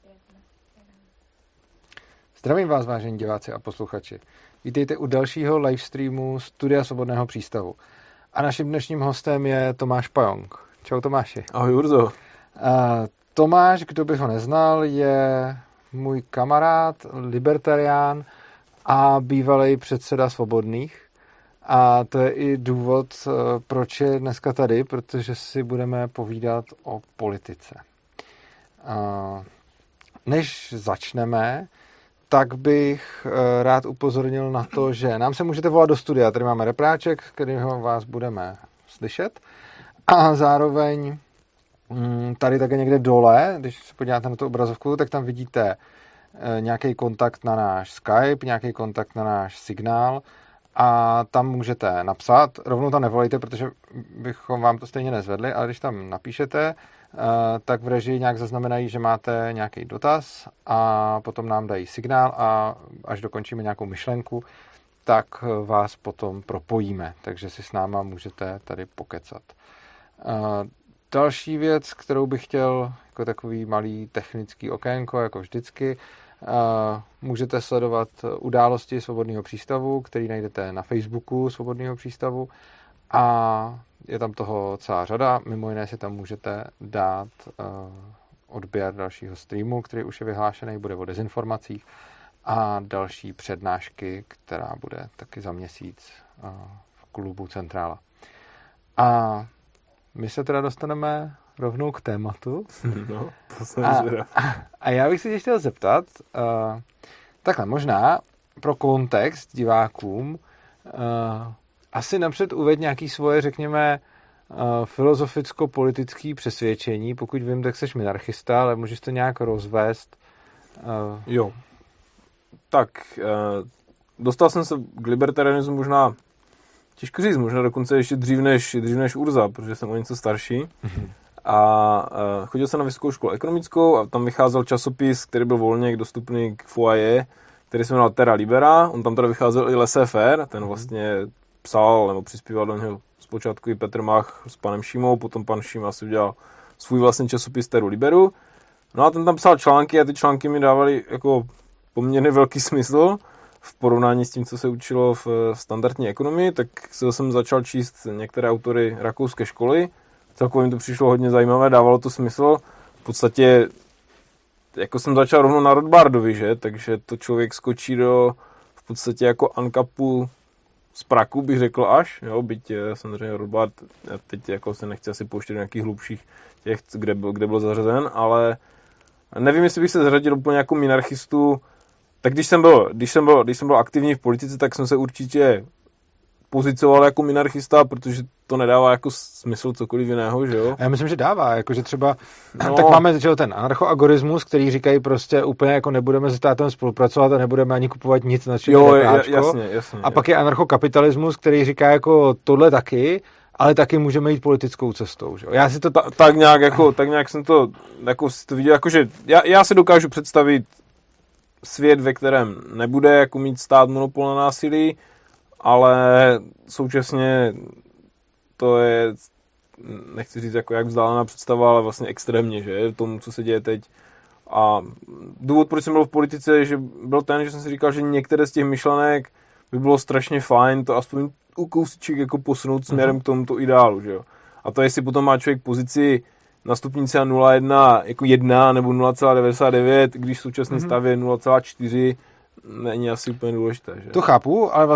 Zdravím vás, vážení diváci a posluchači. Vítejte u dalšího livestreamu Studia Svobodného přístavu. A naším dnešním hostem je Tomáš Pajong. Čau Tomáši. Ahoj Urzo. Tomáš, kdo by ho neznal, je můj kamarád, libertarián a bývalý předseda Svobodných. A to je i důvod, proč je dneska tady, protože si budeme povídat o politice. Než začneme, tak bych rád upozornil na to, že nám se můžete volat do studia. Tady máme repráček, kterýho vás budeme slyšet. A zároveň tady také někde dole, když se podíváte na tu obrazovku, tak tam vidíte nějaký kontakt na náš Skype, nějaký kontakt na náš Signál a tam můžete napsat. Rovnou tam nevolejte, protože bychom vám to stejně nezvedli, ale když tam napíšete, tak v režii nějak zaznamenají, že máte nějaký dotaz a potom nám dají signál a až dokončíme nějakou myšlenku, tak vás potom propojíme, takže si s náma můžete tady pokecat. Další věc, kterou bych chtěl, jako takový malý technický okénko, jako vždycky, můžete sledovat události Svobodného přístavu, který najdete na Facebooku Svobodného přístavu a je tam toho celá řada. Mimo jiné si tam můžete dát odběr dalšího streamu, který už je vyhlášený, bude o dezinformacích a další přednášky, která bude taky za měsíc v klubu Centrála. A my se teda dostaneme rovnou k tématu. No, to jsem zvědav. A já bych si tě chtěl zeptat, takhle možná pro kontext divákům, asi napřed uveď nějaký svoje, řekněme, filozoficko-politické přesvědčení. Pokud vím, tak jsi minarchista, ale můžeš to nějak rozvést. Jo. Tak, dostal jsem se k libertarianismu možná, těžko říct, možná dokonce ještě dřív než Urza, protože jsem o něco starší. A chodil jsem na vysokou školu ekonomickou a tam vycházel časopis, který byl volně dostupný k Foyer, který se jmenoval Terra Libera. On tam teda vycházel i Laissez-faire, ten vlastně psal nebo přispíval do něho zpočátku i Petr Mach s panem Šímou, potom pan Šíma si udělal svůj vlastní časopis Terru Liberu. No a ten tam psal články a ty články mi dávaly jako poměrně velký smysl v porovnání s tím, co se učilo v standardní ekonomii, tak jsem začal číst některé autory rakouské školy. Celkově mi to přišlo hodně zajímavé, dávalo to smysl. V podstatě jako jsem začal rovnou na Rothbardovi, že? Takže to člověk skočí do v podstatě jako ANCAPu z praku, bych řekl až, jo, byť samozřejmě Rothbard, já teď jako se nechci asi pouštět do nějakých hlubších těch, kde byl zařazen, ale nevím, jestli bych se zařadil úplně jako minarchistu. Tak když jsem byl aktivní v politice, tak jsem se určitě pozicoval jako minarchista, protože to nedává jako smysl cokoliv jiného, že jo? Já myslím, že dává, jakože třeba, tak máme že ten anarchoagorismus, který říkají prostě úplně jako nebudeme se státem spolupracovat a nebudeme ani kupovat nic na jasně. A pak je anarchokapitalismus, který říká jako tohle taky, ale taky můžeme jít politickou cestou, že jo? Já si to tak nějak jsem to jako si to viděl, jakože já si dokážu představit svět, ve kterém nebude jako mít stát monopol na násilí, ale současně to je, nechci říct jako jak vzdálená představa, ale vlastně extrémně, že tomu, co se děje teď. A důvod, proč jsem byl v politice, že byl ten, že jsem si říkal, že některé z těch myšlenek by bylo strašně fajn to aspoň u kousíček jako posunout směrem k tomuto ideálu, že jo. A to, jestli potom má člověk pozici na stupnici 0,1 jako 1 nebo 0,99, když současný stav je 0,4, není asi úplně důležité, že? To chápu, ale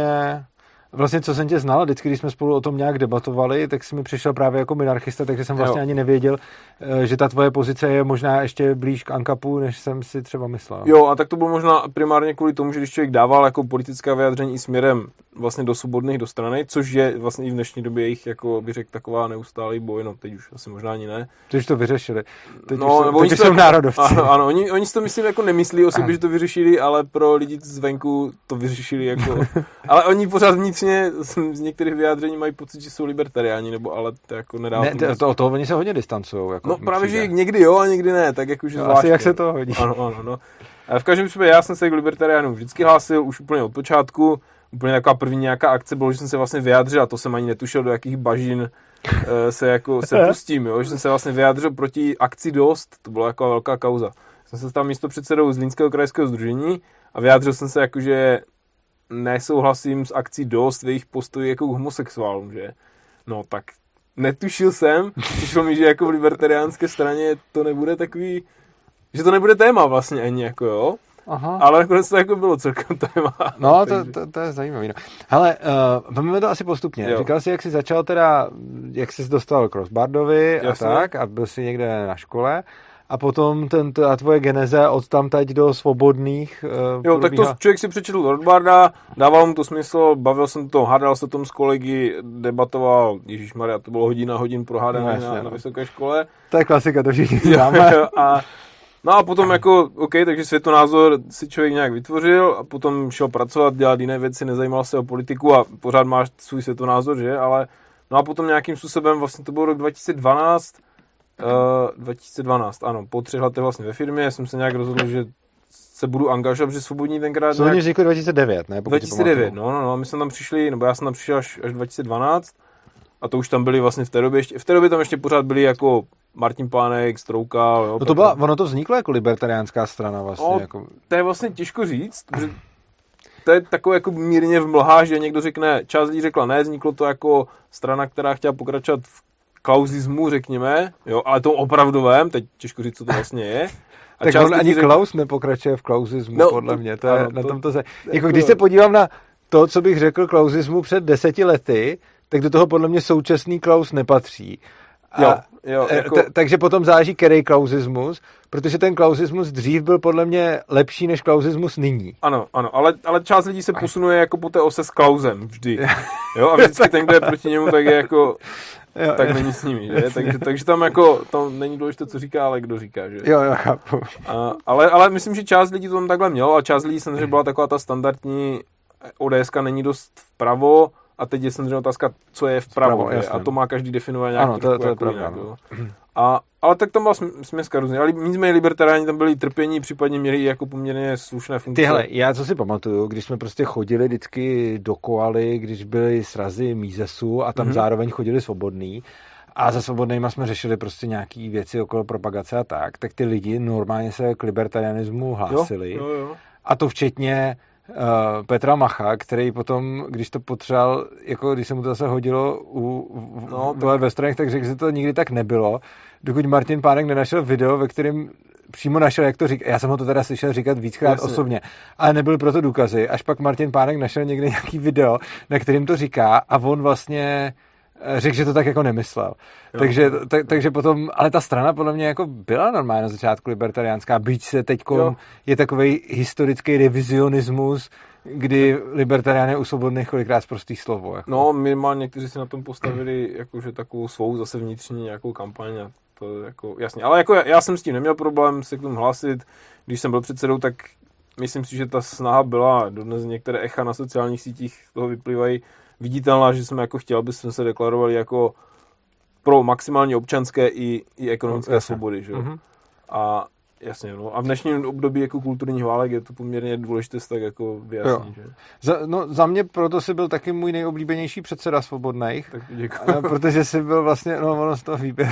vlastně co jsem tě znal, vždycky, když jsme spolu o tom nějak debatovali, tak jsi mi přišel právě jako minarchista, takže jsem vlastně ani nevěděl, že ta tvoje pozice je možná ještě blíž k ANCAPu, než jsem si třeba myslel. Jo, a tak to bylo možná primárně kvůli tomu, že když člověk dával jako politická vyjádření i směrem vlastně do Svobodných, do strany, což je vlastně i v dnešní době jejich, jako bych řekl, taková neustálý boj, no teď už asi možná ani ne. Teď už to vyřešili. Teď jsou národovci. Ano, oni si to myslím jako nemyslí o sobě, že to vyřešili, ale pro lidi zvenku to vyřešili jako. Ale oni pořád vnitřně z některých vyjádření mají pocit, že jsou libertariáni, nebo ale to jako nedává. Ne, to oni se hodně distancujou. Jako no právě, že někdy jo a někdy ne, tak jakože zvláště. Asi jak se to hodí. Ano. A v každém případě já jsem se k libertariánům vždycky hlásil, už úplně od počátku. Úplně taková první nějaká akce bylo, že jsem se vlastně vyjádřil, a to jsem ani netušil, do jakých bažin se pustím, jo? Že jsem se vlastně vyjádřil proti akci Dost, to byla jako velká kauza. jsem se stal místopředsedou Zlínského krajského sdružení a vyjádřil jsem se jako, že nesouhlasím s akcí Dost v jejich postoji jako k homosexuálům, že? No tak netušil jsem, přišlo mi, že jako v libertariánské straně to nebude takový, že to nebude téma vlastně ani jako, jo? Aha. Ale nakonec to jako bylo celkem téma. No, to je zajímavé. No. Hele, vezmeme to asi postupně. Jo. Říkal jsi, jak jsi začal teda, jak jsi dostal k Rosbardovi a tak, a byl jsi někde na škole. A potom ta tvoje geneze od tam teď do svobodných... Jo, tak to člověk si přečetl Rothbarda, dával mu to smysl, bavil jsem to, hádal se tom s kolegy, debatoval, ježišmarja, to bylo hodin pro hádání na vysoké škole. To je klasika, to všichni známe. No a potom jako, OK, takže světonázor si člověk nějak vytvořil a potom šel pracovat, dělat jiné věci, nezajímal se o politiku a pořád máš svůj světonázor, že? Ale no a potom nějakým způsobem, vlastně to byl rok 2012, 2012, ano, po 3 letech vlastně ve firmě jsem se nějak rozhodl, že se budu angažovat, protože Svobodní tenkrát... Co oni řekli 2009, ne? 2009, no, my jsme tam přišli, nebo já jsem tam přišel až 2012 a to už tam byli vlastně v té době tam ještě pořád byli jako Martin Pánek, Stroukal, jo. No ono to vzniklo jako libertariánská strana vlastně. No, jako... to je vlastně těžko říct, protože to je takové jako mírně v mlhách, že někdo řekne, část lidí řekla ne, vzniklo to jako strana, která chtěla pokračovat v klausismu, řekněme, jo, ale to opravdovém, teď těžko říct, co to vlastně je. A tak on ani Klaus nepokračuje v klausismu, no, podle mě, to je, ano, na tom to se... Jako když se podívám na to, co bych řekl klausismu před 10 lety, tak do toho podle mě současný Klaus nepatří. Jo, jako... Takže potom záleží, který klausismus, protože ten klausismus dřív byl podle mě lepší než klausismus nyní. Ano, ale část lidí se posunuje jako po té ose s Klausem vždy. Jo, a vždycky ten, kdo je proti němu, tak je jako... Jo, tak není s nimi, že? Takže tam jako, to není důležité, co říká, ale kdo říká, že? Jo, chápu. Ale myslím, že část lidí to tam takhle mělo a část lidí samozřejmě byla taková ta standardní ODSka není dost vpravo a teď je samozřejmě otázka, co je vpravo, a to má každý definovat nějak. Ano, to je jako pravda. Jinak, no. Ale tak tam byla směska různě. Ale nicméně libertariáni tam byli trpění, případně měli jako poměrně slušné funkce. Tyhle, já co si pamatuju, když jsme prostě chodili vždycky do koaly, když byly srazy Mízesu a tam zároveň chodili Svobodný a za Svobodnýma jsme řešili prostě nějaký věci okolo propagace a tak ty lidi normálně se k libertarianismu hlásili. Jo. A to včetně Petra Macha, který potom, když to potřeboval, jako když se mu to zase hodilo ve stranách, tak řekl, že to nikdy tak nebylo, dokud Martin Pánek nenašel video, ve kterém přímo našel, jak to říká. Já jsem ho to teda slyšel říkat víckrát osobně, ale nebyly proto důkazy. Až pak Martin Pánek našel někde nějaký video, na kterým to říká a on vlastně řekl, že to tak jako nemyslel. Takže potom, ale ta strana podle mě jako byla normálně na začátku libertariánská, byť se teďko je takovej historický revizionismus, kdy libertarián je u Svobodných kolikrát prostý slovo. Jako. No, minimálně někteří si na tom postavili jakože takovou svou zase vnitřní nějakou kampaň a to jako jasně. Ale jako já jsem s tím neměl problém se k tomu hlásit. Když jsem byl předsedou, tak myslím si, že ta snaha byla, dodnes některé echa na sociálních sítích toho vyplývají, viditelná, že jsme jako chtěli, aby jsme se deklarovali jako pro maximálně občanské i ekonomické svobody, že? A jasně, no. A v dnešním období jako kulturních válek je to poměrně důležité tak jako vyjasnit, že? Za mě proto jsi byl taky můj nejoblíbenější předseda Svobodných. Tak děkuji. Protože jsi byl vlastně, ono z toho výběru.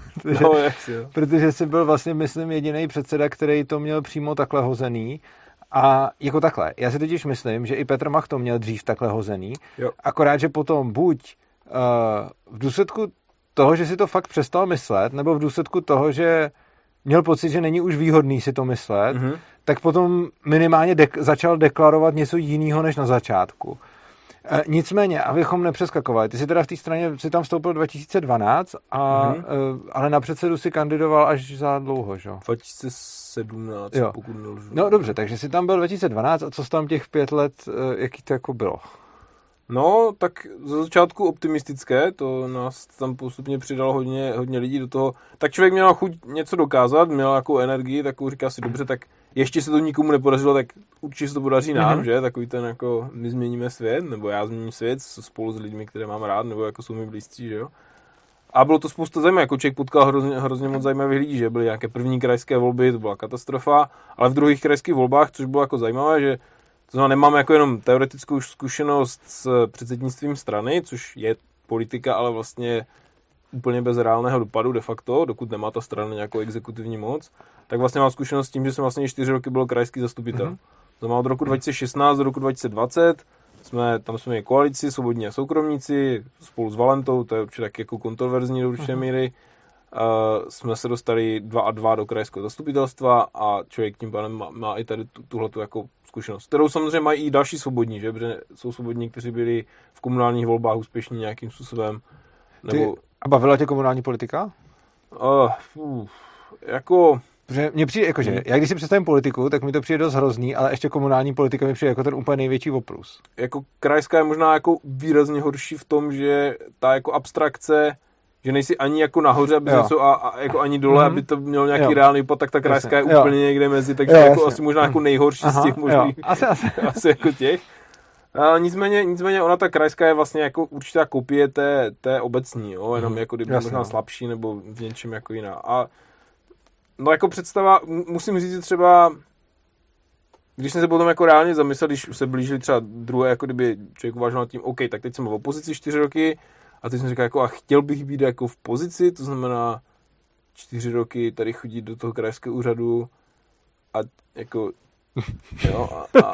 Protože jsi byl vlastně, myslím, jediný předseda, který to měl přímo takhle hozený. A jako takhle, já si totiž myslím, že i Petr Mach to měl dřív takhle hozený, akorát, že potom buď v důsledku toho, že si to fakt přestal myslet, nebo v důsledku toho, že měl pocit, že není už výhodný si to myslet, tak potom minimálně začal deklarovat něco jiného než na začátku. Nicméně, abychom nepřeskakovali, ty jsi teda v té straně si tam vstoupil 2012, ale na předsedu si kandidoval až za dlouho, že? 2017, pokud nelžu. No dobře, takže jsi tam byl 2012 a co tam těch 5 let, jaký to jako bylo? No, tak ze začátku optimistické, to nás tam postupně přidalo hodně lidí do toho. Tak člověk měl chuť něco dokázat, měl nějakou energii, takovou říká si dobře, tak ještě se to nikomu nepodařilo, tak určitě se to podaří nám, že? Takový ten jako my změníme svět, nebo já změním svět spolu s lidmi, které mám rád, nebo jako jsou mi blízcí, že jo. A bylo to spousta zajímavé, jako člověk potkal hrozně moc zajímavých lidí, že byly nějaké první krajské volby, to byla katastrofa, ale v druhých krajských volbách, což bylo jako zajímavé, že to znamená, nemáme jako jenom teoretickou zkušenost s předsednictvím strany, což je politika, ale vlastně úplně bez reálného dopadu de facto, dokud nemá ta strana nějakou exekutivní moc, tak vlastně mám zkušenost s tím, že jsem vlastně 4 roky byl krajský zastupitel. To má od roku 2016 do roku 2020, tam jsme měli koalici, svobodní a soukromníci, spolu s Valentou, to je určitě tak jako kontroverzní do určité míry. Jsme se dostali 2 a 2 do krajského zastupitelstva a člověk tím pádem má i tady tuhletu jako zkušenost, kterou samozřejmě mají i další svobodní, že? Protože jsou svobodní, kteří byli v komunálních volbách úspěšní nějakým způsobem. Nebo... A bavila tě komunální politika? Jako... Protože mně přijde, jakože, já když si představím politiku, tak mi to přijde dost hrozný, ale ještě komunální politika mi přijde jako ten úplně největší oprus. Jako krajská je možná jako výrazně horší v tom, že ta jako abstrakce, že nejsi ani jako nahoře, aby něco a jako ani dole, aby to mělo nějaký reálný dopad, tak ta krajská je úplně někde mezi, takže jako asi možná jako nejhorší z těch možných. Asi jako těch. Nicméně ona ta krajská je vlastně jako určitá kopie té obecní, jo? Jenom jako kdyby možná slabší nebo v něčem jako jiná. A no jako představa, musím říct, že třeba, když jsem se potom jako reálně zamyslel, když se blížili třeba druhé, jako kdyby člověk uvažoval nad tím, OK, tak teď jsem v opozici 4 roky a teď jsem říkal, jako a chtěl bych být jako v pozici, to znamená 4 roky tady chodit do toho krajského úřadu a jako... Jo,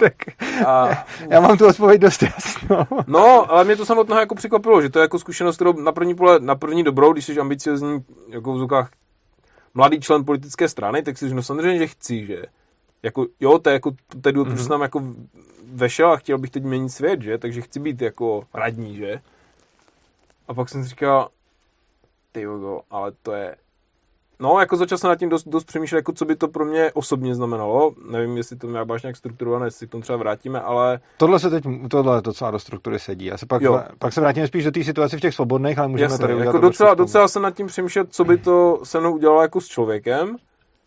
já mám tu odpověď dost jasnou. No, ale mě to samotného jako překvapilo, že to je jako zkušenost, kterou na první dobrou, když jsi ambiciozní jako v zukách mladý člen politické strany, tak si říct, no samozřejmě, že chci, že jako, jo, to je jako ten důvod, protože jsem tam jako vešel a chtěl bych teď měnit svět, že, takže chci být jako radní, že. A pak jsem si říkal, tyjo, ale to je... No, jako začal jsem nad tím dost přemýšlet, jako co by to pro mě osobně znamenalo. Nevím, jestli to máš nějak strukturované, jestli k tomu třeba vrátíme, ale... Tohle je docela do struktury sedí. Pak se vrátíme spíš do té situace v těch svobodných, ale můžeme tady udělat... Jako docela jsem nad tím přemýšlet, co by to se mnou udělalo jako s člověkem.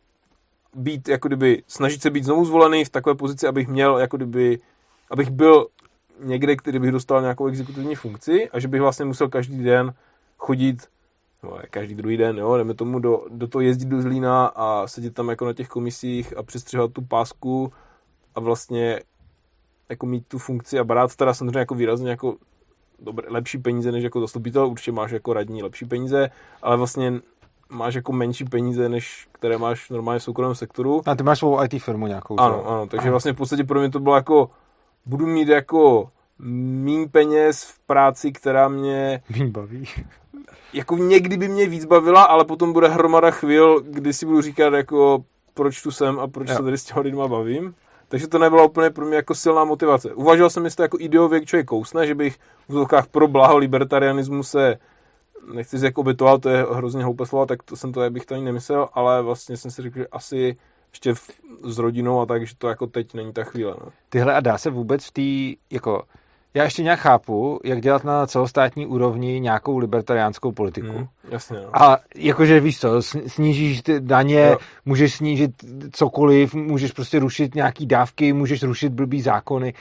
Být, jako kdyby, snažit se být znovu zvolený v takové pozici, abych měl, jako kdyby, abych byl někde, který bych dostal nějakou exekutivní funkci a že bych vlastně musel každý den chodit, no, každý druhý den, jo, jdeme tomu do toho jezdit do Zlína a sedět tam jako na těch komisích a přestřihat tu pásku a vlastně jako mít tu funkci a brát teda samozřejmě jako výrazně jako lepší peníze než jako zastupitel, určitě máš jako radní lepší peníze, ale vlastně máš jako menší peníze, než které máš normálně v soukromém sektoru. A ty máš svou IT firmu nějakou. Ano, takže vlastně v podstatě pro mě to bylo jako, budu mít jako míň peněz v práci, která mě... Míň baví. Jako někdy by mě víc bavila, ale potom bude hromada chvil, kdy si budu říkat jako, proč tu jsem a proč se tady s těma lidma bavím. Takže to nebyla úplně pro mě jako silná motivace. Uvažoval jsem, jestli to jako ideově člověk kousne, že bych v úzovkách pro blaho libertarianismu se, nechci říct jako obětoval, to je hrozně hloupé slovo, tak bych to ani nemyslel, ale vlastně jsem si řekl, že asi ještě s rodinou a tak, že to jako teď není ta chvíle. No. Tyhle a dá se vůbec v té, jako, já ještě nějak chápu, jak dělat na celostátní úrovni nějakou libertariánskou politiku. Jasně, no. A jakože víš co, snížíš ty daně, můžeš snížit cokoliv, můžeš prostě rušit nějaký dávky, můžeš rušit blbý zákony,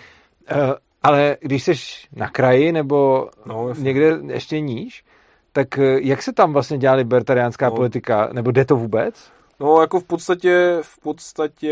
ale když seš na kraji nebo někde ještě níž, tak jak se tam vlastně dělá libertariánská politika, nebo jde to vůbec? No jako v podstatě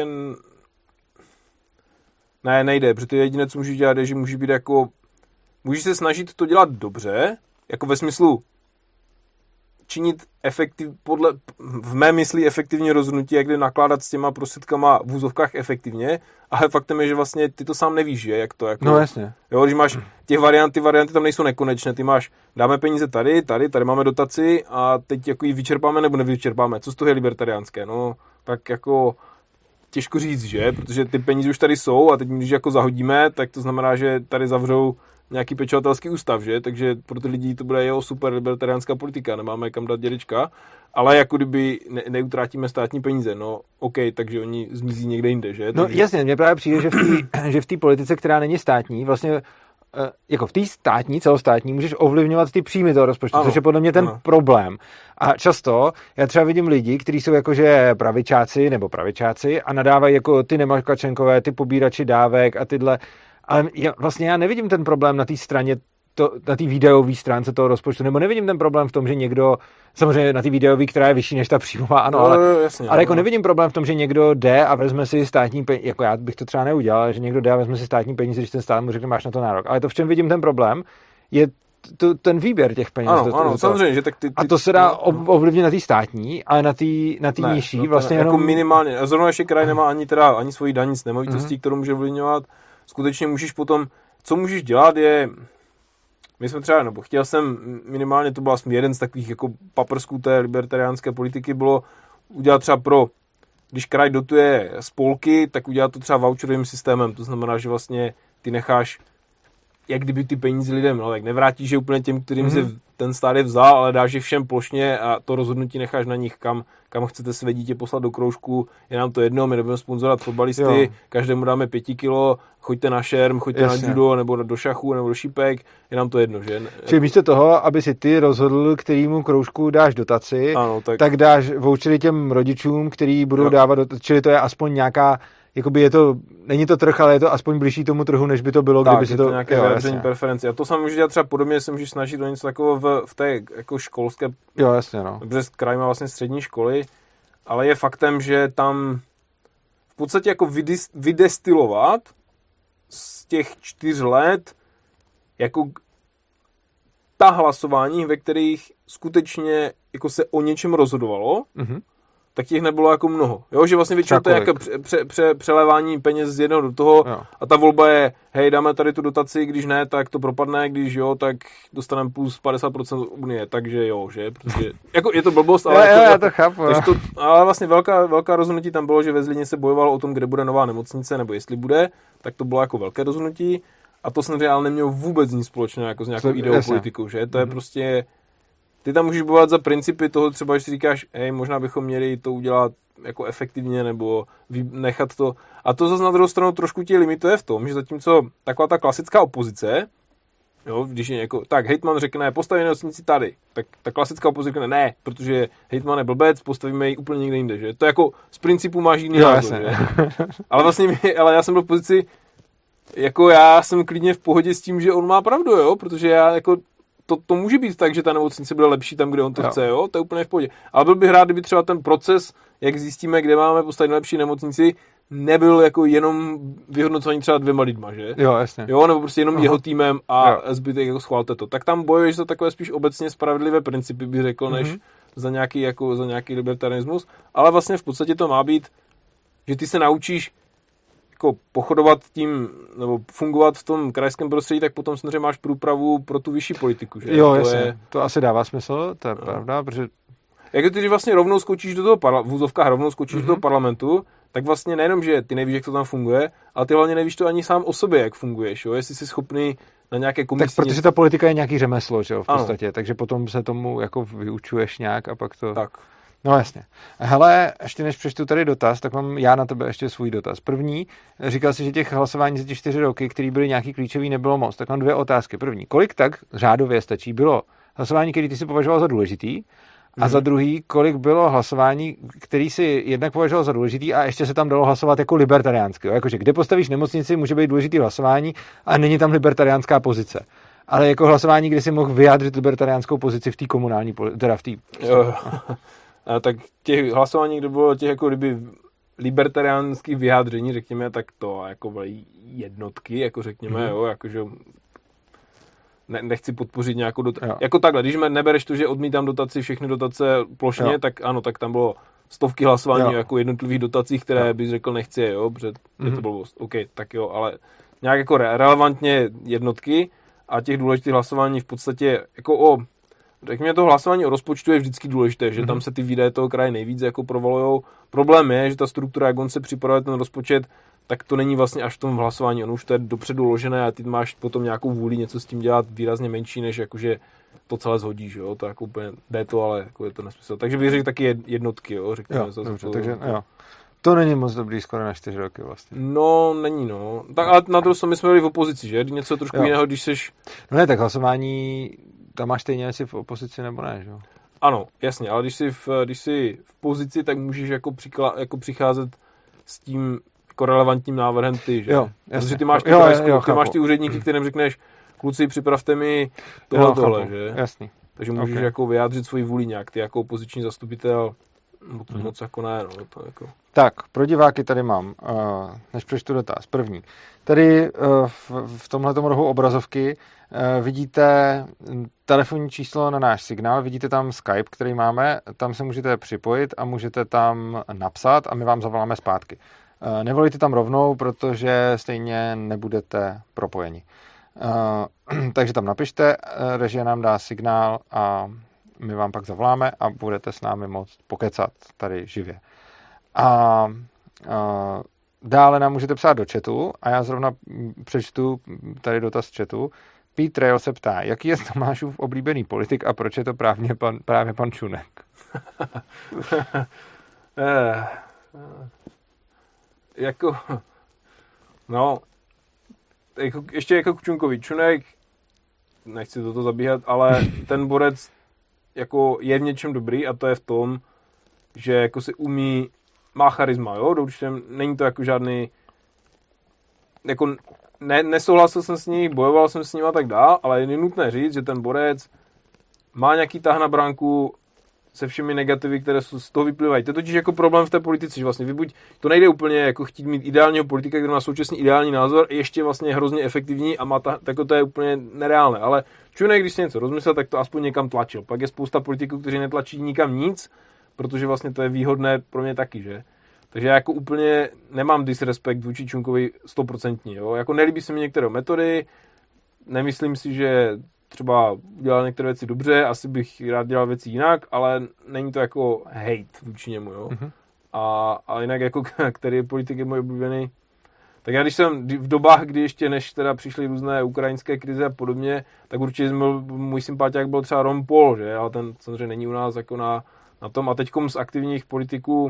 ne, nejde, protože jediné, co můžeš dělat, je, že můžeš se snažit to dělat dobře, jako ve smyslu činit v mé mysli efektivní rozhodnutí, jak jde nakládat s těma prostředkama v úzovkách efektivně, ale faktem je, že vlastně ty to sám nevíš, že? Jak to jako... No jasně. Jo, když máš ty varianty tam nejsou nekonečné, ty máš, dáme peníze tady máme dotaci a teď jako ji vyčerpáme nebo nevyčerpáme. Co z toho je libertariánské? No, tak jako těžko říct, že? Protože ty peníze už tady jsou a teď když jako zahodíme, tak to znamená, že tady zavřou nějaký pečovatelský ústav, že? Takže pro ty lidi to bude super libertariánská politika, nemáme kam dát dědečka, ale jako kdyby neutrátíme státní peníze, no OK, takže oni zmizí někde jinde, že? No takže... jasně, mně právě přijde, že v té politice, která není státní, vlastně jako v té státní, celostátní, můžeš ovlivňovat ty příjmy toho rozpočtu, což je podle mě ten problém. A často já třeba vidím lidi, kteří jsou jakože pravičáci a nadávají jako ty nemakačenkové, ty pobírači dávek a tyhle. Ale já nevidím ten problém na té straně, na té videové stránce toho rozpočtu, nebo nevidím ten problém v tom, že někdo, samozřejmě na té videové, která je vyšší než ta příjmová, ano, ale jako nevidím problém v tom, že někdo jde a vezme si státní peníze, jako já bych to třeba neudělal, že někdo jde a vezme si státní peníze, když ten stát mu řekne, máš na to nárok. Ale to, v čem vidím ten problém, je ten výběr těch peněz. Ano, samozřejmě, že tak ty a to se dá ovlivnit na té státní, ale na té nižší no vlastně jako jenom... minimálně. A zrovna ještě kraj nemá ani svoji daň z nemovitostí, kterou může ovlivňovat. Skutečně můžeš potom, co můžeš dělat je, my jsme třeba, chtěl jsem minimálně, to byl aspoň jeden z takových jako paprsků té libertariánské politiky, bylo udělat třeba když kraj dotuje spolky, tak udělat to třeba voucherovým systémem, to znamená, že vlastně ty necháš jak kdyby ty peníze lidem, tak nevrátíš je úplně těm, kterým si ten stát je vzal, ale dáš je všem plošně a to rozhodnutí necháš na nich, kam chcete své dítě poslat do kroužku, je nám to jedno, my nebudeme sponzorovat fotbalisty, každému dáme 5 kilo, choďte na šerm, choďte na judo, nebo do šachu, nebo do šípek, je nám to jedno, že? Čili místo toho, aby si ty rozhodl, kterýmu kroužku dáš dotaci, tak dáš vouchery těm rodičům, který budou dávat dotaci, čili to je aspoň nějaká, jakoby není to trh, ale je to aspoň blížší tomu trhu, než by to bylo, kdyby si to... nějaké vyjádření preferenci. A to se může dělat třeba podobně, se můžeš snažit o něco takového v té jako školské... Jo, jasně, Protože kraj má vlastně střední školy, ale je faktem, že tam v podstatě jako vydestilovat z těch 4 let jako ta hlasování, ve kterých skutečně jako se o něčem rozhodovalo, tak těch nebylo jako mnoho. Jo, že vlastně většinou to je jako přelévání peněz z jednoho do toho a ta volba je, hej, dáme tady tu dotaci, když ne, tak to propadne, když jo, tak dostaneme plus 50% unie, takže jo, že? Protože, jako je to blbost, ale... já to chápu. Ale vlastně velká rozhodnutí tam bylo, že ve Zlíně se bojovalo o tom, kde bude nová nemocnice, nebo jestli bude, tak to bylo jako velké rozhodnutí a to samozřejmě ale nemělo vůbec nic společného jako s nějakou ideou politikou, že? To je prostě... Ty tam můžeš bojovat za principy toho, třeba, že si říkáš, hej, možná bychom měli to udělat jako efektivně, nebo nechat to. A to zase na druhou stranu trošku tě limituje v tom, že zatímco taková ta klasická opozice, jo, když je jako, tak hejtman řekne, postaví nemocnici tady, tak ta klasická opozice řekne, ne, protože hejtman je blbec, postavíme ji úplně někde jinde, že? To jako z principu máš jiný názor, že? Ale vlastně, ale já jsem byl v pozici, jako já jsem klidně v pohodě s tím, že on má pravdu, jo, protože já jako to může být tak, že ta nemocnice bude lepší tam, kde on to chce, jo? To je úplně v pohodě. Ale byl bych rád, kdyby třeba ten proces, jak zjistíme, kde máme postavit lepší nemocnici, nebyl jako jenom vyhodnocení třeba 2 lidma, že? Jo, jasně. Jo, nebo prostě jenom jeho týmem a zbytek jako schválte to. Tak tam bojuješ za takové spíš obecně spravedlivé principy, bych řekl, než za nějaký libertarianismus. Ale vlastně v podstatě to má být, že ty se naučíš jako pochodovat tím, nebo fungovat v tom krajském prostředí, tak potom samozřejmě máš průpravu pro tu vyšší politiku, že? Jo, jasně. To asi dává smysl, to je pravda, protože... Jak ty vlastně rovnou skočíš do toho v úzovkách rovnou skočíš do toho parlamentu, tak vlastně nejenom, že ty nevíš, jak to tam funguje, ale ty hlavně nevíš to ani sám o sobě, jak funguješ, jo? Jestli jsi schopný na nějaké komisi... Tak protože ta politika je nějaký řemeslo, že jo, v podstatě, takže potom se tomu jako vyučuješ nějak a pak to... Tak. No jasně. Hele, ještě než přečtu tady dotaz, tak mám já na tebe ještě svůj dotaz. První, říkal jsi, že těch hlasování za ty 4 roky, které byly nějaký klíčový, nebylo moc. Tak mám 2 otázky. První, kolik tak řádově stačí bylo hlasování, který ty si považoval za důležitý? A za druhý, kolik bylo hlasování, který si jednak považoval za důležitý a ještě se tam dalo hlasovat jako libertariánský. Jakože kde postavíš nemocnici, může být důležitý hlasování a není tam libertariánská pozice. Ale jako hlasování, kde si mohl vyjádřit libertariánskou pozici v té komunální, teda v té... Tak těch hlasování, kde bylo těch jako kdyby libertariánských vyjádření, řekněme, tak to jako byly jednotky, jako řekněme, jo, jakože nechci podpořit nějakou dotaci. Jako takhle, když nebereš to, že odmítám dotaci, všechny dotace plošně, tak ano, tak tam bylo stovky hlasování jako jednotlivých dotacích, které bys řekl nechci, jo, protože je to blbost. OK, tak jo, ale nějak jako relevantně jednotky a těch důležitých hlasování v podstatě jako řekněme, to hlasování o rozpočtu je vždycky důležité, že tam se ty výdaje toho kraje nejvíc jako provalujou. Problém je, že ta struktura, jak on se připravuje ten rozpočet, tak to není vlastně až v tom hlasování. On už to je dopředu ložené a ty máš potom nějakou vůli něco s tím dělat výrazně menší, než jakože to celé zhodíš, jo. To jako úplně jde to, ale jako je to nesmysl. Takže bych řekl taky jednotky, jo, řekněme. Jo, dobře, takže jo. To není moc dobrý skoro na 4 roky vlastně. No, není, no. Tak ale na druhou stranu my jsme byli v opozici, že? Něco trošku jiného, když seš... No ne, tak hlasování... Tam máš stejně, jestli v opozici nebo ne, že jo? Ano, jasně, ale když jsi v pozici, tak můžeš jako přicházet s tím jako relevantním návrhem ty, že? Jo, protože ty máš ty máš ty úředníky, kterým řekneš, kluci, připravte mi tohle, že? Jasný. Takže můžeš jako vyjádřit svoji vůli nějak, ty jako opoziční zastupitel moc jako ne, no, to jako... Tak, pro diváky tady mám, než přečtu dotaz. První. Tady v tomhletom rohu obrazovky vidíte telefonní číslo na náš signál, vidíte tam Skype, který máme, tam se můžete připojit a můžete tam napsat a my vám zavoláme zpátky. Nevolejte tam rovnou, protože stejně nebudete propojeni. Takže tam napište, režie nám dá signál a my vám pak zavoláme a budete s námi moct pokecat tady živě. A dále nám můžete psát do chatu a já zrovna přečtu tady dotaz z chatu. Pete Rail se ptá, jaký je Tomášův oblíbený politik a proč je to právě pan Čunek? Ještě jako Čunkový Čunek, nechci toto zabíhat, ale ten borec jako je v něčem dobrý a to je v tom, že jako si umí, má charisma, jo, do určitě není to jako žádný, jako nesouhlasil jsem s ní, bojoval jsem s ním a tak dál, ale je nutné říct, že ten borec má nějaký tah na branku se všemi negativy, které z toho vyplývají. To je totiž jako problém v té politice, že vlastně to nejde úplně jako chtít mít ideálního politika, který má současný ideální názor, ještě vlastně hrozně efektivní a má jako to je úplně nereálné, ale Čunek, když si něco rozmyslel, tak to aspoň někam tlačil. Pak je spousta politiků, kteří netlačí nikam nic, protože vlastně to je výhodné pro mě taky, že? Takže já jako úplně nemám disrespekt vůči Čunkovi 100%, jo? Jako nelíbí se mi některé metody, nemyslím si, že třeba dělal některé věci dobře, asi bych rád dělal věci jinak, ale není to jako hate vůči němu, jo. Mm-hmm. A jinak jako, který politik je můj oblíbený, tak já když jsem v dobách, kdy ještě než teda přišly různé ukrajinské krize a podobně, tak určitě můj sympatiák byl třeba Ron Paul, že, ale ten samozřejmě není u nás jako na tom a teďkom z aktivních politiků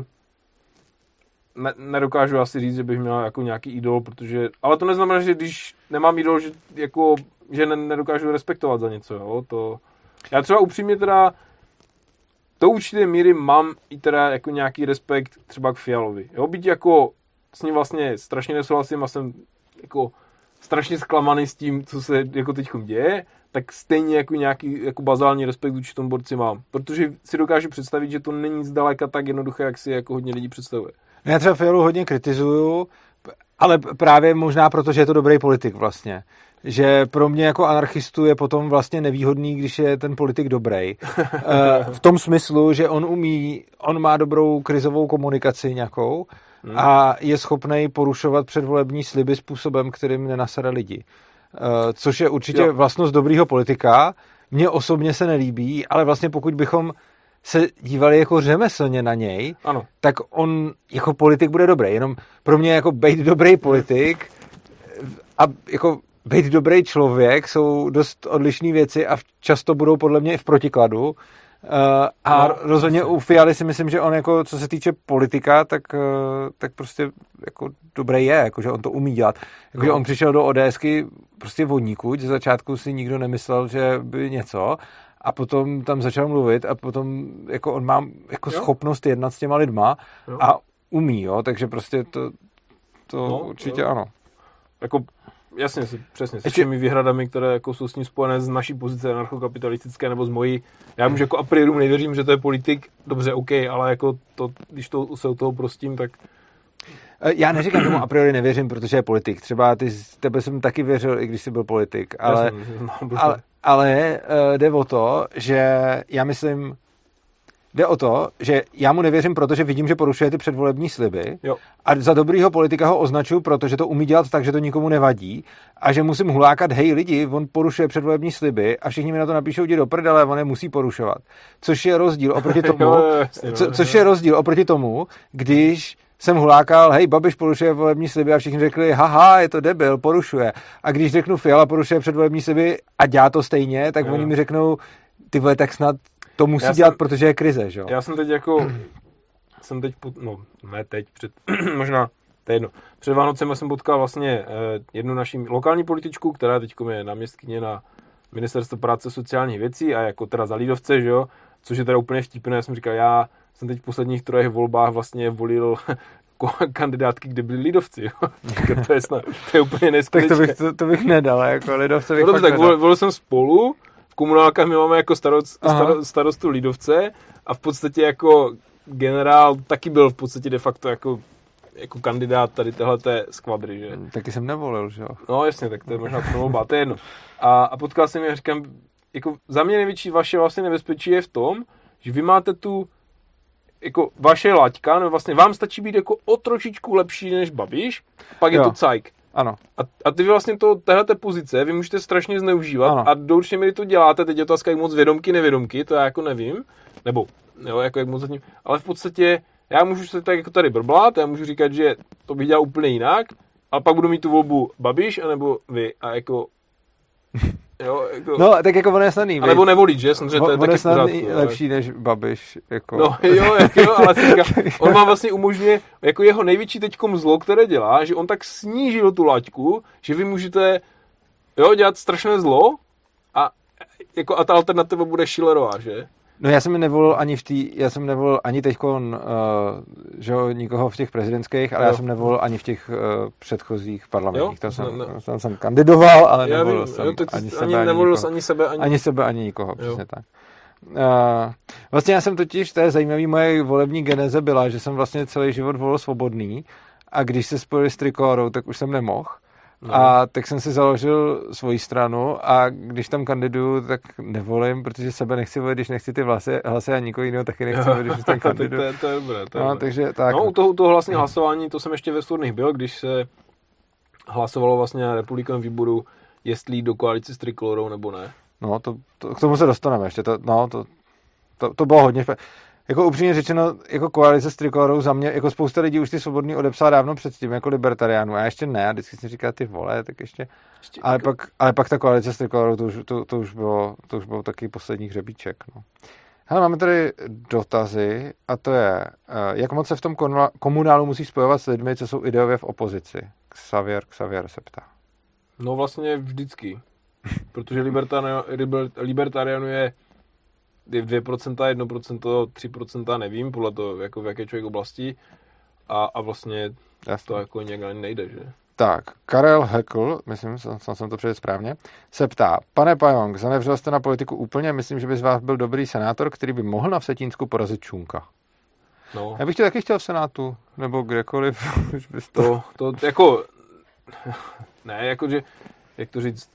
nedokážu asi říct, že bych měl jako nějaký idol, protože, ale to neznamená, že když nemám idol, že jako že nedokážu respektovat za něco, jo, to... Já třeba upřímně teda do určité míry mám i teda jako nějaký respekt třeba k Fialovi, jo, byť jako s ním vlastně strašně nesouhlasím a jsem jako strašně zklamaný s tím, co se jako teďkom děje, tak stejně jako nějaký jako bazální respekt vůči tomu borci mám, protože si dokážu představit, že to není zdaleka tak jednoduché, jak si jako hodně lidí představuje. Já třeba Fialu hodně kritizuju, ale právě možná proto, že je to dobrý politik vlastně. Že pro mě jako anarchistu je potom vlastně nevýhodný, když je ten politik dobrý. V tom smyslu, že on má dobrou krizovou komunikaci nějakou a je schopný porušovat předvolební sliby způsobem, kterým nenasade lidi. Což je určitě vlastnost dobrýho politika. Mně osobně se nelíbí, ale vlastně pokud bychom se dívali jako řemeslně na něj, ano, tak on jako politik bude dobrý. Jenom pro mě jako být dobrý politik a jako být dobrý člověk jsou dost odlišné věci a často budou podle mě i v protikladu. Rozhodně u Fialy si myslím, že on jako, co se týče politika, tak prostě jako dobrý je, jako, že on to umí dělat. Jako, že on přišel do ODSky prostě vodníkuť, ze začátku si nikdo nemyslel, že by něco a potom tam začal mluvit a potom jako on má jako schopnost jednat s těma lidma a umí, jo, takže prostě to určitě ano. Jako jasně, přesně, se všemi výhradami, které jako jsou s ním spojené z naší pozice anarchokapitalistické nebo z mojí. Já už jako a priori nevěřím, že to je politik, dobře, OK, ale jako to, když to se u toho prostím, tak... Já neříkám, že mu a priori nevěřím, protože je politik. Třeba tebe jsem taky věřil, i když jsi byl politik, ale jde o to, že já myslím... Jde o to, že já mu nevěřím, protože vidím, že porušuje ty předvolební sliby a za dobrýho politika ho označuju, protože to umí dělat tak, že to nikomu nevadí a že musím hulákat, hej lidi, on porušuje předvolební sliby a všichni mi na to napíšou, jdi do prdele, on je musí porušovat. Což je rozdíl oproti tomu, když jsem hulákal, hej, Babiš porušuje volební sliby a všichni řekli, haha, je to debil, porušuje. A když řeknu Fiala porušuje předvolební sliby a dělá to stejně, tak oni mi řeknou, ty vole, tak snad to musí dělat, protože je krize, že jo? Já jsem teď jako, možná, to je jedno. Před Vánocem jsem potkal vlastně jednu naši lokální političku, která teď je náměstkyně na Ministerstvo práce a sociálních věcí a jako teda za lidovce, že jo? Což je teda úplně vtipné. Já jsem říkal, já jsem teď v posledních 3 volbách vlastně volil kandidátky, kde byli lidovci, jo? To je úplně neskutečné. Tak to bych nedal, jako lidovce bych tak volil jsem Spolu, v komunálkách my máme jako starostu lidovce a v podstatě jako generál taky byl v podstatě de facto jako kandidát tady téhleté skvadry, že? Taky jsem nevolil, že jo? No jasně, tak to je možná volba, to je jedno. A potkal jsem je a říkám, jako za mě největší vaše vlastně nebezpečí je v tom, že vy máte tu jako vaše laťka, no vlastně vám stačí být jako o trošičku lepší než Babiš, pak je to cajk. Ano. A ty vlastně téhleté pozice vy můžete strašně zneužívat a do určité míry to děláte, teď je otázka, jak moc vědomky, nevědomky, to já jako nevím, nebo jo, jako jak moc zatím, ale v podstatě já můžu se tak jako tady brblat, já můžu říkat, že to bych dělal úplně jinak, ale pak budu mít tu volbu Babiš, anebo vy a jako jo, jako... No, tak jako on je snadný. A nebo nevolit, že? Samozřejmě to je taky snadný lepší než Babiš. Jako... No jo, ale on vám vlastně umožňuje, jako jeho největší teďkom zlo, které dělá, že on tak snížil tu laťku, že vy můžete dělat strašné zlo a ta alternativa bude Schillerová, že? No já jsem nevolil ani teďkon, že jo, nikoho v těch prezidentských, ale já jsem nevolil ani v těch předchozích parlamentních. Tam jsem kandidoval, ale nevolil jsem ani sebe, ani nikoho, přesně tak. Vlastně já jsem totiž, to je zajímavý, moje volební geneze byla, že jsem vlastně celý život volil Svobodný a když se spojili s Trikolorou, tak už jsem nemohl. No. A tak jsem si založil svoji stranu a když tam kandiduju, tak nevolím, protože sebe nechci volit, když nechci ty hlasy a nikoho jiného taky nechci volit, když tam kandiduju. To je dobré. Takže tak. No, u toho vlastně hlasování, to jsem ještě ve Studných byl, když se hlasovalo vlastně na republikovém výboru, jestli jít do koalice s Trikolorou nebo ne. No, k tomu se dostaneme ještě. To bylo hodně jako upřímně řečeno, jako koalice s Trikolorou za mě, jako spousta lidí už ty Svobodný odepsala dávno předtím, jako libertariánů, a ještě ne, a vždycky si říká ty vole, tak ještě ale pak ta koalice s Trikolorou, to už bylo taky poslední hřebíček, no. Hele, máme tady dotazy, a to je, jak moc se v tom komunálu musí spojovat s lidmi, co jsou ideově v opozici? Xavier se ptá. No vlastně vždycky, protože libertariánů je 2%, 1%, 3%, nevím, podle toho, jako v jaké člověk oblasti. A vlastně jasně. To jako nějak nejde, že? Tak, Karel Hekl, myslím, jsem to přijde správně, se ptá, pane Pajong, zanevřel jste na politiku úplně, myslím, že by z vás byl dobrý senátor, který by mohl na Vsetínsku porazit Čunka. No. Já bych tě taky chtěl v Senátu, nebo kdekoliv. Už bys to jako, ne, jakože, jak to říct,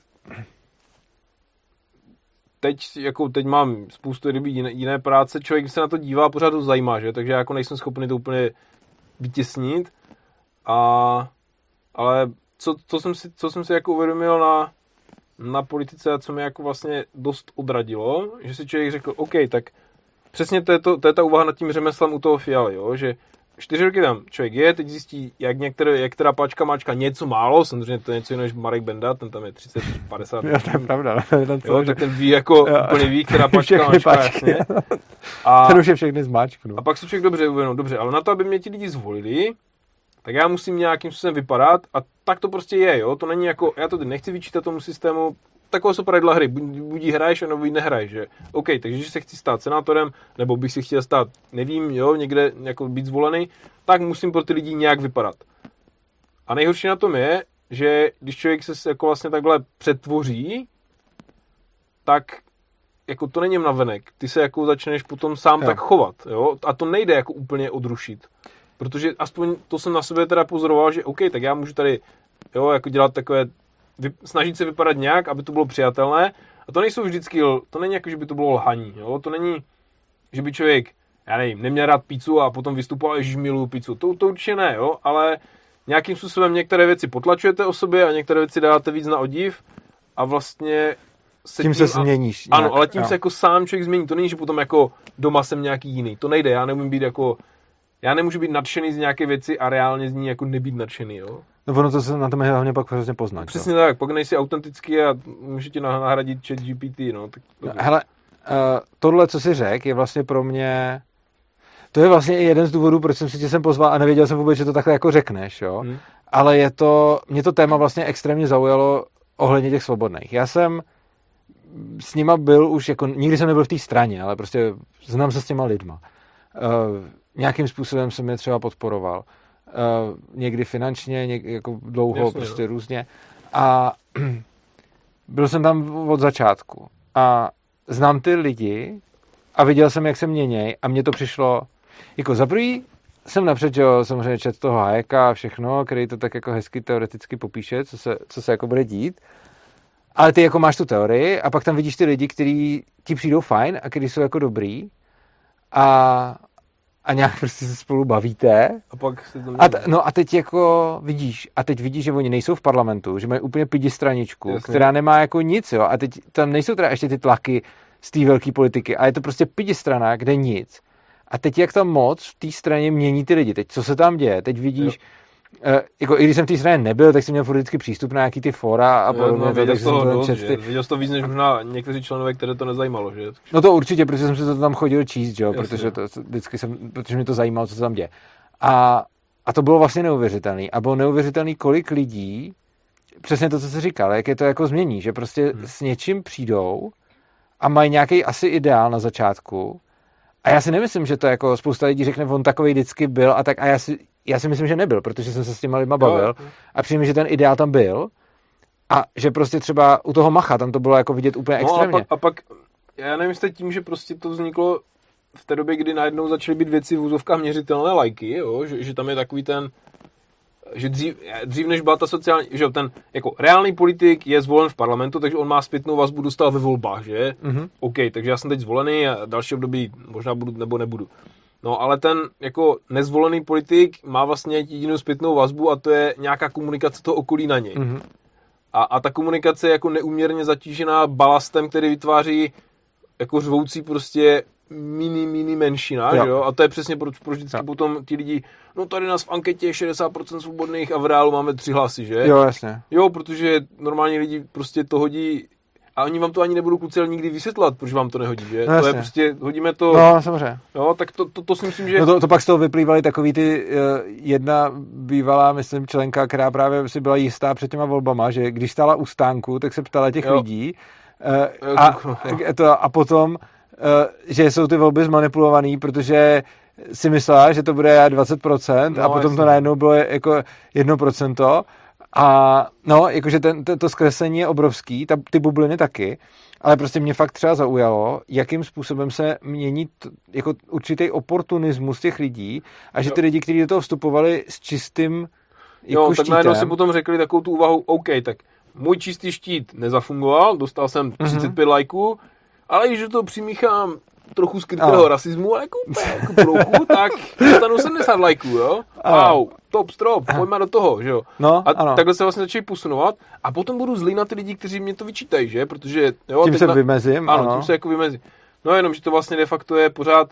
teď mám spoustu jiné práce, člověk se na to dívá, pořád to zajímá, že? Takže já jako nejsem schopný to úplně vytěsnit. Ale co jsem si jako uvědomil na politice a co mě jako vlastně dost odradilo, že si člověk řekl, OK, tak přesně to je ta úvaha nad tím řemeslem u toho Fialy, jo? Že 4 roky tam člověk je, teď zjistí, jak která páčka máčka něco málo, samozřejmě to je něco jiného než Marek Benda, ten tam je 30, 50. Jo, to je pravda. Tak ten ví jako úplně ví, která páčka máčka, jasně. Ten už je všechny zmáčknu. A pak si člověk dobře uvědomil, dobře, ale na to, aby mě ti lidi zvolili, tak já musím nějakým způsobem vypadat a tak to prostě je, jo, to není jako, já to teď nechci vyčítat tomu systému, takové jsou pravidla hry, buď hraješ, nebo ji nehraješ, že? OK, takže když se chci stát senátorem, nebo bych si chtěl stát, nevím, jo, někde jako být zvolený, tak musím pro ty lidi nějak vypadat. A nejhorší na tom je, že když člověk se jako vlastně takhle přetvoří, tak jako to není navenek, ty se jako začneš potom sám tak chovat, jo, a to nejde jako úplně odrušit. Protože aspoň to jsem na sebe teda pozoroval, že OK, tak já můžu tady, jo, jako dělat takové, snažit se vypadat nějak, aby to bylo přijatelné. A to nejsou vždycky, to není jako, že by to bylo lhaní, jo, to není, že by člověk, já nevím, neměl rád pizzu a potom vystupoval, že miluju pizzu. To určitě ne, jo, ale nějakým způsobem některé věci potlačujete o sobě a některé věci dáte víc na odiv a vlastně tím se změníš. Nějak, ano, ale tím se jako sám člověk změní. To není, že potom jako doma jsem nějaký jiný. To nejde, já nemůžu být nadšený z nějaké věci a reálně z ní jako nebýt nadšený, jo. No ono to se na tom je hlavně pak hrozně poznat. Přesně jo? Tak, pak nejsi autentický a může ti nahradit ChatGPT, no. Tak hele, tohle, co jsi řekl, je vlastně pro mě, to je vlastně i jeden z důvodů, proč jsem si tě sem pozval a nevěděl jsem vůbec, že to takhle jako řekneš, jo. Ale mě to téma vlastně extrémně zaujalo ohledně těch svobodných. Já jsem s nima byl už, jako nikdy jsem nebyl v té straně, ale prostě znám se s těma lidma. Nějakým způsobem jsem je třeba podporoval. Někdy finančně, jako dlouho, jasně, prostě jo. Různě. A byl jsem tam od začátku. A znám ty lidi a viděl jsem, jak se měněj a mně to přišlo, Jako za prvý jsem napřed, jo, samozřejmě četl toho Hayeka a všechno, který to tak jako hezky teoreticky popíše, co se jako bude dít. Ale ty jako máš tu teorii a pak tam vidíš ty lidi, kteří ti přijdou fajn a kteří jsou jako dobrý a nějak prostě se spolu bavíte. A pak se to no a teď jako vidíš, že oni nejsou v parlamentu, že mají úplně pidistraničku, Jasně. která nemá jako nic, jo, a teď tam nejsou teda ještě ty tlaky z té velké politiky, a je to prostě pidistrana, kde nic. A teď jak tam moc v té straně mění ty lidi, teď co se tam děje, teď vidíš, jako i když jsem v té straně nebyl, tak jsem měl vždycky přístup na nějaký ty fora a podobně. Viděl jsi to víc, než možná někteří členové, které to nezajímalo, že? No to určitě, protože jsem se to tam chodil číst, jo, protože mě to zajímalo, co se tam děje. A to bylo vlastně neuvěřitelné. A bylo neuvěřitelné, kolik lidí, přesně to, co jsi říkal, jak je to jako změní, že prostě s něčím přijdou a mají nějaký asi ideál na začátku. A já si nemyslím, že to jako spousta lidí řekne, on takovej vždycky byl a tak. A já si myslím, že nebyl, protože jsem se s těma lidma bavil a přijde, že ten ideál tam byl a že prostě třeba u toho Macha tam to bylo jako vidět úplně extrémně. A pak já nevím, jestli tím, že prostě to vzniklo v té době, kdy najednou začaly být věci v úzovkách měřitelné lajky, jo? Že tam je takový ten, že dřív než byla ta sociální, že ten jako reálný politik je zvolen v parlamentu, takže on má zpětnou vazbu, dostal ve volbách, že? Mm-hmm. OK, takže já jsem teď zvolený a další období možná budu nebo nebudu. No, ale ten jako nezvolený politik má vlastně jedinou zpětnou vazbu a to je nějaká komunikace toho okolí na něj. Mm-hmm. A ta komunikace je jako neúměrně zatížená balastem, který vytváří jako řvoucí prostě mini menšina, jo. A to je přesně proč vždycky potom ti lidi, no tady nás v anketě je 60% svobodných a v reálu máme 3 hlasy, že? Jo, jasně. Jo, protože normální lidi prostě to hodí a oni vám to ani nebudou kluci nikdy vysvětlovat, proč vám to nehodí, že? No, to je prostě, hodíme to... No, samozřejmě. Jo, tak to si myslím, že... No to pak z toho vyplývaly takový ty jedna bývalá, myslím, členka, která právě si byla jistá před těma volbama, že když stála u stánku, tak se ptala těch lidí a potom, že jsou ty volby zmanipulovaný, protože si myslela, že to bude 20% a potom to najednou bylo jako 1%. A no, jakože to zkreslení je obrovský, ty bubliny taky, ale prostě mě fakt třeba zaujalo, jakým způsobem se mění jako určitý oportunismus těch lidí a že ty lidi, kteří do toho vstupovali s čistým jako tak štítem. najednou si potom řekli takovou tu úvahu, OK, tak můj čistý štít nezafungoval, dostal jsem 35 lajků, ale když do toho přimíchám trochu skrytého rasismu, ale jako prouchu, tak dostanu 70 lajků, jo? Wow, top strop, pojďme do toho, že jo? No, a takhle se vlastně začali posunovat a potom budu zlý na ty lidi, kteří mě to vyčítají, že? Protože, jo, tím se vymezím. Ano, tím se jako vymezím. No jenom, že to vlastně de facto je pořád,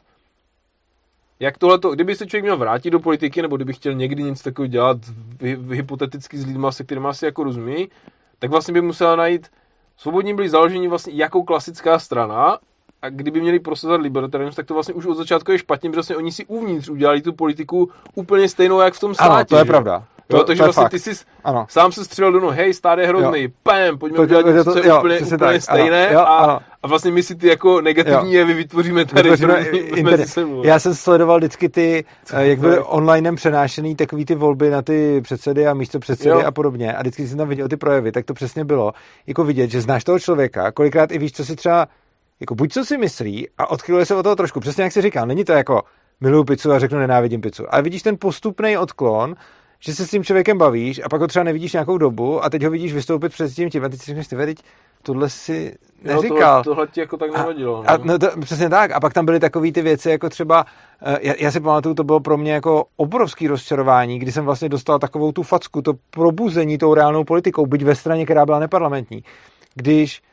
jak tohleto, kdyby se člověk měl vrátit do politiky, nebo kdyby chtěl někdy něco takového dělat hypoteticky s lidma, se kterými asi jako rozumí, tak vlastně by musela najít, svobodní byli založeni vlastně jako klasická strana. A kdyby měli prosazovat libertarianismus, tak to vlastně už od začátku je špatně, protože vlastně oni si uvnitř udělali tu politiku úplně stejnou, jak v tom státě. Ano, to je pravda. Takže vlastně ty jsi sám se střelil do nohy, hej, stát je hrozný, pojďme udělat něco, co je úplně stejné a vlastně my si ty jako negativní jevy vytvoříme tady mezi sebou. Já jsem sledoval vždycky ty, jak byly onlinem přenášený takový ty volby na ty předsedy a místopředsedy a podobně a vždycky jsem tam viděl ty projevy, tak to přesně bylo, jako vidět, že znáš toho člověka, kolikrát i víš, co si třeba jako buď co si myslí a odchyluje se od toho trošku. Přesně jak jsi říkal, není to jako miluju pizzu a řeknu nenávidím pizzu. Ale vidíš ten postupný odklon, že se s tím člověkem bavíš a pak ho třeba nevidíš nějakou dobu a teď ho vidíš vystoupit před tím a teď si řekneš, ty teď tohle si neříkal. Tohle ti jako tak nevadilo. No přesně tak. A pak tam byly takové ty věci, jako třeba, já si pamatuju, to bylo pro mě jako obrovský rozčarování, kdy jsem vlastně dostal takovou tu facku, to probuzení tou reálnou politikou, byť ve straně, která byla neparlamentní. Když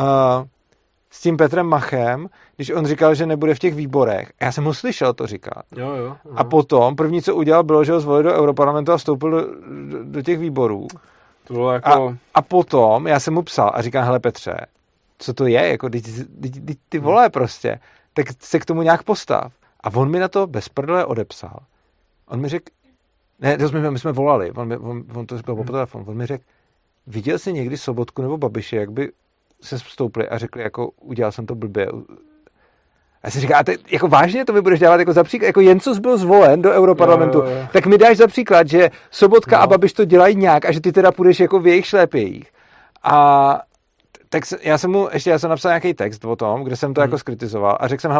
s tím Petrem Machem, když on říkal, že nebude v těch výborech. Já jsem ho slyšel to říkat. Jo. A potom první, co udělal, bylo, že ho zvolil do Europarlamentu a vstoupil do těch výborů. To bylo jako... A potom já jsem mu psal a říkám, hele Petře, co to je? Jako, ty vole prostě. Tak se k tomu nějak postav. A on mi na to bez prdele odepsal. On mi řekl, ne, my jsme volali, on to řekl po telefonu, on mi řekl, viděl jsi někdy Sobotku nebo Babiše, jak by se vstoupili a řekli, jako udělal jsem to blbě. A já si říkám, jako vážně to mi budeš dávat jako za příklad, jako jen co jsi byl zvolen do Europarlamentu, tak mi dáš za příklad, že Sobotka a Babiš to dělají nějak a že ty teda půjdeš jako v jejich šlépějích. A tak já jsem napsal nějaký text o tom, kde jsem to jako skritizoval a řekl jsem, hele,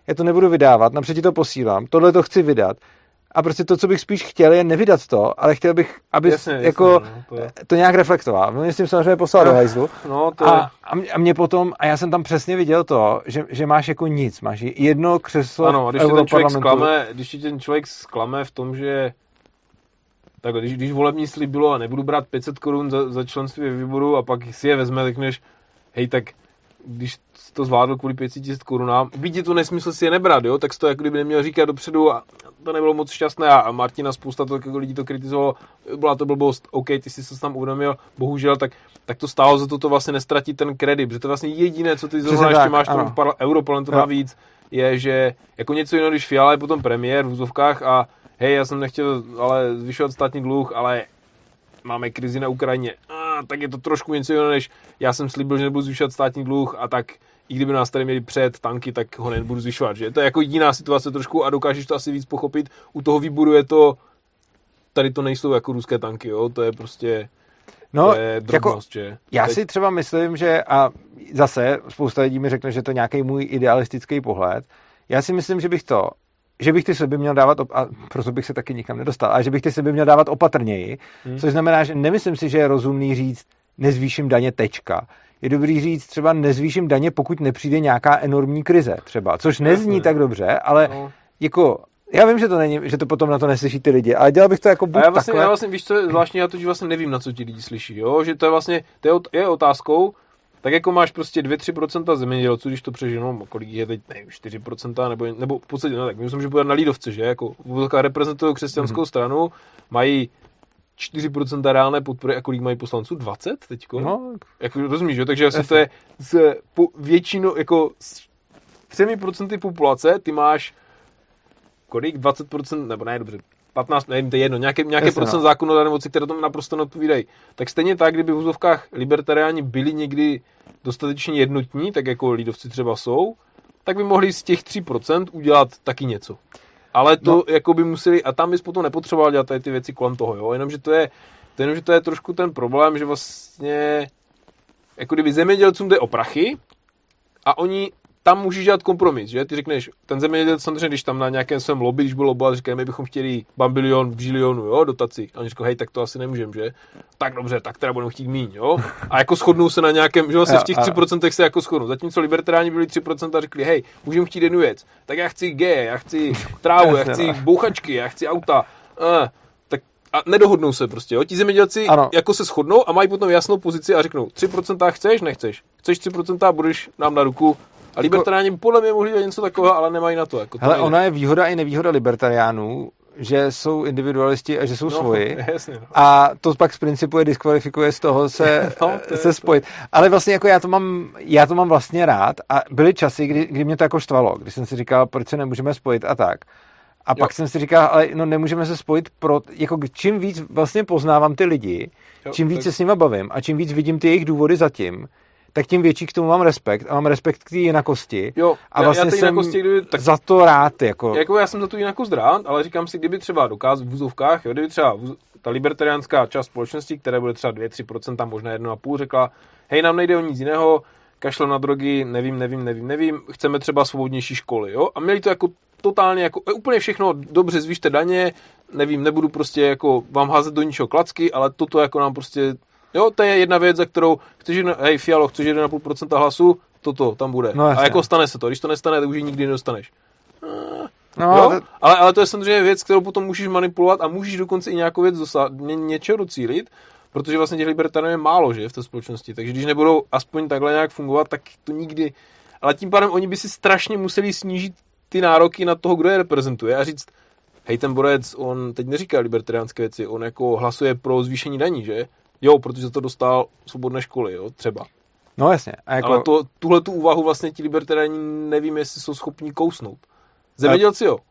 já to nebudu vydávat, napřed ti to posílám, tohle to chci vydat. A prostě to, co bych spíš chtěl, je nevydat to, ale chtěl bych, aby jako to nějak reflektoval. Mě s tím samozřejmě poslal do hajzlu. No, a mě potom, a já jsem tam přesně viděl to, že máš jako nic, máš jedno křeslo ano, když ti ten člověk zklame v tom, že tak když volební slib bylo a nebudu brát 500 korun za členství ve výboru a pak si je vezme, řekneš, hej, tak když to zvládl kvůli 500 korunám, vidí to nesmysl si je nebrat, jo, tak to jako kdyby neměl říkat dopředu a to nebylo moc šťastné a Martina spousta jako lidí to kritizovalo, byla to blbost, OK, ty jsi se tam uvědomil, bohužel, tak to stálo za to vlastně nestratit ten kredit, protože to vlastně jediné, co ty zrovna ještě máš tomu europarlamentu navíc, je, že jako něco jiného, když Fiala je potom premiér v úzovkách a hej, já jsem nechtěl ale zvyšovat státní dluh, ale máme krizi na Ukrajině, tak je to trošku něco jiného, než já jsem slíbil, že nebudu zvyšovat státní dluh a tak i kdyby nás tady měli před tanky, tak ho nebudu zvyšovat, že? To je jako jiná situace trošku a dokážeš to asi víc pochopit. U toho výboru je to, tady to nejsou jako ruské tanky, jo? To je prostě, to je drobnost, že? Já si třeba myslím, že, a zase spousta lidí mi řekne, že to je nějaký můj idealistický pohled, já si myslím, že bych ty sliby měl dávat, a proto bych se taky nikam nedostal, ale že bych ty sliby měl dávat opatrněji, což znamená, že nemyslím si, že je rozumný říct, nezvýším daně, tečka. Je dobrý říct třeba nezvýším daně, pokud nepřijde nějaká enormní krize třeba, což nezní tak dobře, ale jako já vím, že to není, že to potom na to neslyší ty lidi, ale dělal bych to jako buď takhle. Já vlastně, víš co je zvláštní, já totiž vlastně nevím, na co ti lidi slyší, jo, že to je vlastně, to je otázkou, tak jako máš prostě 2-3% zemědělců, když to přeženou, kolik je teď, nevím, 4%, nebo v podstatě, no tak myslím, že bude na Lidovce, že, jako reprezentují křesťanskou stranu, mají 4% reálné podpory a kolik mají poslanců? 20 teďko? No. Jako, rozumíš, jo? Takže asi to je většinou, jako s 3% populace, ty máš kolik? 20%, nebo ne, dobře, 15, nevím, to je jedno, nějaké procent zákonodárné moci, které tomu naprosto neodpovídají. Tak stejně tak, kdyby v úzovkách libertariáni byli někdy dostatečně jednotní, tak jako lidovci třeba jsou, tak by mohli z těch 3% udělat taky něco. Ale to jako by museli, a tam bys potom nepotřeboval dělat tady ty věci kolem toho, jo, jenomže to je trošku ten problém, že vlastně jako kdyby zemědělcům jde o prachy a oni tam můžeš dělat kompromis, že? Ty řekneš, ten zemědělec samozřejmě, když tam na nějakém svém lobby, když byl lobovat, říkají, my bychom chtěli bambilion, bžilionu, jo, dotaci. A oni říkají, hej, tak to asi nemůžeme, že? Tak dobře, tak teda budeme chtít míň, jo? A jako shodnou se na nějakém, že vlastně v těch 3% se jako shodnou. Zatímco libertáři byli 3% a řekli, hej, můžeme chtít jednu věc. Tak já chci já chci trávu, já chci bouchačky, já chci auta. Tak a nedohodnou se prostě, jo? Ti zemědělci jako se shodnou a mají potom jasnou pozici a řeknou, 3% chceš, nechceš. Chceš 3%, budeš nám na ruku. A libertariáni podle mě mohli dělat něco takového, ale nemají na to. Jako hele, ona je výhoda i nevýhoda libertariánů, že jsou individualisti a že jsou svoji. Jasně, no. A to pak z principu je diskvalifikuje z toho se spojit. Ale vlastně jako já to mám vlastně rád a byly časy, kdy mě to jako štvalo, kdy jsem si říkal, proč se nemůžeme spojit a tak. A pak jsem si říkal, ale no nemůžeme se spojit jako čím víc vlastně poznávám ty lidi, čím víc se s nima bavím a čím víc vidím ty jejich důvody zatím, tak tím větší k tomu mám respekt a mám respekt k té jinakosti. Jo, a vlastně já jsem tak za to rád. Jako já jsem za tu jinakost rád, ale říkám si, kdyby třeba dokázal v úzovkách, kdyby třeba ta libertariánská část společnosti, která bude třeba 2-3%, možná 1,5%, řekla, hej, nám nejde o nic jiného, kašle na drogy, nevím, chceme třeba svobodnější školy, jo? A měli to jako totálně, jako úplně všechno, dobře, zvýšte daně, nebudu prostě jako vám házet do ničeho klacky, ale toto jako nám prostě. Jo, to je jedna věc, za kterou hej Fialo, chceš 1,5% hlasu, toto tam bude. No, a jako stane se to, když to nestane, tak už ji nikdy nedostaneš. Ale to je samozřejmě věc, kterou potom můžeš manipulovat a můžeš dokonce i nějakou věc něčeho docílit, protože vlastně těch libertariánů je málo, že, v té společnosti. Takže když nebudou aspoň takhle nějak fungovat, tak to nikdy. Ale tím pádem oni by si strašně museli snížit ty nároky na toho, kdo je reprezentuje a říct, hej, ten borec, on teď neříká libertariánské věci, on jako hlasuje pro zvýšení daní, že? Jo, protože to dostal svobodné školy, jo, třeba. No jasně. A jako. Ale tuhle tu úvahu vlastně ti libertariáni nevím, jestli jsou schopni kousnout. Zemědělci jo.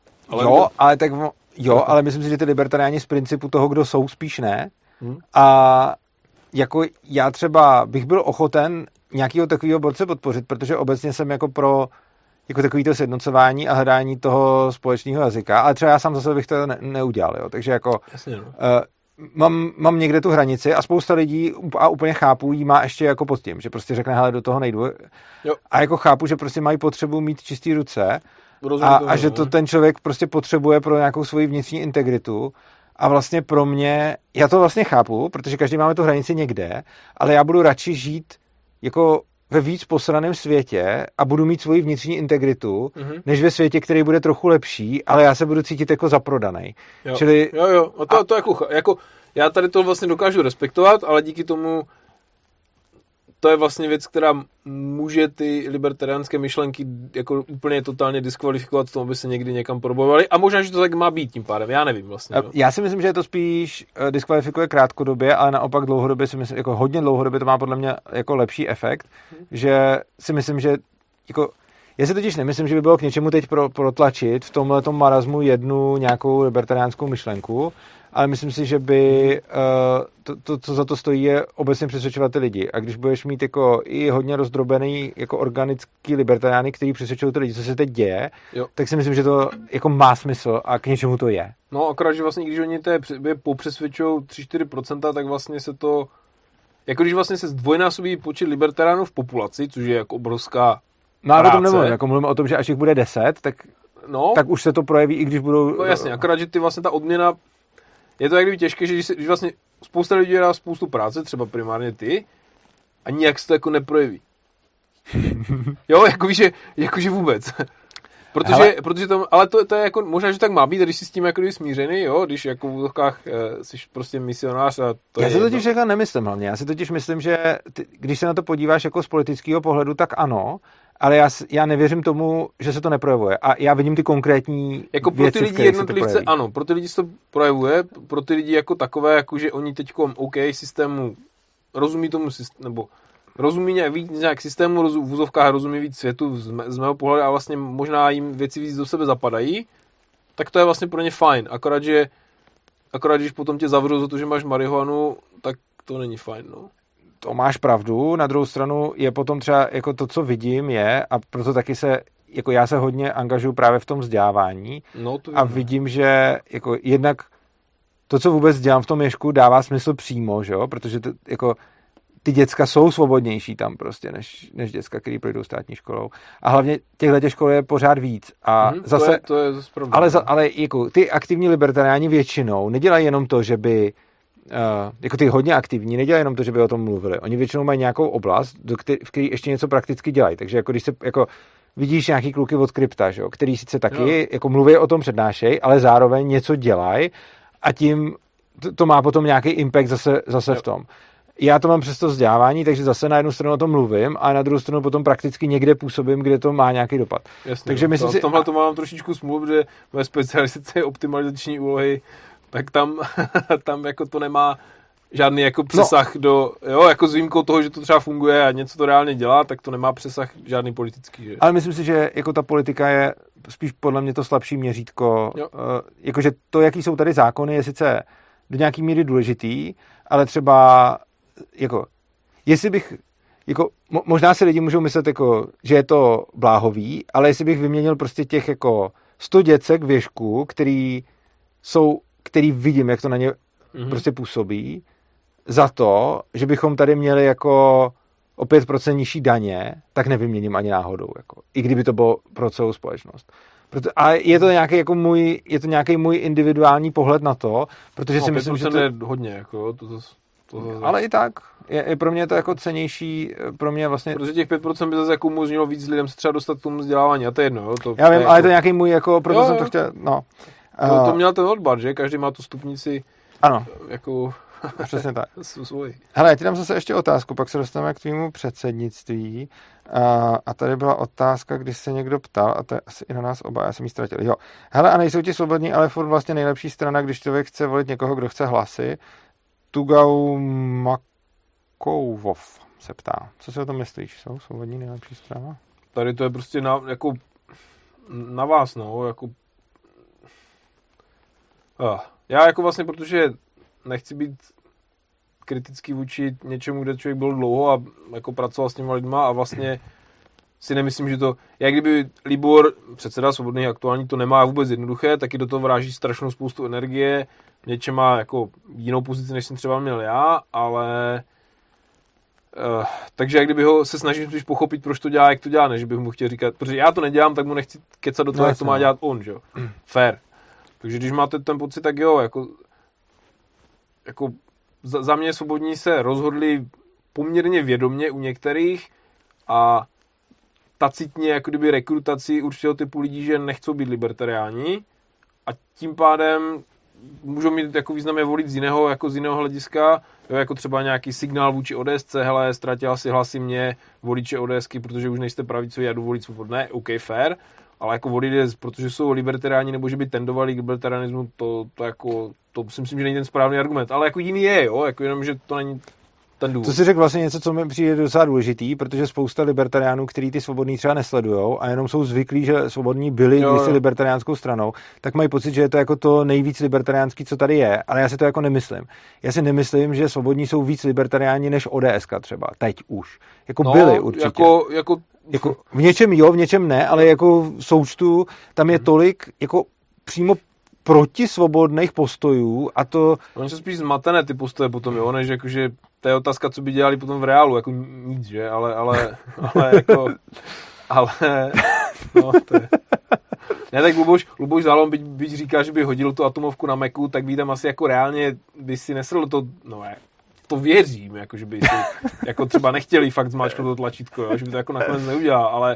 Ale myslím si, že ty libertariáni z principu toho, kdo jsou, spíš ne. A jako já třeba bych byl ochoten nějakého takového borce podpořit, protože obecně jsem jako pro jako takovýto sjednocování a hledání toho společného jazyka, ale třeba já sám zase bych to neudělal, jo. Takže jako jasně, no. Mám někde tu hranici a spousta lidí a úplně chápu, jí má ještě jako pod tím, že prostě řekne, hele, do toho nejdu. Jo. A jako chápu, že prostě mají potřebu mít čistý ruce a že to ten člověk prostě potřebuje pro nějakou svoji vnitřní integritu. A vlastně pro mě, já to vlastně chápu, protože každý máme tu hranici někde, ale já budu radši žít jako ve víc posraném světě a budu mít svoji vnitřní integritu, než ve světě, který bude trochu lepší, ale já se budu cítit jako zaprodaný. Jo. Čili... Jo. A to jako já tady to vlastně dokážu respektovat, ale díky tomu to je vlastně věc, která může ty libertariánské myšlenky jako úplně totálně diskvalifikovat v tom, aby se někdy někam probojovali. A možná, že to tak má být tím pádem. Já nevím vlastně. No. Já si myslím, že to spíš diskvalifikuje krátkodobě, ale naopak dlouhodobě si myslím, jako hodně dlouhodobě to má podle mě jako lepší efekt, že si myslím, že jako já si totiž nemyslím, že by bylo k něčemu teď protlačit v tomhletom marazmu jednu nějakou libertariánskou myšlenku, ale myslím si, že by to, co za to stojí, je obecně přesvědčovat ty lidi. A když budeš mít jako i hodně rozdrobený jako organický libertariány, který přesvědčují ty lidi, co se teď děje, tak si myslím, že to jako má smysl a k něčemu to je. No akorát, že vlastně, když oni popřesvědčují 3-4%, tak vlastně se to, jako když vlastně se zdvojnásobí počet libertariánů v populaci, což je jako obrovská no a o tom nemluvím, jako mluvím o tom, že až jich bude 10, tak už se to projeví, i když budou... No jasně, akorát, že ty vlastně ta odměna, je to jak kdyby těžké, že když vlastně spousta lidí dělá spoustu práce, třeba primárně ty, a nijak se to jako neprojeví. Jo, jako víš, jakože vůbec. Protože to, ale to je jako, možná, že tak má být, když jsi s tím jako smířený, jo, když jako v úzovkách jsi prostě misionář a to já je... Já si totiž jako nemyslím hlavně, já si totiž myslím, že když se na to podíváš jako z politického pohledu, tak ano, ale já nevěřím tomu, že se to neprojevuje. A já vidím ty konkrétní jako věci, pro ty lidi jednotlivce, ano, pro ty lidi se to projevuje, pro ty lidi jako takové, jako že oni teďkom OK systému, rozumí tomu systému, nebo rozumí nějak systému, v úzovkách rozumí víc světu z mého pohledu a vlastně možná jim věci víc do sebe zapadají, tak to je vlastně pro ně fajn. Akorát, když potom tě zavřou za to, že máš marihuanu, tak to není fajn, no. To máš pravdu, na druhou stranu je potom třeba jako to, co vidím je, a proto taky jako já se hodně angažuju právě v tom vzdělávání a vidím, že jako jednak to, co vůbec dělám v tom Ježku, dává smysl přímo, že jo, protože to, jako ty děcka jsou svobodnější tam prostě, než děcka, který projdou státní školou. A hlavně těchto škol je pořád víc. A zase, to je zase ale jako ty aktivní libertariáni většinou nedělají jenom to, že by jako ty hodně aktivní, nedělají jenom to, že by o tom mluvili. Oni většinou mají nějakou oblast, v které ještě něco prakticky dělají. Takže jako když se jako vidíš nějaký kluky od krypta, že jo, který sice taky jako mluví o tom, přednášejí, ale zároveň něco dělají a tím to má potom nějaký impact zase v tom. Já to mám přes to vzdělávání, takže zase na jednu stranu o tom mluvím a na druhou stranu potom prakticky někde působím, kde to má nějaký dopad. Jasně, takže myslím si... V tomhle to mám trošičku smůlu, protože moje specializace optimalizační úlohy, tak tam jako to nemá žádný jako přesah do, jo, jako s výjimkou toho, že to třeba funguje a něco to reálně dělá, tak to nemá přesah žádný politický. Že? Ale myslím si, že jako ta politika je spíš podle mě to slabší měřítko. Jakože to, jaký jsou tady zákony, je sice do nějaký míry důležitý, ale třeba jako, jestli bych, jako, možná si lidi můžou myslet, jako, že je to bláhový, ale jestli bych vyměnil prostě těch jako 100 děcek v Ježku, který vidím, jak to na ně prostě působí, za to, že bychom tady měli jako o 5% nižší daně, tak nevyměním ani náhodou, jako, i kdyby to bylo pro celou společnost. A je to nějaký jako nějaký můj individuální pohled na to, protože si myslím, že to je hodně, jako ale i tak, je pro mě to jako cenější, pro mě vlastně... Protože těch 5% by zase jako umožnilo víc lidem se třeba dostat k tomu vzdělávání, a to je jedno, jo? Já vím, ale je to nějaký můj, jako, proto jsem to chtěl, no. To měl ten odbar, že? Každý má tu stupnici, ano. Jako... Přesně tak. Svůj. Hele, já ti dám zase ještě otázku, pak se dostaneme k tvému předsednictví. A tady byla otázka, když se někdo ptal, a to je asi i na nás oba, já jsem ji ztratil. Jo. Hele, a nejsou ti svobodní, ale furt vlastně nejlepší strana, když člověk chce volit někoho, kdo chce hlasy. Tugau Makouvov se ptá. Co si o tom myslíš? Jsou svobodní nejlepší strana? Tady to je prostě na vás, no, jako... Já jako vlastně, protože nechci být kritický vůči něčemu, kde člověk byl dlouho a jako pracoval s těma lidma a vlastně si nemyslím, že to... Jak kdyby Libor, předseda Svobodných aktuální, to nemá vůbec jednoduché, taky do toho vráží strašnou spoustu energie, něče má jako jinou pozici, než jsem třeba měl já, ale Takže jak kdyby ho se snažím spíš pochopit, proč to dělá, jak to dělá, než bych mu chtěl říkat, protože já to nedělám, tak mu nechci kecat do toho, jak to má dělat on, že jo. Fair. Takže když máte ten pocit, tak jo, jako za mě svobodní se rozhodli poměrně vědomě u některých a tacitně jako kdyby rekrutaci určitého typu lidí, že nechcou být libertariáni a tím pádem můžou mít jako významně volit z jiného hlediska, jo, jako třeba nějaký signál vůči ODSC, hele, ztratila si hlasy mě, voliče ODSky, protože už nejste pravicoví, já jdu volit svobodné, OK, fair, ale jako volit je, protože jsou libertariáni, nebo že by tendovali k libertarianismu, to si myslím, že není ten správný argument, ale jako jiný je, jo, jako jenom, že to není ten důvod. To si řekl vlastně něco, co mi přijde docela důležitý, protože spousta libertariánů, kteří ty svobodní třeba nesledujou a jenom jsou zvyklí, že svobodní byli kdysi libertariánskou stranou, tak mají pocit, že je to jako to nejvíc libertariánský, co tady je, ale já si to jako nemyslím. Já si nemyslím, že svobodní jsou víc libertariáni než ODSka třeba, teď už. Jako byli určitě. Jako v něčem jo, v něčem ne, ale jako v součtu tam je tolik jako přímo protisvobodných postojů a to... Oni jsou spíš zmatené ty postoje potom, jo, než jakože to je otázka, co by dělali potom v reálu, jako nic, že, ale no, to je... Ne, tak Luboš Zálom, byť říká, že by hodil tu atomovku na Macu, tak by tam asi jako reálně by si nesl to, no to věřím, jako že by si jako třeba nechtěli fakt zmáčknout to tlačítko, jo, že by to jako nakonec neudělal, ale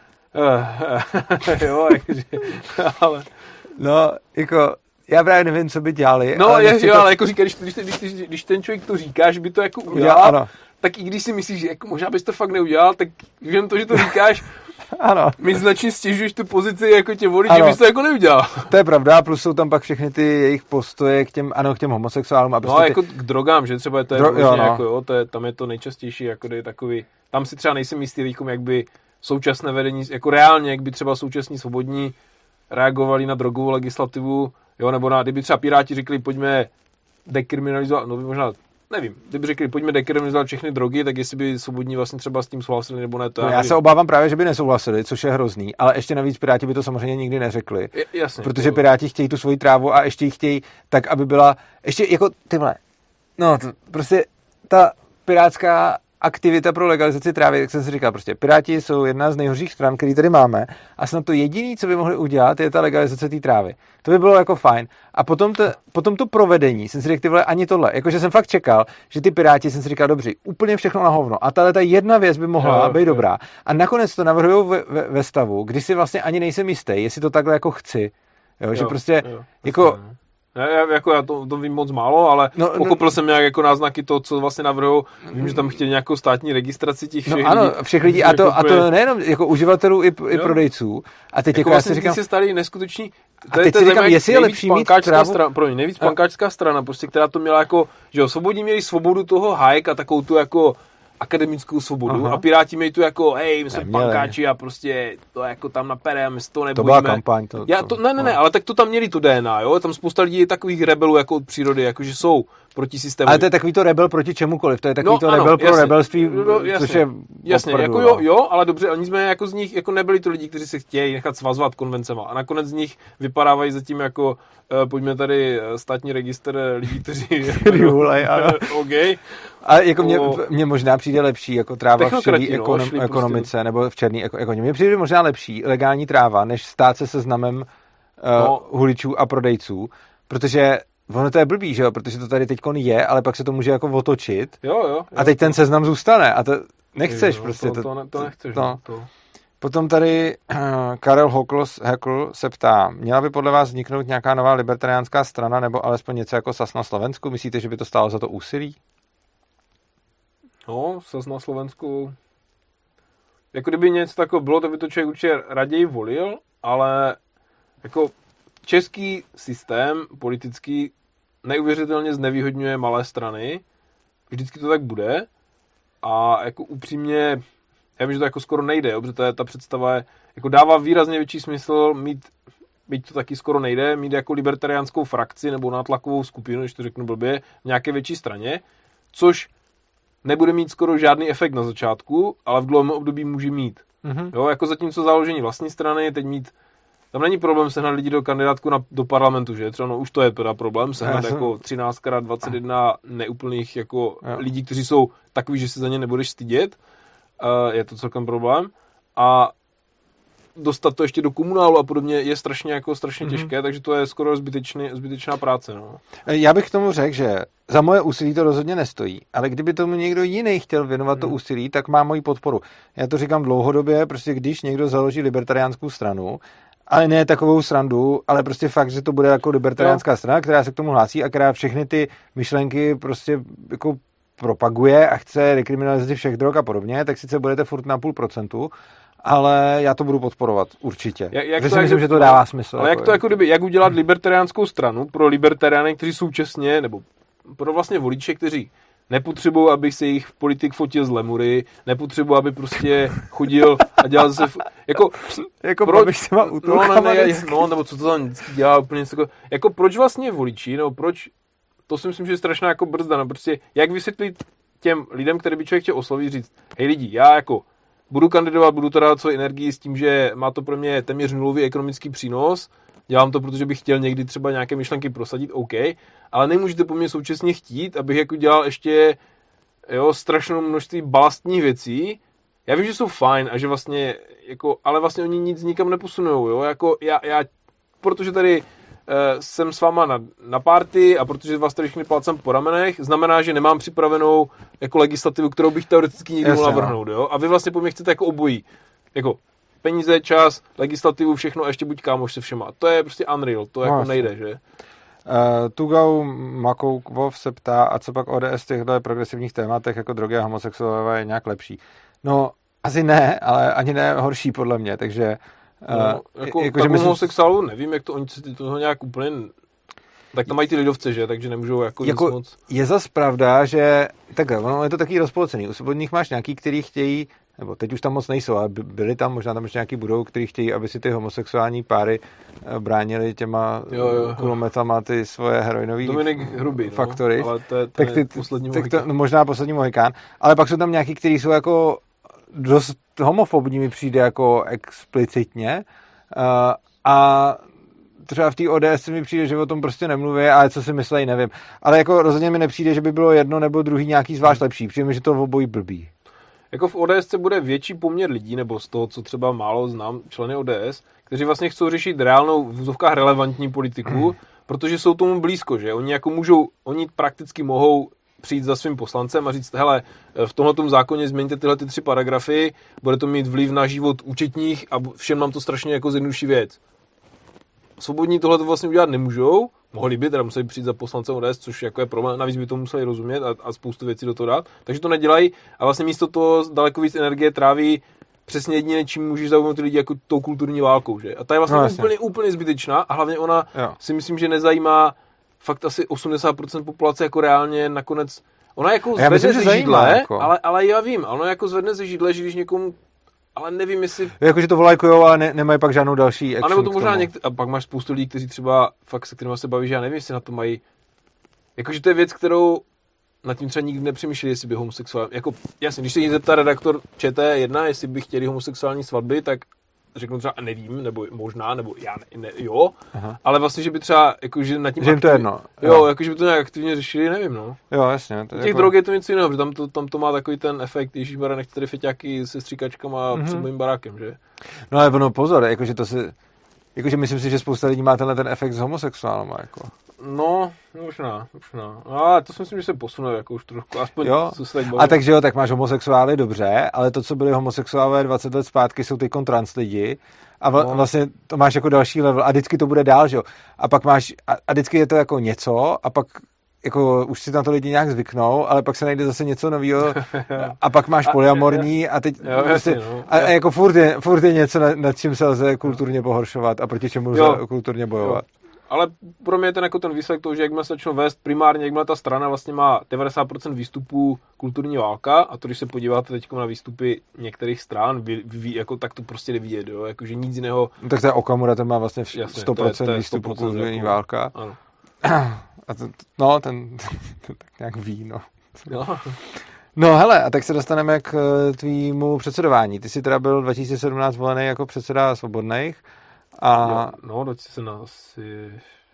jo, jakože, ale... No, jako, já právě nevím, co by dělali. No, ale jako říká, když ten člověk to říká, že by to jako udělal, tak i když si myslíš, že jako možná bys to fakt neudělal, tak jenom to, že to říkáš, ano. Mi značně stěžuješ tu pozici jako tě volit, že bys to jako neudělal. To je pravda, plus jsou tam pak všechny ty jejich postoje k těm homosexuálům. A prostě no, jako k drogám, že třeba to je tam je to nejčastější, jako je takový, tam si třeba nejsem jistý, jak by současné vedení, jako reálně, jak by třeba současní svobodní reagovali na drogovou legislativu, jo, nebo kdyby třeba Piráti řekli, pojďme dekriminalizovat, no možná, nevím, kdyby řekli, pojďme dekriminalizovat všechny drogy, tak jestli by svobodní vlastně třeba s tím souhlasili, nebo ne, to no, já se obávám právě, že by nesouhlasili, což je hrozný, ale ještě navíc Piráti by to samozřejmě nikdy neřekli. Jasně. Protože Piráti chtějí tu svoji trávu a ještě ji chtějí tak, aby byla, ještě jako tyhle, no, prostě ta pirátská aktivita pro legalizaci trávy, jak jsem si říkal, prostě Piráti jsou jedna z nejhorších stran, který tady máme a snad to jediné, co by mohli udělat, je ta legalizace té trávy. To by bylo jako fajn. A potom to provedení, jsem si řekl, ty vole, ani tohle. Jakože jsem fakt čekal, že ty Piráti, jsem si říkal, dobře, úplně všechno na hovno. A ta jedna věc by mohla být dobrá. A nakonec to navrhujou ve stavu, kdy si vlastně ani nejsem jistý, jestli to takhle jako chci. Jo, že prostě jako... Já to vím moc málo, ale pochopil jsem nějak jako náznaky toho, co vlastně navrhujou. Vím, že tam chtěli nějakou státní registraci těch všech lidí. Ano, všech lidí a to nejenom jako uživatelů i prodejců. A teď jako vlastně já si říkám, se stali neskuteční. A teď si říkám, jestli je lepší mít trávu. Nejvíc pankáčská strana, prostě, která to měla jako, že jo, svobodní měli svobodu toho hájek a takovou tu jako akademickou svobodu. Aha. A Piráti měli tu jako, hej, my jsme pankáči a prostě to jako tam napereme, my se to nebojíme. To byla kampaň. Ne, ale tak to tam měli to DNA, jo, tam spousta lidí je takových rebelů jako od přírody, jakože jsou proti systému. Ale to je takový to rebel proti čemukoliv, to je takový to rebel pro rebelství, což je jasně, jako jo, ale dobře, ale nicméně jako z nich jako nebyli to lidi, kteří se chtějí nechat svazovat konvencema a nakonec z nich vypadávají zatím jako pojďme tady státní registr lidí, kteří okay. A jako mě možná přijde lepší jako tráva v šedé ekonomice nebo v černé ekonomice. Mně přijde možná lepší legální tráva, než stát se seznamem huličů a prodejců, protože ono to je blbý, že jo, protože to tady teďkon je, ale pak se to může jako otočit. Jo. A teď ten seznam zůstane a to nechceš prostě. To nechceš. Potom tady Karel Hokl se ptá, měla by podle vás vzniknout nějaká nová libertariánská strana nebo alespoň něco jako SAS na Slovensku? Myslíte, že by to stálo za to úsilí? No, SAS na Slovensku... Jako kdyby něco takového bylo, to by to člověk určitě raději volil, ale jako český systém politický neuvěřitelně znevýhodňuje malé strany. Vždycky to tak bude. A jako upřímně, já vím, že to jako skoro nejde, jo, protože ta představa je, jako dává výrazně větší smysl mít, byť to taky skoro nejde, mít jako libertariánskou frakci nebo nátlakovou skupinu, když to řeknu blbě, v nějaké větší straně, což nebude mít skoro žádný efekt na začátku, ale v dlouhém období může mít. Mm-hmm. Jo, jako zatímco založení vlastní strany, teď mít tam není problém sehnat lidi do kandidátku do parlamentu, že? Třeba už to je teda problém, sehnat jako 13x21 neúplných jako lidí, kteří jsou takový, že se za ně nebudeš stydět. Je to celkem problém. A dostat to ještě do komunálu a podobně je strašně těžké, takže to je skoro zbytečná práce. No. Já bych k tomu řekl, že za moje úsilí to rozhodně nestojí, ale kdyby tomu někdo jiný chtěl věnovat to úsilí, tak má moji podporu. Já to říkám dlouhodobě, prostě když někdo založí libertariánskou stranu, ale ne takovou srandu, ale prostě fakt, že to bude jako libertariánská strana, která se k tomu hlásí a která všechny ty myšlenky prostě jako propaguje a chce dekriminalizaci všech drog a podobně, tak sice budete furt na 0,5%, ale já to budu podporovat určitě. Myslím, že to dává smysl. Ale jak udělat libertariánskou stranu pro libertariány, kteří současně, nebo pro vlastně voliče, kteří nepotřebují, aby se jejich politik fotil z lemury, nepotřebují, aby prostě chodil a dělal zase... proč s těma útulkama nebo co to tam dělá úplně něco... Jako proč vlastně voliči, nebo proč... To si myslím, že je strašná jako brzda. No prostě jak vysvětlit těm lidem, který by člověk chtěl oslovit, říct, hej lidi, já jako budu kandidovat, budu to dát svoji energii s tím, že má to pro mě téměř nulový ekonomický přínos, dělám to, protože bych chtěl někdy třeba nějaké myšlenky prosadit, OK, ale nemůžete po mně současně chtít, abych jako dělal ještě strašnou množství balastních věcí. Já vím, že jsou fajn a že vlastně, jako, ale vlastně oni nic nikam neposunujou, jo, jako já protože tady jsem s váma na party a protože vás tady všichni plácám po ramenech, znamená, že nemám připravenou jako legislativu, kterou bych teoreticky někdy mohl navrhnout, jo? A vy vlastně po mně chcete jako obojí. Jako peníze, čas, legislativu, všechno a ještě buď kámoš se všema. To je prostě unreal, to jako nejde, že? Tugau Makoukvov se ptá, a co pak ODS v těchto progresivních tématech jako drogy a homosexuálové je nějak lepší? No, asi ne, ale ani ne horší podle mě, takže tak homosexuálů nevím, jak to oni toho nějak úplně... Tak tam mají ty lidovce, že? Takže nemůžou jako nic moc... Je zas pravda, že... Takhle, ono je to taky rozpolcený. U svobodných máš nějaký, který chtějí, nebo teď už tam moc nejsou, ale byli tam, možná tam ještě nějaký budou, kteří chtějí, aby si ty homosexuální páry bránili těma kulometama ty svoje heroinové faktory. Ale to je poslední Mohikán. Možná poslední Mohikán. Ale pak jsou tam nějaký, kteří jsou jako dost homofobní, mi přijde jako explicitně. A třeba v té ODS mi přijde, že o tom prostě nemluví, ale co si myslejí, nevím. Ale jako rozhodně mi nepřijde, že by bylo jedno nebo druhý nějaký zvlášť lepší. Přijde mi, že to obojí blbý. Jako v ODS bude větší poměr lidí, nebo z toho, co třeba málo znám, členy ODS, kteří vlastně chcou řešit reálnou, v úzovkách relevantní politiku, protože jsou tomu blízko, že? Oni prakticky mohou přijít za svým poslancem a říct, hele, v tomhletom zákoně změňte tyhle 3 paragrafy, bude to mít vliv na život účetních a všem nám to strašně jako zjednoduší věc. Svobodní tohle to vlastně udělat nemůžou, mohli by, teda museli přijít za poslancem ODS, což jako je problém, navíc by to museli rozumět a spoustu věcí do toho dát, takže to nedělají a vlastně místo toho daleko víc energie tráví přesně jediné, čím můžeš zaujmout ty lidi jako tou kulturní válkou, že? A ta je vlastně úplně zbytečná a hlavně ona si myslím, že nezajímá fakt asi 80% populace jako reálně nakonec. Ona jako zvedne ze židle, jako. ale já vím, ono jako zvedne ze židle, že když někomu, ale nevím, jestli... Jakože to volajkujou, ale nemají pak žádnou další action. A nebo to možná a pak máš spoustu lidí, kteří třeba fakt se kterými se baví, že já nevím, jestli na to mají... Jakože to je věc, kterou nad tím třeba nikdy nepřemýšleli, jestli by homosexuální... Jako, jasně, když se jí zeptá redaktor ČT1, jestli by chtěli homosexuální svatby, tak řeknu třeba nevím, nebo možná, nebo já jo, ale vlastně, že by třeba, jakože nad tím... Že jim to jedno. Jo, jakože by to nějak aktivně řešili, nevím, no. Jo, jasně. Těch drog je to něco jiného, protože tam to má takový ten efekt, ježíšmarja, nechci tady feťáky se stříkačkama a před mým barákem, že? No ale ono, pozor, jakože to si... Jakože myslím si, že spousta lidí má ten efekt s homosexuálama, jako. No, možná. Ale to si myslím, že se posune jako už trošku, aspoň jo. Co se tak baví. A takže jo, tak máš homosexuály, dobře, ale to, co byly homosexuálové 20 let zpátky, jsou teď trans lidi a vlastně to máš jako další level a vždycky to bude dál, že jo. A pak máš, a vždycky je to jako něco a pak jako už si na to lidi nějak zvyknou, ale pak se najde zase něco nového a pak máš polyamorní a teď jo, prostě, a jako furt je něco, nad čím se lze kulturně pohoršovat a proti čemu lze kulturně bojovat. Jo. Ale pro mě je ten jako ten výsledek toho, že jakmile se začnou vést primárně, jakmile ta strana vlastně má 90% výstupů kulturní válka a to, když se podíváte teď na výstupy některých stran, jako tak to prostě jde vidět, jo, jakože nic jiného. No, tak to je Okamura, ten má vlastně 100% výstupů kulturní jako, válka. Ano. A ten tak nějak ví, no. No hele, a tak se dostaneme k tvýmu předsedování. Ty jsi teda byl 2017 volený jako předseda Svobodných A... Jo, 2017 asi...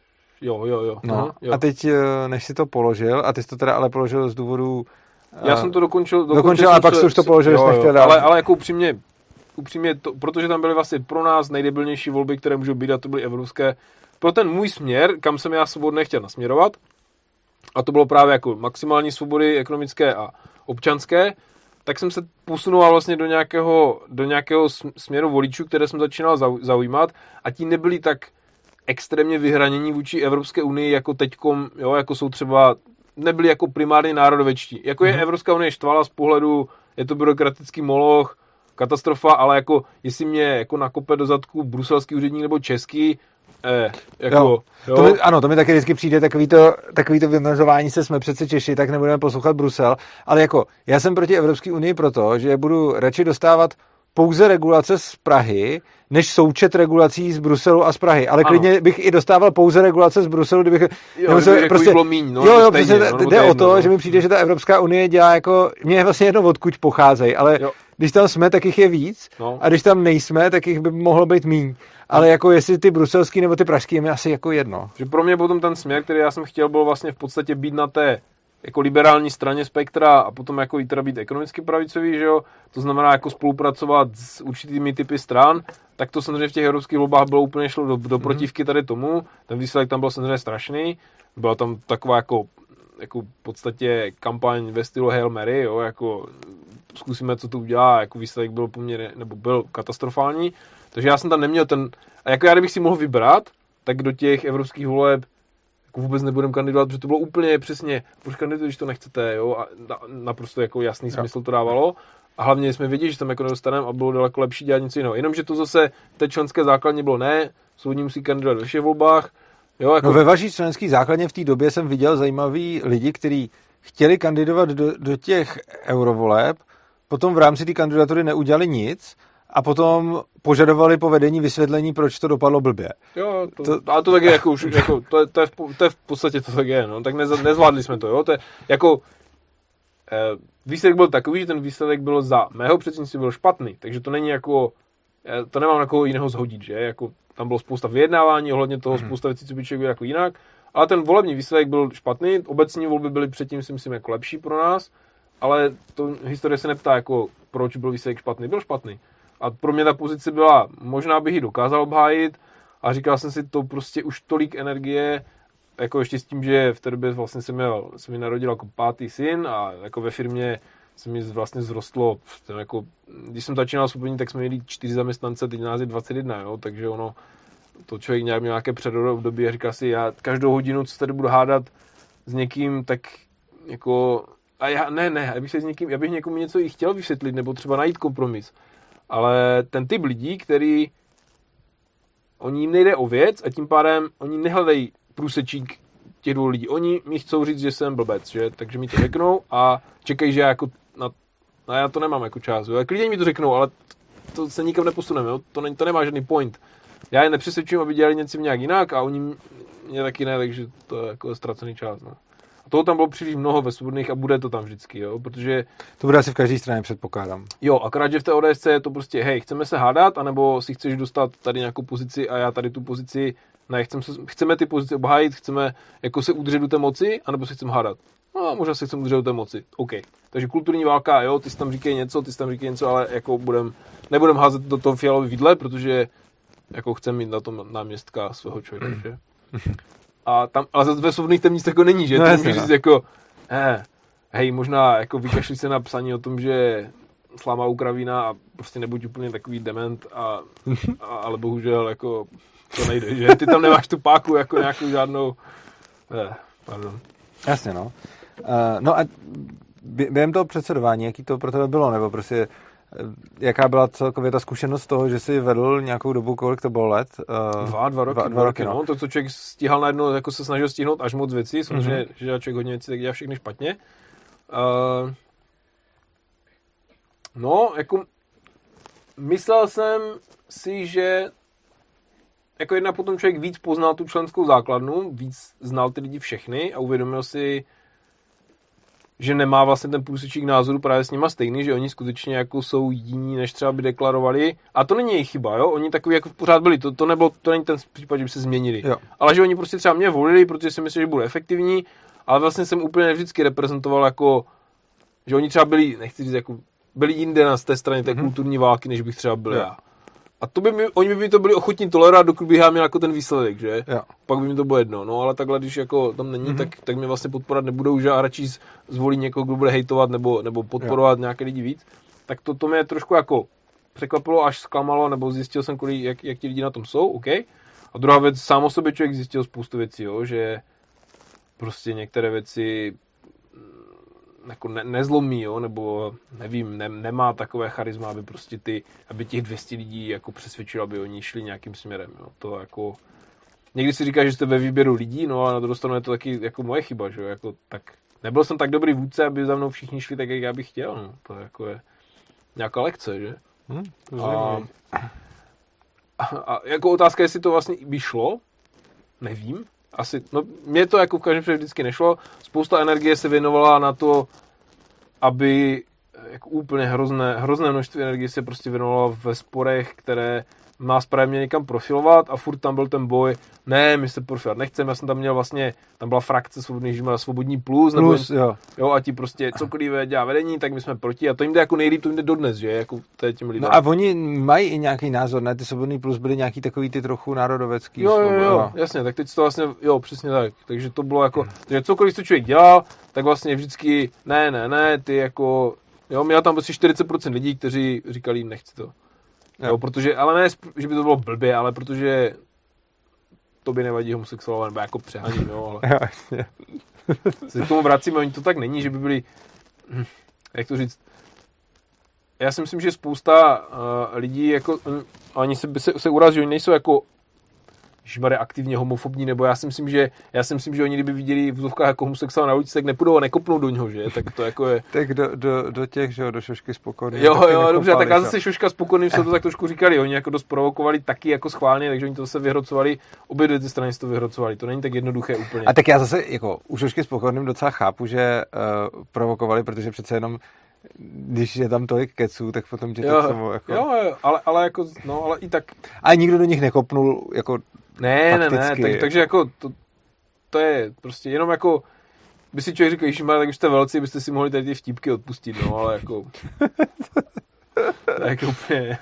Jo. No, jo. A teď, než si to položil, a ty jsi to teda ale položil z důvodu... Já jsem to dokončil a pak jsi už to položil, že nechtěl dát. Ale jako upřímně to, protože tam byly vlastně pro nás nejdebilnější volby, které můžou být, a to byly evropské, pro ten můj směr, kam jsem já svobodně chtěl nasměrovat, a to bylo právě jako maximální svobody ekonomické a občanské, tak jsem se posunoval vlastně do nějakého směru voličů, které jsem začínal zaujímat, a ti nebyli tak extrémně vyhranění vůči Evropské unii jako teďkom, jo, jako jsou třeba, nebyli jako primárně národovečtí. Jako je Evropská unie štvala z pohledu, je to byrokratický moloch, katastrofa, ale jako jestli mě jako nakope do zadku bruselský úředník nebo český, jako... Jo. To mi taky vždycky přijde takový to vymezování se, jsme přece Češi, tak nebudeme poslouchat Brusel, ale jako já jsem proti Evropské unii proto, že budu radši dostávat pouze regulace z Prahy, než součet regulací z Bruselu a z Prahy. Ale klidně bych i dostával pouze regulace z Bruselu, kdybych... prostě bylo míň, přesně, jde o to, že mi přijde, že ta Evropská unie dělá jako... Mně je vlastně jedno, odkud pocházejí, ale když tam jsme, tak jich je víc, a když tam nejsme, tak jich by mohlo být míň. Ale jako jestli ty bruselský nebo ty pražský, je mi asi jako jedno. Že pro mě potom ten směr, který já jsem chtěl, byl vlastně v podstatě být na té jako liberální straně spektra a potom jako i teda být ekonomicky pravicový, že jo, to znamená jako spolupracovat s určitými typy stran, tak to samozřejmě v těch evropských volbách bylo úplně šlo do protivky tady tomu, ten výsledek tam byl samozřejmě strašný, byla tam taková jako v podstatě kampaň ve stylu Hail Mary, jo, jako zkusíme, co to udělá, jako výsledek byl poměrně, nebo byl katastrofální, takže já jsem tam neměl a jako já kdybych si mohl vybrat, tak do těch evropských voleb jako vůbec nebudem kandidovat, protože to bylo úplně přesně, proč kandidujete, když to nechcete, jo, a naprosto jako jasný smysl to dávalo. A hlavně jsme věděli, že tam jako nedostaneme a bylo daleko lepší dělat něco jiného. Jenomže to zase v té členské základně bylo svobodní musí kandidovat ve všech volbách. Jo, jako... No ve vaší členské základně v té době jsem viděl zajímavý lidi, kteří chtěli kandidovat do těch eurovoleb, potom v rámci té kandidatury neudělali nic a potom požadovali po vedení vysvětlení, proč to dopadlo blbě. Jo, ale to tak je jako už, jako, to je v podstatě to tak je, no, tak nezvládli jsme to, jo, to je jako výsledek byl takový, že ten výsledek byl za mého předsednictví byl špatný, takže to není jako, to nemám na koho jiného zhodit, že, jako tam bylo spousta vyjednávání, ohledně toho spousta věcí, co by člověk byl jako jinak, ale ten volební výsledek byl špatný, obecní volby byly předtím, si myslím, jako lepší pro nás, ale to historie se neptá, jako proč byl výsledek špatný, byl špatný. A pro mě ta pozice byla, možná bych ji dokázal obhájit a říkal jsem si, to prostě už tolik energie, jako ještě s tím, že v té době vlastně se mi narodil jako 5. syn a jako ve firmě se mi vlastně zrostlo, jako, když jsem začínal svobodní, tak jsme měli 4 zaměstnance, teď nás je 21, jo, takže ono, to člověk nějak měl nějaké předrodové období a říká si, já každou hodinu, co tady budu hádat s někým, tak jako, a já bych někomu něco i chtěl vysvětlit, nebo třeba najít kompromis. Ale ten typ lidí, který oni jim nejde o věc a tím pádem oni nehledají průsečík těch dvou lidí. Oni mi chcou říct, že jsem blbec, že? Takže mi to řeknou a čekají, že já jako já to nemám jako čas. Jo? Klidně mi to řeknou, ale to se nikam neposuneme. Jo? To nemá žádný point. Já je nepřesvědčím, aby dělali něco nějak jinak a oni mě taky ne, takže to je jako ztracený čas. No. A toho tam bylo příliš mnoho ve svobodných a bude to tam vždycky, jo? Protože... To bude asi v každé straně, předpokládám. Jo, akorát, že v té ODSC je to prostě, hej, chceme se hádat, anebo si chceš dostat tady nějakou pozici a já tady tu pozici, ne, chceme ty pozice obhájit, chceme jako se udržet do té moci, anebo se chceme hádat. No, možná se chceme udržet do té moci, OK. Takže kulturní válka, jo, ty si tam říkají něco, ale jako nebudem házet do toho fialový vidle, protože jako chceme mít na tom náměstka svého člověka, že? A tam, ale ve svobodných tam nic jako není, že? No, ty můžeš říct jako, hej, možná jako vykašli se na psaní o tom, že sláma ukravína a prostě nebuď úplně takový dement ale bohužel jako to nejde, že? Ty tam nemáš tu páku jako nějakou žádnou, pardon. Jasně, no. No a během toho předsedování, jaký to pro tebe bylo, nebo prostě jaká byla celkově ta zkušenost toho, že jsi vedl nějakou dobu, kolik to bylo let? Dva roky, no. To, co člověk stíhal najednou, jako se snažil stihnout až moc věcí, samozřejmě, že člověk hodně věcí, tak dělá všechny špatně. No, jako myslel jsem si, že jako jedna potom člověk víc poznal tu členskou základnu, víc znal ty lidi všechny a uvědomil si, že nemá vlastně ten průsečík názoru právě s nima stejný, že oni skutečně jako jsou jiní, než třeba by deklarovali. A to není jejich chyba, jo? Oni takový jako pořád byli. To není ten případ, že by se změnili. Jo. Ale že oni prostě třeba mě volili, protože si mysleli, že bude efektivní, ale vlastně jsem úplně nevždycky reprezentoval jako, že oni třeba byli, nechci říct, jako byli jinde na té straně té kulturní války, než bych třeba byl já. A oni by mi to byli ochotní tolerovat, dokud bych já měl jako ten výsledek, že? Jo. Pak by mi to bylo jedno. No ale takhle, když jako tam není, tak mě vlastně podporovat nebudou, že a radši zvolí někoho, kdo bude hejtovat nebo podporovat nějaké lidi víc. Tak to mě trošku jako překvapilo, až zklamalo, nebo zjistil jsem, jak ti lidi na tom jsou, OK. A druhá věc, sám o sobě člověk zjistil spoustu věcí, jo, že prostě některé věci jako nezlomí, jo, nebo nevím, nemá takové charisma, aby prostě aby těch 200 lidí jako přesvědčil, aby oni šli nějakým směrem, jo. To jako někdy si říká, že jste ve výběru lidí, no a na druhou stranu je to taky jako moje chyba, že jo, jako tak nebyl jsem tak dobrý vůdce, aby za mnou všichni šli tak, jak já bych chtěl, no. To jako je nějaká lekce, že? A jako otázka, jestli to vlastně by šlo, nevím. Asi, no, mě to jako v každém případě vždycky nešlo. Spousta energie se věnovala na to, aby jako úplně hrozné množství energie se prostě věnovalo ve sporech, které nás právě měli někam profilovat a furt tam byl ten boj. Ne, my se profilovat nechceme, já jsem tam měl vlastně, tam byla frakce Svobodní plus jo, a ti prostě cokoliv dělá vedení, tak my jsme proti a to jim jde jako nejlíp, to jim jde dodnes, že, jako těm lidem. No a oni mají i nějaký názor, ne, ty Svobodný plus byli nějaký takový ty trochu národovecký. Jo, jasně, tak teď to vlastně, jo, přesně tak, takže to bylo jako, takže cokoliv to člověk dělal, tak vlastně vždycky, ne, ty jako, jo, měl tam prostě 40% lidí, kteří říkali, nechci to. Jo, protože, ale ne, že by to bylo blbě, ale protože to by nevadí homosexuálové, nebo jako přehaním, jo, ale se k tomu vracíme, oni to tak není, že by byli, jak to říct, já si myslím, že spousta lidí, jako, oni se urazí, oni nejsou jako žmary aktivně homofobní, nebo já si myslím, že oni kdyby viděli v vozovkách jako homosexuál na ulici, tak nepůjdou a nekopnou do něho, že? Tak to jako je... Tak do těch, že jo, do Šošky s Pokorným. Jo, dobře, tak já zase Šoška s Pokorným se to tak trošku říkali, oni jako dost provokovali taky jako schválně, takže oni to zase vyhrocovali, obě dvě ty strany si to vyhrocovali, to není tak jednoduché úplně. A tak já zase jako u Šošky s Pokorným docela chápu, že provokovali, protože přece jenom když je tam tolik keců, tak potom tě to samo jako... Jo, ale jako, no, ale i tak... A nikdo do nich nekopnul, jako Ne, takže jako to je prostě jenom jako by si člověk řekl, ježišmarja, tak už jste velcí, byste si mohli tady ty vtípky odpustit, no, ale jako tak úplně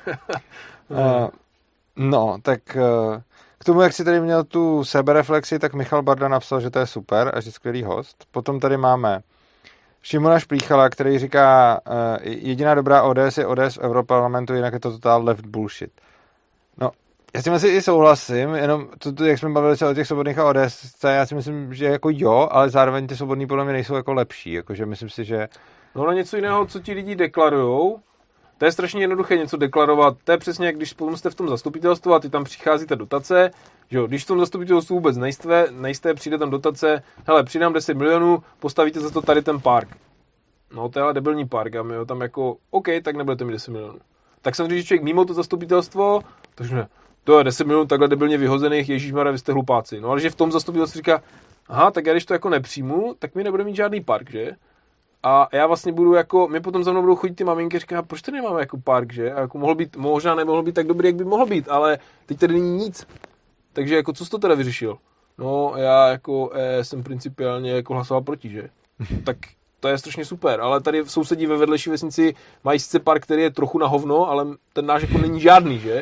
no, tak k tomu, jak jsi tady měl tu sebereflexi, tak Michal Barda napsal, že to je super a že skvělý host. Potom tady máme Šimona Šplíchala, který říká, jediná dobrá ODS je ODS v Europarlamentu, jinak je to total left bullshit. No, já s tím asi i souhlasím, jenom to, jak jsme bavili se o těch svobodných a ODS, já si myslím, že jako jo, ale zároveň ty svobodní podle mě nejsou jako lepší, jakože myslím si, že... No ale něco jiného, co ti lidi deklarujou, to je strašně jednoduché něco deklarovat, to je přesně jak když potom jste v tom zastupitelstvu a ty tam přicházíte dotace, že jo, když v tom zastupitelstvu vůbec nejste, přijde tam dotace, hele, přidám 10 milionů, postavíte za to tady ten park. No to je ale debilní park a my ho tam jako, OK, tak nebudete mít 10 milionů. Tak samozřejmě, když člověk mimo to zastupitelstvo, takže to je 10 milionů takhle debilně vyhozených, ježíšmarja, vy jste hlupáci. No ale že v tom zastupitelstvu říká, aha, tak já když to jako nepřijmu, tak mi nebude mít žádný park, že? A já vlastně budu jako, my potom za mnou budou chodit ty maminky a říkají, proč tady nemáme jako park, že? A jako možná nemohl být tak dobrý, jak by mohl být, ale teď tady není nic. Takže jako co jsi to teda vyřešil? No já jako jsem principiálně jako hlasoval proti, že? Tak to je strašně super, ale tady sousedí ve vedlejší vesnici mají sice park, který je trochu na hovno, ale ten náš jako není žádný, že?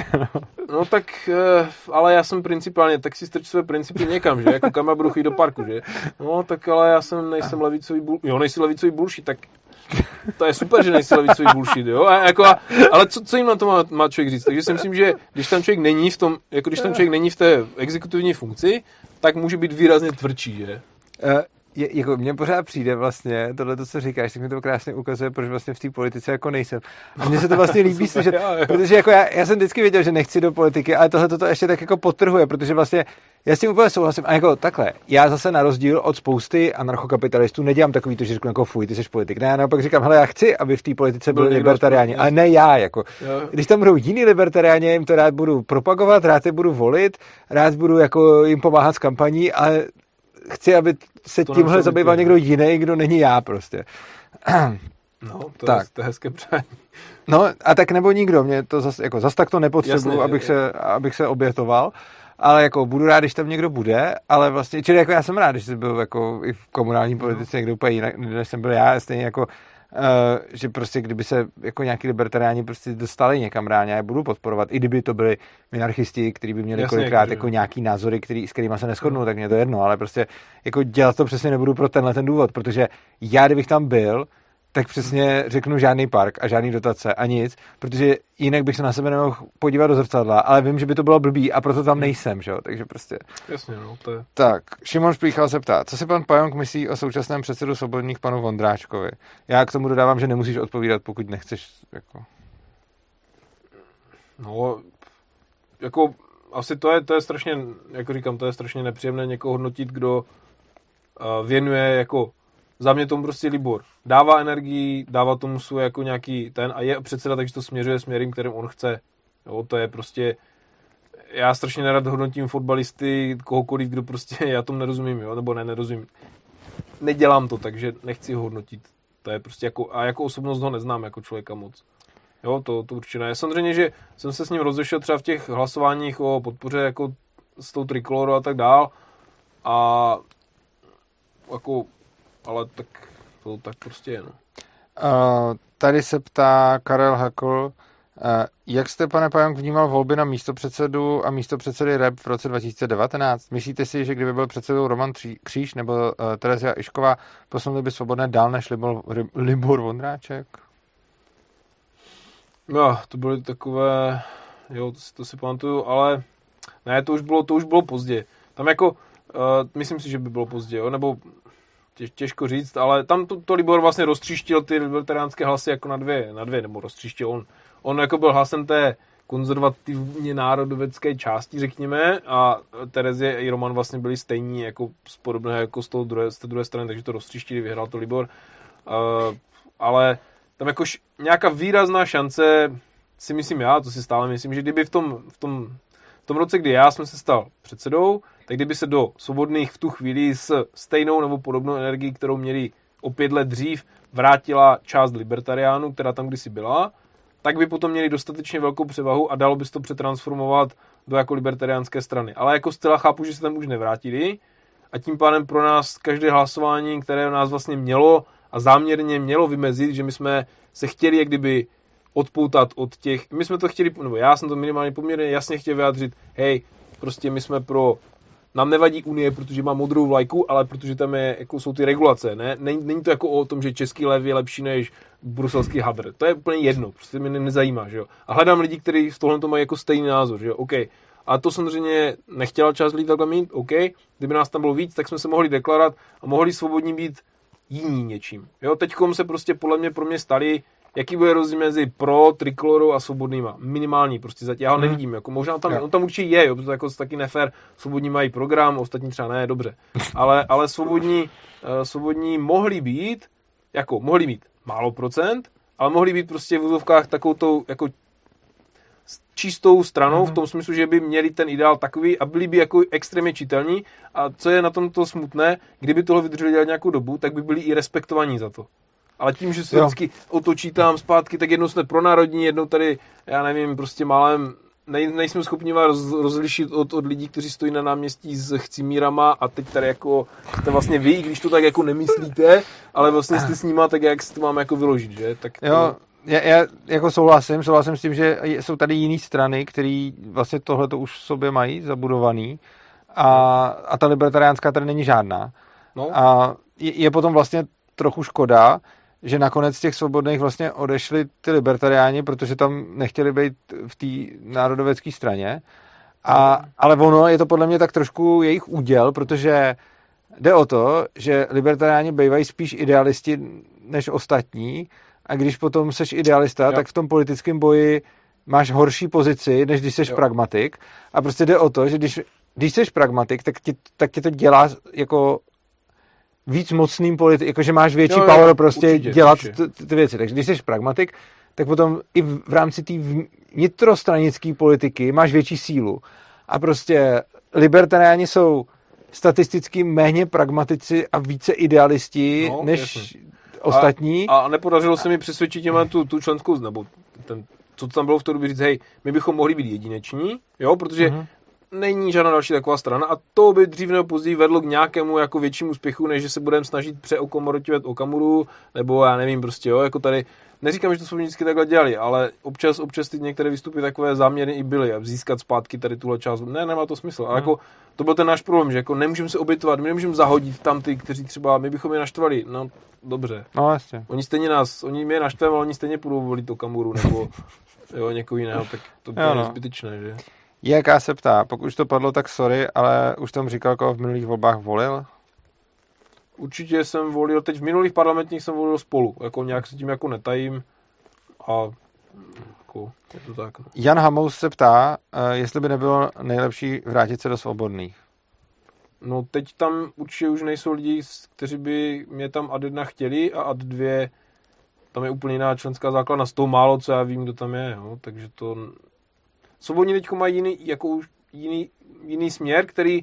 No tak, ale já jsem principiálně, tak si strč své principy někam, že? Jako kam já budu chodit do parku, že? No tak ale já nejsem levicový nejsi levicový bullshit, tak to je super, že nejsi levicový bullshit, jo? Ale co jim na to má člověk říct? Takže si myslím, že když tam člověk není když tam člověk není v té exekutivní funkci, tak může být výrazně tvrdší, že? Jako mně pořád přijde vlastně tohle, co říkáš, tak mi to krásně ukazuje, proč vlastně v té politice jako nejsem. A mně se to vlastně líbí slyšet, protože jako já jsem vždycky věděl, že nechci do politiky, ale tohle to ještě tak jako podtrhuje, protože vlastně já s tím úplně souhlasím. A jako takhle, já zase na rozdíl od spousty anarchokapitalistů nedělám takový to, že řeknu jako fuj, ty jsi politik. Ne, já naopak říkám, hele, já chci, aby v té politice byli libertariáni, ale ne já, jako. Když tam budou jiní libertariáni, jim to rád budu propagovat, rád je budu volit, rád budu jako jim pomáhat s kampaní, ale chci, aby se to tímhle zabýval někdo jiný, kdo není já prostě. No, to je hezké přání. No, a tak nebo nikdo, mě to zas tak to nepotřebuji, abych se obětoval, ale jako budu rád, když tam někdo bude, ale vlastně, čili jako já jsem rád, když jsem byl jako i v komunální politice někdo úplně jinak, než jsem byl já, stejně jako že prostě kdyby se jako nějaký libertariáni prostě dostali někam reálně, já je budu podporovat, i kdyby to byli minarchisti, kteří by měli kolikrát jako nějaký názory, s kterými se neshodnou, tak mě to jedno, ale prostě jako dělat to přesně nebudu pro tenhle ten důvod, protože já, kdybych tam byl, tak přesně řeknu žádný park a žádný dotace a nic, protože jinak bych se na sebe nemohl podívat do zrcadla, ale vím, že by to bylo blbý a proto tam nejsem, že jo, takže prostě. Jasně, no, to je. Tak, Šimon Šplíchal se ptá, co si pan Pająk myslí o současném předsedu Svobodných panu Vondráčkovi? Já k tomu dodávám, že nemusíš odpovídat, pokud nechceš, jako. No, jako asi to je strašně, jako říkám, to je strašně nepříjemné někoho hodnotit, kdo věnuje jako za mě tomu prostě Libor. Dává energii, dává tomu svůj jako nějaký ten a je předseda, takže to směřuje směrem, kterým on chce. Jo, to je prostě, já strašně nerad hodnotím fotbalisty, kohokoliv, kdo prostě, já tomu nerozumím, jo, nebo nerozumím. Nedělám to, takže nechci ho hodnotit. To je prostě jako, a jako osobnost ho neznám jako člověka moc. Jo, to určitě ne. Samozřejmě, že jsem se s ním rozešel třeba v těch hlasováních o podpoře jako s tou Trikolorou a tak dál. A jako, ale tak to tak prostě je, no. Tady se ptá Karel Hakl, jak jste, pane Pająk, vnímal volby na místopředsedu a místopředsedy REP v roce 2019? Myslíte si, že kdyby byl předsedou Roman Kříž nebo Terezia Išková, posunuli by Svobodné dál než Libor Vondráček? No, to byly takové, jo, to si pamatuju, ale ne, to už bylo pozdě. Tam jako, myslím si, že by bylo pozdě, jo, nebo těžko říct, ale tam to Libor vlastně roztříštil ty libertariánské hlasy jako na dvě, nebo roztříštil on jako byl hlasem té konzervativně národovecké části, řekněme, a Terezie i Roman vlastně byli stejní, jako podobné jako z té druhé strany, takže to roztříštili, vyhrál to Libor, ale tam jakož nějaká výrazná šance, si myslím já, to si stále myslím, že kdyby v tom roce, kdy já jsem se stal předsedou, tak kdyby se do Svobodných v tu chvíli s stejnou nebo podobnou energií, kterou měli o 5 let dřív, vrátila část libertariánů, která tam kdysi byla, tak by potom měli dostatečně velkou převahu a dalo by se to přetransformovat do jako libertariánské strany. Ale jako zcela chápu, že se tam už nevrátili a tím pádem pro nás každé hlasování, které nás vlastně mělo a záměrně mělo vymezit, že my jsme se chtěli jak kdyby odpoutat od těch, my jsme to chtěli, nebo já jsem to minimálně poměrně jasně chtěl vyjádřit, hej, prostě my jsme nám nevadí Unie, protože má modrou vlajku, ale protože tam jsou ty regulace, ne? Není to jako o tom, že český lev je lepší než bruselský hadr. To je úplně jedno, prostě mě nezajímá, že jo. A hledám lidi, kteří v tohle mají jako stejný názor, že jo, OK. A to samozřejmě nechtěla část lidí takhle mít, OK. Kdyby nás tam bylo víc, tak jsme se mohli deklarovat a mohli svobodní být jiní něčím. Jo, teďkom se prostě podle mě pro mě stali, jaký bude rozdíl mezi pro Trikolorou a Svobodnýma. Minimální, prostě zatím já ho nevidím. Jako možná on tam určitě je, jo, protože to jako taky nefér. Svobodní mají program, ostatní třeba ne, dobře. Ale svobodní mohli být málo procent, ale mohli být prostě v úzovkách takovou tou jako čistou stranou, v tom smyslu, že by měli ten ideál takový a byli by jako extrémně čitelní. A co je na tomto smutné, kdyby toho vydrželi dělat nějakou dobu, tak by byli i respektovaní za to. Ale tím, že se vždycky otočí tam zpátky, tak jednou jsme pro národní, jednou tady, já nevím, prostě málem nejsme schopni vás rozlišit od lidí, kteří stojí na náměstí s chcimírama a teď tady jako jste vlastně vy, když to tak jako nemyslíte, ale vlastně jste s nima, tak jak si to máme jako vyložit, že? Tak to... Jo, já jako souhlasím s tím, že jsou tady jiné strany, které vlastně tohleto už v sobě mají zabudovaný a ta libertariánská tady není žádná. No. A je potom vlastně trochu škoda, že nakonec z těch Svobodných vlastně odešli ty libertariáni, protože tam nechtěli být v té národovecké straně. Ale ono je to podle mě tak trošku jejich úděl, protože jde o to, že libertariáni bývají spíš idealisti než ostatní a když potom seš idealista, tak v tom politickém boji máš horší pozici, než když seš pragmatik. A prostě jde o to, že když seš pragmatik, tak tě to dělá jako víc mocným politikem, jakože máš větší power prostě určitě, dělat ty věci. Takže když jsi pragmatik, tak potom i v rámci té vnitrostranické politiky máš větší sílu. A prostě libertariáni jsou statisticky méně pragmatici a více idealisti než jasný. ostatní. A nepodařilo se mi přesvědčit tu členskou, nebo co tam bylo v té době říct, hej, my bychom mohli být jedineční, jo, protože není žádná další taková strana a to by dřív nebo později vedlo k nějakému jako většímu úspěchu, než že se budeme snažit přeokomorotovat Okamuru, nebo já nevím, prostě, jo, jako tady, neříkám, že to jsme vždycky takhle dělali, ale občas ty některé výstupy takové záměry i byly a získat zpátky tady tuhle část, ne, nemá to smysl, ale jako to byl ten náš problém, že jako nemůžeme se obětovat, my nemůžeme zahodit tam ty, kteří třeba, my bychom je naštvali, no dobře. No jasně. Oni mě naštvali, ale oni stejně půjdou volit Okamuru, nebo jo, někoho jiného, tak to bylo zbytečné, že? Jaká se ptá, pokud už to padlo, tak sorry, ale už tam říkal, koho v minulých volbách volil? Určitě jsem volil, teď v minulých parlamentních jsem volil Spolu, jako nějak se tím jako netajím a jako je to tak. No. Jan Hamous se ptá, jestli by nebylo nejlepší vrátit se do Svobodných. No teď tam určitě už nejsou lidi, kteří by mě tam ad 1 chtěli a ad 2 tam je úplně jiná členská základna z toho málo, co já vím, kdo tam je, jo? Takže to... Svobodní teď mají jiný směr, který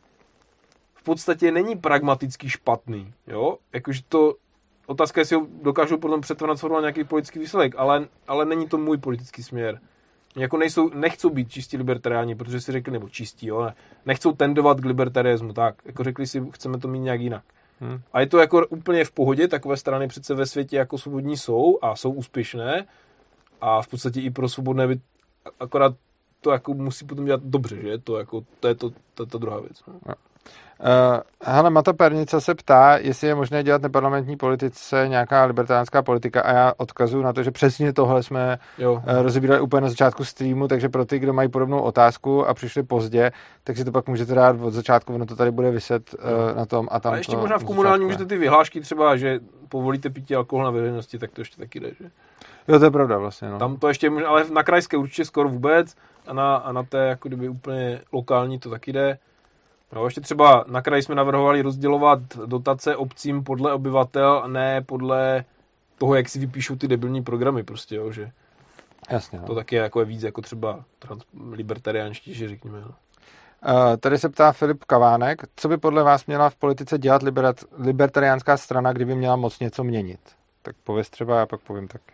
v podstatě není pragmaticky špatný, jo? Jakože to... Otázka je, jestli ho dokážou potom přetransformovat nějaký politický výsledek, ale není to můj politický směr. Jako nechcou být čistí libertariáni, protože si řekli, nebo čistí, jo? Nechcou tendovat k libertarianismu, tak. Jako řekli si, chceme to mít nějak jinak. A je to jako úplně v pohodě, takové strany přece ve světě jako svobodní jsou a jsou úspěšné a v podstatě i pro svobodné by akorát to jako musí potom dělat dobře, že? To je ta druhá věc. No. Hele, Mata Pernica se ptá, jestli je možné dělat neparlamentní politice nějaká libertariánská politika a já odkazuju na to, že přesně tohle jsme rozebírali úplně na začátku streamu, takže pro ty, kdo mají podobnou otázku a přišli pozdě, tak si to pak můžete dát od začátku, ono to tady bude viset na tom a tam. A ještě možná v komunální můžete ty vyhlášky třeba, že povolíte pití alkohol na veřejnosti, tak to ještě taky jde, že? Jo, to je pravda vlastně. No. Tam to ještě možná, ale na krajské určitě skoro vůbec a na té jako kdyby úplně lokální to taky jde. No, ještě třeba na kraji jsme navrhovali rozdělovat dotace obcím podle obyvatel a ne podle toho, jak si vypíšou ty debilní programy prostě, jo, že jasně, no. To taky je víc jako třeba libertariánštější, řekněme. No. Tady se ptá Filip Kavánek, co by podle vás měla v politice dělat libertariánská strana, kdyby měla moc něco měnit? Tak pověz třeba, já pak povím taky.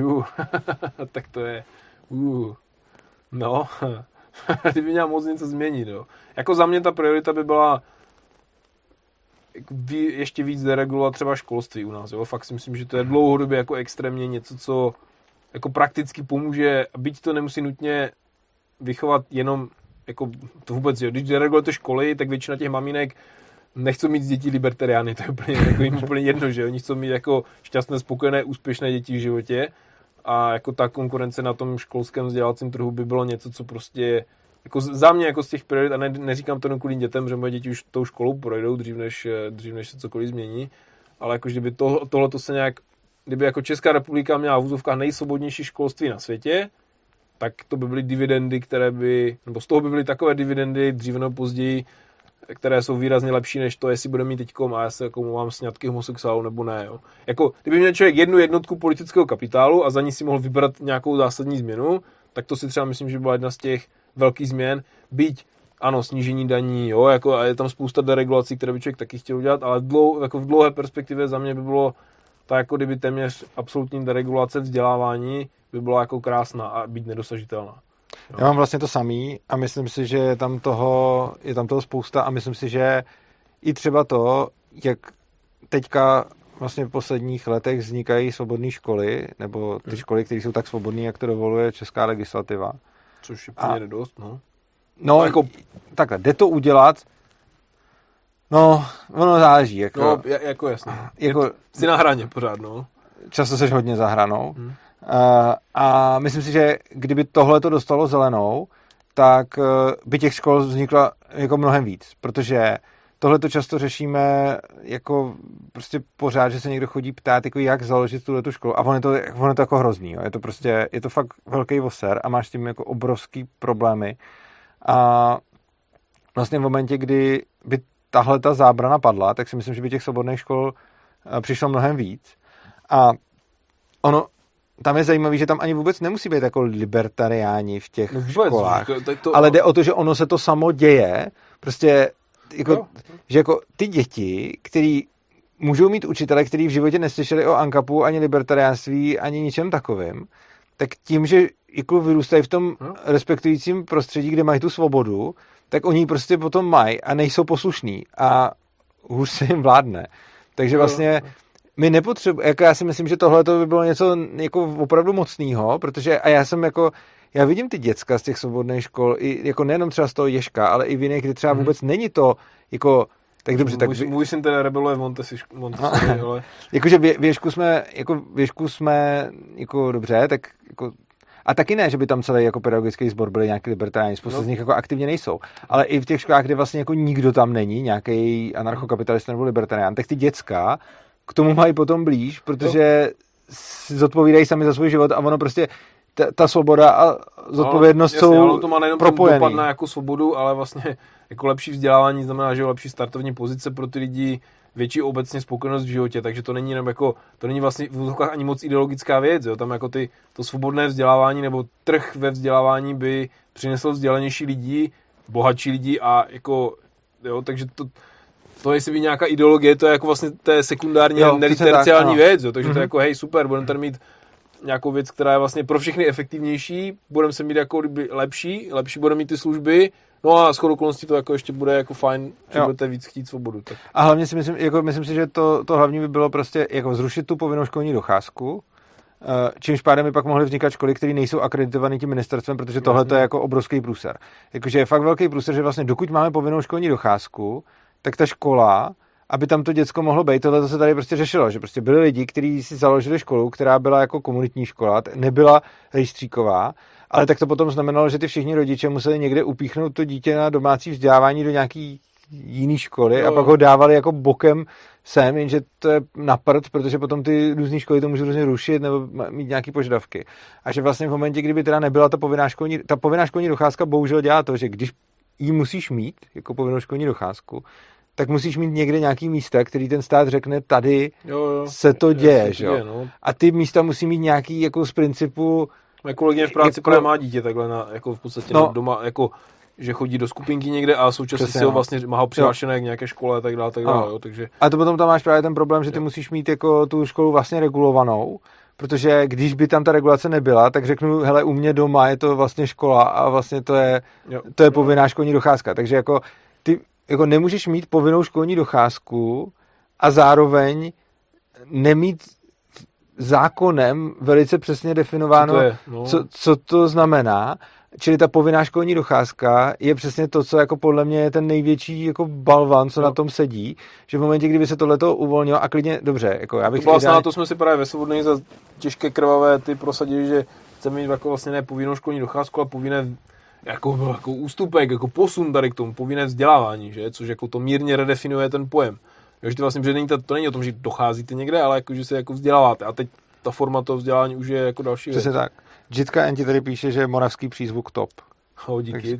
Tak to je... No... Kdyby měla moc něco změnit, jo. Jako za mě ta priorita by byla ještě víc deregulovat třeba školství u nás, jo. Fakt si myslím, že to je dlouhodobě jako extrémně něco, co jako prakticky pomůže, byť to nemusí nutně vychovat jenom jako to vůbec, jo. Když deregulujete školy, tak většina těch mamínek nechcou mít z dětí libertariány, to je úplně, jako jim úplně jedno, že oni chcou mít jako šťastné, spokojené, úspěšné děti v životě. A jako ta konkurence na tom školském vzdělávacím trhu by bylo něco, co prostě jako za mě jako z těch priorit, a neříkám to jenom kvůli dětem, že moje děti už tou školou projdou dřív než se cokoliv změní, ale jako kdyby tohleto se nějak, kdyby jako Česká republika měla v úzovkách nejsvobodnější školství na světě, tak to by byly dividendy, nebo z toho by byly takové dividendy dříve nebo později, které jsou výrazně lepší než to, jestli bude mít teďkom a já se jako mám sňatky homosexuálů nebo ne. Jo. Jako, kdyby měl člověk jednu jednotku politického kapitálu a za ní si mohl vybrat nějakou zásadní změnu, tak to si třeba myslím, že byla jedna z těch velkých změn. Byť, ano, snížení daní, jo, jako, a je tam spousta deregulací, které by člověk taky chtěl udělat, ale jako v dlouhé perspektivě za mě by bylo tak, jako kdyby téměř absolutní deregulace vzdělávání by byla jako krásná a být nedosažitelná. Jo. Já mám vlastně to samý a myslím si, že je tam toho spousta a myslím si, že i třeba to, jak teďka vlastně v posledních letech vznikají svobodné školy, nebo ty školy, které jsou tak svobodné, jak to dovoluje česká legislativa. Což je poměrně dost, no. No, jako takhle, jde to udělat, no, ono záleží. Jako, no, jako jasně. Jako, jsi na hraně pořád, no. Často seš hodně za hranou. A myslím si, že kdyby tohle to dostalo zelenou, tak by těch škol vzniklo jako mnohem víc, protože tohle to často řešíme jako prostě pořád, že se někdo chodí ptát, jako jak založit tuhletu školu a ono je to jako hrozný, jo. Je to fakt velký voser a máš s tím jako obrovský problémy a vlastně v momentě, kdy by tahle ta zábrana padla, tak si myslím, že by těch svobodných škol přišlo mnohem víc a ono tam je zajímavý, že tam ani vůbec nemusí být jako libertariáni v těch školách, ale jde o to, že ono se to samo děje. Prostě jako, že jako ty děti, který můžou mít učitele, který v životě neslyšeli o ANCAPu, ani libertariánství, ani ničem takovým, tak tím, že jako vyrůstají v tom respektujícím prostředí, kde mají tu svobodu, tak oni prostě potom mají a nejsou poslušní a hůř se jim vládne. Takže vlastně my nepotřebujeme, jako já si myslím, že tohle by bylo něco jako opravdu mocného, protože a já vidím ty děcka z těch svobodných škol, i jako nejenom třeba z toho Ježka, ale i v jiných, kde třeba vůbec není to jako tak dobře, tak můj syn teda rebeluje v Montessori, ale jakože věžku jsme jako dobře, tak jako a taky ne, že by tam celý jako pedagogický sbor byli nějaký libertariáni, spousta z nich jako aktivně nejsou. Ale i v těch školách, kde vlastně jako nikdo tam není, nějaký anarchokapitalista nebo libertarián, tak ty děcka k tomu mají potom blíž, protože zodpovídají sami za svůj život a ono prostě ta svoboda a zodpovědnost jsou to má nejenom propojený. Dopad na jako svobodu, ale vlastně jako lepší vzdělávání znamená, že lepší startovní pozice pro ty lidi, větší obecně spokojenost v životě, takže to není jenom jako, to není vlastně v úzokách ani moc ideologická věc, jo? Tam jako to svobodné vzdělávání nebo trh ve vzdělávání by přinesl vzdělanější lidi, bohatší lidi a jako, jo, takže to jestli by nějaká ideologie, to je jako vlastně té sekundární, terciální věc, jo? Takže to je jako hej, super, budeme tady mít nějakou věc, která je vlastně pro všechny efektivnější, budeme se mít jako lepší budeme mít ty služby, no a shodou okolností to jako ještě bude jako fajn, že budete víc chtít svobodu. Tak. A hlavně si myslím si, že to hlavní by bylo prostě jako zrušit tu povinnou školní docházku, čímž pádem by pak mohly vznikat školy, které nejsou akreditované tím ministerstvem, protože tohle je jako obrovský průser. Jakože je fakt velký průser, že vlastně dokud máme povinnou školní docházku, tak ta škola, aby tam to děcko mohlo být, tohle se tady prostě řešilo, že prostě byli lidi, kteří si založili školu, která byla jako komunitní škola, nebyla rejstříková, ale tak to potom znamenalo, že ty všichni rodiče museli někde upíchnout to dítě na domácí vzdělávání do nějaký jiný školy a pak ho dávali jako bokem sem, jenže to je na prd, protože potom ty různé školy to můžou různě rušit nebo mít nějaké požadavky. A že vlastně v momentě, kdyby teda nebyla ta povinná školní docházka, bohužel dělá to, že když ji musíš mít jako povinnou školní docházku, tak musíš mít někde nějaký místa, který ten stát řekne, tady se to děje, že jo. No. A ty místa musí mít nějaký jako z principu. Moje kolegyně v práci právě má dítě takhle jako v podstatě doma, jako že chodí do skupinky někde a současně si ho vlastně má ho přihlášené k nějaké škole a tak dále, jo, takže. A to potom tam máš právě ten problém, že ty musíš mít jako tu školu vlastně regulovanou, protože když by tam ta regulace nebyla, tak řeknu, hele, u mě doma je to vlastně škola a vlastně to je povinná školní docházka, takže jako ty jako nemůžeš mít povinnou školní docházku a zároveň nemít zákonem velice přesně definováno, co to znamená. Čili ta povinná školní docházka je přesně to, co jako podle mě je ten největší jako balvan, co na tom sedí, že v momentě, kdyby se tohleto uvolnilo a klidně, dobře, jako já bych... To jsme si právě ve Svobodných za těžké krvavé ty prosadili, že chceme mít jako vlastně ne povinnou školní docházku, ale povinné jako ústupek, jako posun tady k tomu, povinné vzdělávání, že? Což jako to mírně redefinuje ten pojem. Že to vlastně, že to není o tom, že docházíte někde, ale jako, že se jako vzděláváte. A teď ta forma toho vzdělávání už je jako další věc. Přesně tak. Jitka N ti tady píše, že je moravský přízvuk top. Díky.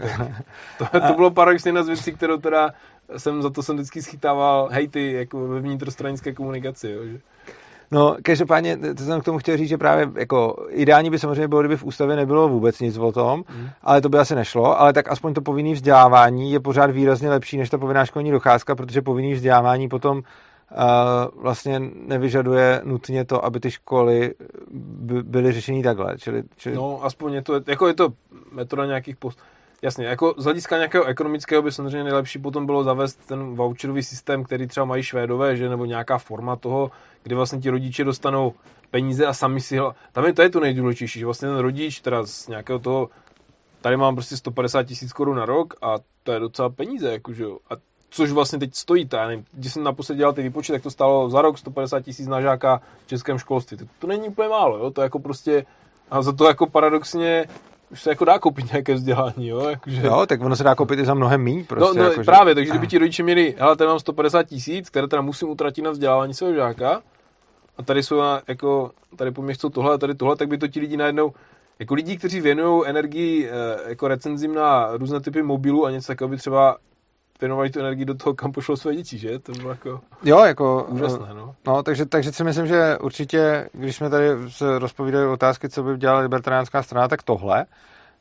To bylo paradoxně jedna z věcí, kterou teda jsem vždycky schytával hejty jako ve vnitrostranické komunikaci. Jo, že? No, každopádně, to jsem k tomu chtěl říct, že právě jako ideální by samozřejmě bylo, kdyby v ústavě nebylo vůbec nic o tom, ale to by asi nešlo, ale tak aspoň to povinné vzdělávání je pořád výrazně lepší než ta povinná školní docházka, protože povinné vzdělávání potom vlastně nevyžaduje nutně to, aby ty školy byly řešení takhle. Čili... No, aspoň je to metoda nějakých Jasně, jako z hlediska nějakého ekonomického by samozřejmě nejlepší potom bylo zavést ten voucherový systém, který třeba mají Švédové, že, nebo nějaká forma toho, kdy vlastně ti rodiče dostanou peníze a sami si to je to nejdůležitější, že vlastně ten rodič teda z nějakého toho, tady mám prostě 150 000 korun na rok a to je docela peníze, jakože jo. A což vlastně teď stojí, já nevím, když jsem naposled dělal ty výpočty, tak to stálo za rok 150 000 na žáka v českém školství. To není úplně málo, jo, to jako prostě, a za to jako paradoxně už se jako dá koupit nějaké vzdělání, jo, jakože. Jo, tak ono se dá koupit i za mnohem míň, prostě. No jako, právě, takže kdyby ti rodiče měli, hele, tady mám 150 000, které teda musím utratit na vzdělávání svého žáka, a tady jsou tady po mně chcou tohle a tady tohle, tak by to ti lidi najednou, jako lidi, kteří věnují energii jako recenzím na různé typy mobilů a něco takového, by třeba věnovali tu energii do toho, kam pošlo své děti, že? To bylo jako úžasné, no. No, takže si myslím, že určitě, když jsme tady se rozpovídali otázky, co by dělala libertariánská strana, tak tohle.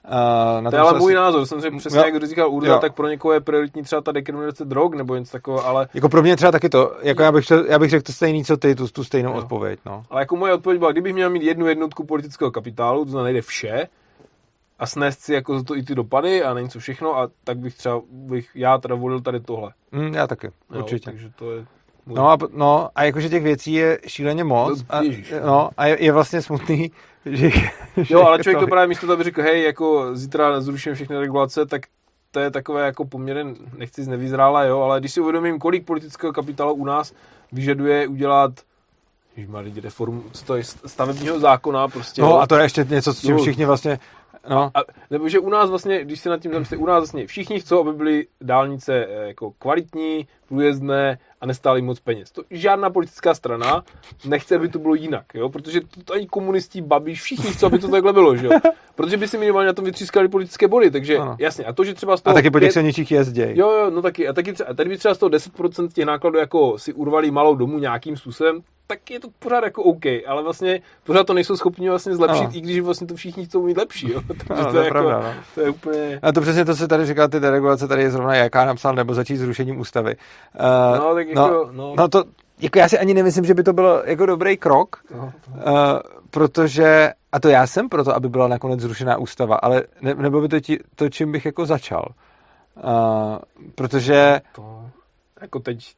To je ale můj názor, samozřejmě přesně jak říkal Urza, tak pro někoho je prioritní třeba ta dekriminalizace drog nebo něco takového, ale... Jako pro mě třeba taky to, jako já bych řekl to stejný, co ty, tu stejnou odpověď, no. Ale jako moje odpověď byla, kdybych měl mít jednu jednotku politického kapitálu, to znamená nejde vše, a snést si jako za to i ty dopady a něco všechno, a tak bych já teda volil tady tohle. Já taky, určitě. Takže to je... No a jakože těch věcí je šíleně moc a je vlastně smutný, že... Jo, ale člověk to právě místo toho by řekl, hej, jako zítra zruším všechny regulace, tak to je takové jako poměrně, nechci nevyzrála, jo, ale když si uvědomím, kolik politického kapitálu u nás vyžaduje udělat reformu, co to je, stavebního zákona prostě. No a to je ještě něco, s čím všichni vlastně... No. Nebo že u nás vlastně, když se nad tím zamyslíte, u nás vlastně všichni chcou, aby byly dálnice jako kvalitní, průjezdné a nestály moc peněz. To žádná politická strana nechce, aby to bylo jinak, jo? Protože to ani komunistí, Babiš, všichni chcou, aby to takhle bylo, že jo? Protože by si minimálně na tom vytřískali politické body, takže jasně. A to, že třeba z toho... A taky po těch silničích jezděj. Jo, no taky. A taky a tady by třeba z toho 10% těch nákladů jako si urvali malou domů nějakým způsobem, tak je to pořád jako OK, ale vlastně pořád to nejsou schopni vlastně zlepšit, i když vlastně to všichni chcou mít lepší, jo. Takže to je jako, pravda, to je úplně... A to přesně to se tady říká, ty deregulace, tady je zrovna jaká napsal, nebo začít zrušením ústavy. No to, jako já si ani nemyslím, že by to bylo jako dobrý krok, protože, a to já jsem proto, aby byla nakonec zrušená ústava, ale nebylo by to čím bych jako začal. Protože... Jako teď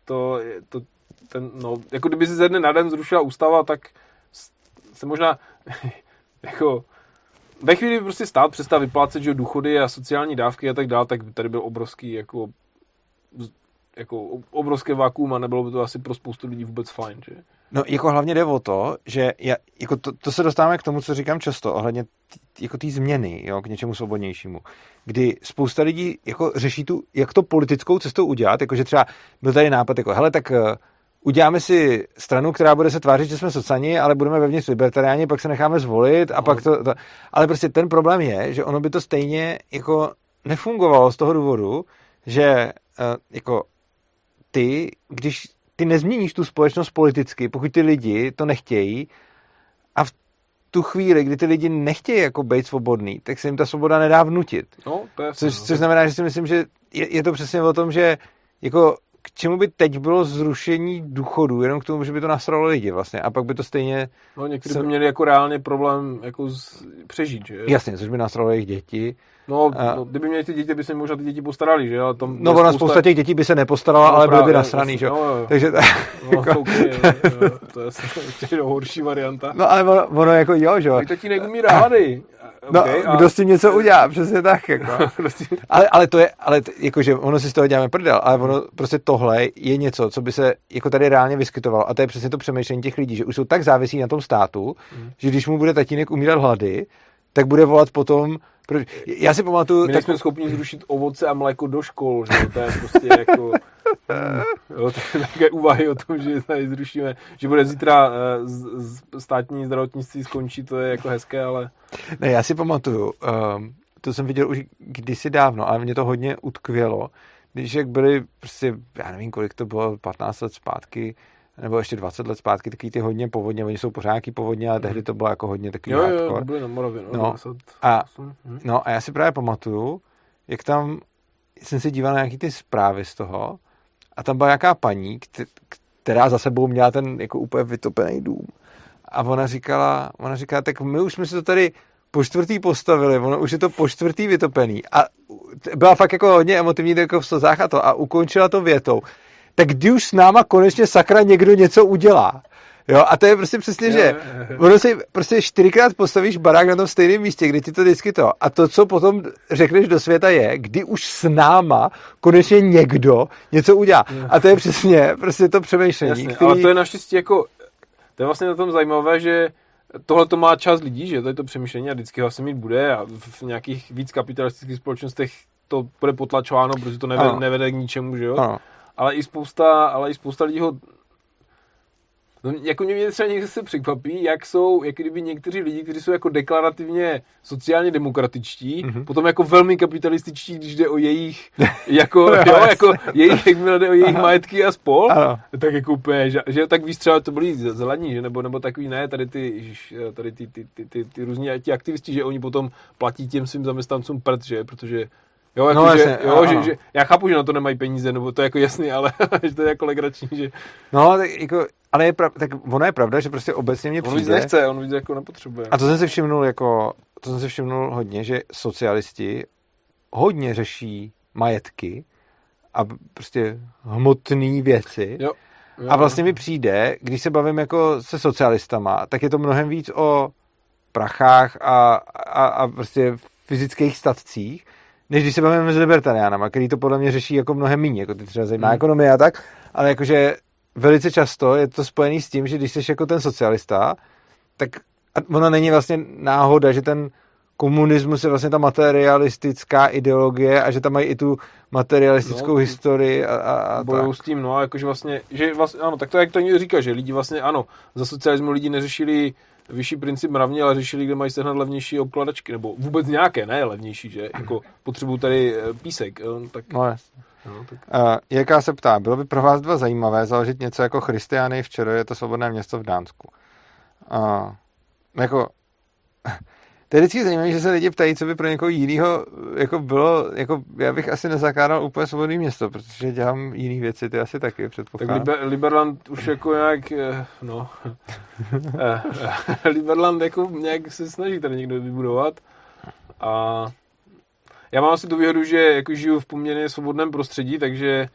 jako kdyby se ze dne na den zrušila ústava, tak se možná jako ve chvíli by prostě stát přestal vyplácet, že důchody a sociální dávky a tak dále, tak by tady byl obrovský jako obrovské vakuum a nebylo by to asi pro spoustu lidí vůbec fajn, že? No, jako hlavně jde o to, že jako to se dostáváme k tomu, co říkám často, ohledně jako té změny, jo, k něčemu svobodnějšímu, kdy spousta lidí jako řeší jak to politickou cestou udělat, jakože třeba byl tady nápad, jako hele, tak uděláme si stranu, která bude se tvářit, že jsme socani, ale budeme vevnitř libertariáni, pak se necháme zvolit a pak to... Ale prostě ten problém je, že ono by to stejně jako nefungovalo z toho důvodu, že jako když ty nezměníš tu společnost politicky, pokud ty lidi to nechtějí a v tu chvíli, kdy ty lidi nechtějí jako být svobodný, tak se jim ta svoboda nedá vnutit. No, to je což znamená, že si myslím, že je to přesně o tom, že jako k čemu by teď bylo zrušení důchodů, jenom k tomu, že by to nasralo lidi vlastně a pak by to stejně... No někteří by měli jako reálně problém jako přežít, že? Jasně, což by nasralo jejich děti. No, kdyby měli ty děti, by se možná ty děti postarali, že? Ale tam spousta těch dětí by se nepostarala, ale byly by nasraný, že? Jo. Takže to je ještě horší varianta. No ale ono jako jo, že? Můj tatínek umí rády. No, kdo s tím něco udělá, přesně tak, jako. ale jakože ono si z toho děláme prdel, ale ono prostě tohle je něco, co by se jako tady reálně vyskytovalo a to je přesně to přemýšlení těch lidí, že už jsou tak závislí na tom státu, že když mu bude tatínek umírat hlady, tak bude volat potom. Já si pamatuju... My jsme schopni zrušit ovoce a mléko do škol, že to je prostě jako... Jo, to je také úvahy o tom, že tady zrušíme, že bude zítra státní zdravotnictví skončí, to je jako hezké, ale... Ne, já si pamatuju, to jsem viděl už kdysi dávno, ale mě to hodně utkvělo, když jak byli prostě, já nevím, kolik to bylo, 15 let zpátky, nebo ještě 20 let zpátky, taky ty hodně povodně, oni jsou pořád nějaký povodně, ale tehdy to bylo jako hodně takový hardcore. Jo, to byly na Moravě, no. A já si právě pamatuju, jak tam jsem si díval na nějaký ty zprávy z toho a tam byla nějaká paní, která za sebou měla ten jako úplně vytopený dům. A ona říkala, tak my už jsme si to tady po čtvrtý postavili, ono už je to po čtvrtý vytopený. A byla fakt jako hodně emotivní jako v slzách a to a ukončila to větou. Tak kdy už s náma konečně sakra někdo něco udělá. Jo, a to je prostě přesně, že ono si prostě 4krát postavíš barák na tom stejném místě, kde ti to vždycky to. A to, co potom řekneš do světa je, kdy už s náma konečně někdo něco udělá. A to je přesně prostě to přemýšlení. Jasně, ale to je naštěstí jako, to je vlastně na tom zajímavé, že tohle to má část lidí, že to je to přemýšlení a vždycky vlastně mít bude a v nějakých víc kapitalistických společnostech to bude potlačováno, protože to nevede k ničemu, že jo. Ano. Ale i spousta lidí ho... No, jako mě třeba někdy se překvapí, jak kdyby někteří lidi, kteří jsou jako deklarativně sociálně demokratičtí, potom jako velmi kapitalističtí, když jde o jejich, jako jakmile jde o jejich majetky a spol, tak jako úplně, že tak víc třeba to byli zelení, že? Nebo takový, ne, tady ty různí ti aktivisti, že oni potom platí těm svým zaměstnancům prd, že, protože jo, jako, no, že já chápu, že na to nemají peníze, nebo to je jako jasný, ale že to je jako legrační, že... No, tak jako, ale tak ono je pravda, že prostě obecně mě přijde... On víc nechce, on víc jako nepotřebuje. A to jsem si všimnul hodně, že socialisti hodně řeší majetky a prostě hmotné věci. Jo. A vlastně mi přijde, když se bavím jako se socialistama, tak je to mnohem víc o prachách a prostě fyzických statcích, než když se bavíme s libertariánama, který to podle mě řeší jako mnohem méně, jako ty třeba zajímá ekonomie a tak, ale jakože velice často je to spojený s tím, že když jsi jako ten socialista, tak ono není vlastně náhoda, že ten komunismus je vlastně ta materialistická ideologie a že tam mají i tu materialistickou historii a bojou s tím, no, jakože vlastně, ano, tak to jak to někdo říká, že lidi vlastně, ano, za socialismu lidi neřešili vyšší princip mravně, ale řešili, kde mají sehnat levnější obkladačky, nebo vůbec nějaké, ne levnější, že, jako potřebují tady písek, tak... No jasně. No, tak... Jaká se ptá, bylo by pro vás dva zajímavé založit něco jako Christiany v Čero, je to svobodné město v Dánsku. Jako... To je vždycky zajímavé, že se lidi ptají, co by pro někoho jinýho jako bylo, jako já bych asi nezakládal úplně svobodné město, protože dělám jiný věci, ty asi taky předpokládám. Tak Liberland už jako nějak, no, Liberland jako nějak se snaží tady někdo vybudovat a já mám asi tu výhodu, že jako žiju v poměrně svobodném prostředí, takže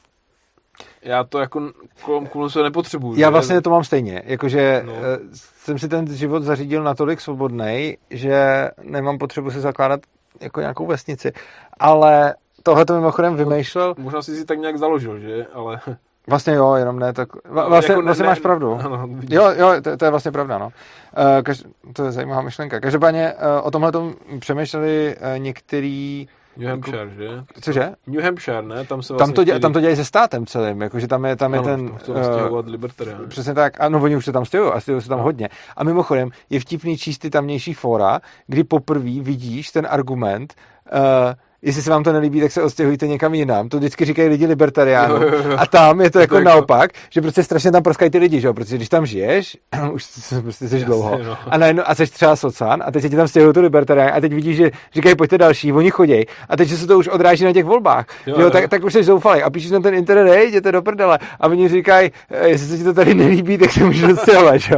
já to jako kolem se nepotřebuju. Já vlastně to mám stejně, jakože jsem si ten život zařídil natolik svobodnej, že nemám potřebu si zakládat jako nějakou vesnici, ale tohle to mimochodem vymýšlel. Možná si tak nějak založil, že? Ale... Vlastně jo, jenom ne, tak vlastně, jako máš pravdu. Ano, jo, to je vlastně pravda, no. To je zajímavá myšlenka. Každopádně o tomhle přemýšleli některý... New Hampshire, že? Cože? New Hampshire, ne? Tam se vlastně tam to dělají se státem celým, jakože tam je ano, ten... libertarián. Přesně tak, ano, oni už se tam stěhují a stěhují se tam hodně. A mimochodem je vtipný číst ty tamnější fóra, kdy poprvé vidíš ten argument, jestli se vám to nelíbí, tak se odstěhujte někam jinam. To vždycky říkají lidi libertariánů. A tam je to jako naopak, že prostě strašně tam proskají ty lidi, že jo? Protože když tam žiješ, už prostě jsi dlouho, a jsi třeba socan, a teď se ti tam stěhují tu libertariány, a teď vidíš, že říkají, pojďte další, oni chodějí. A teď se to už odráží na těch volbách. Jo, tak už jsi zoufalý. A píšeš na ten internet, jděte do prdele. A oni říkají, jestli se ti to tady nelíbí, tak se můžeš odstěhovat, jo?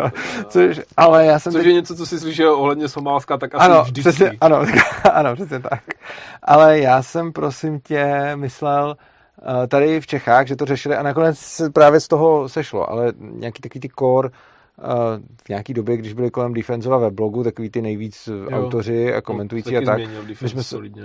Což je něco, co jsi slyšel ohledně Somálska, tak asi vždycky. Přesně, ano, přesně tak. Ale já jsem, prosím tě, myslel tady v Čechách, že to řešili a nakonec právě z toho sešlo, ale nějaký takový ty core v nějaký době, když byli kolem Defensova weblogu, takový ty nejvíc autoři a komentující a tak. My jsme solidně,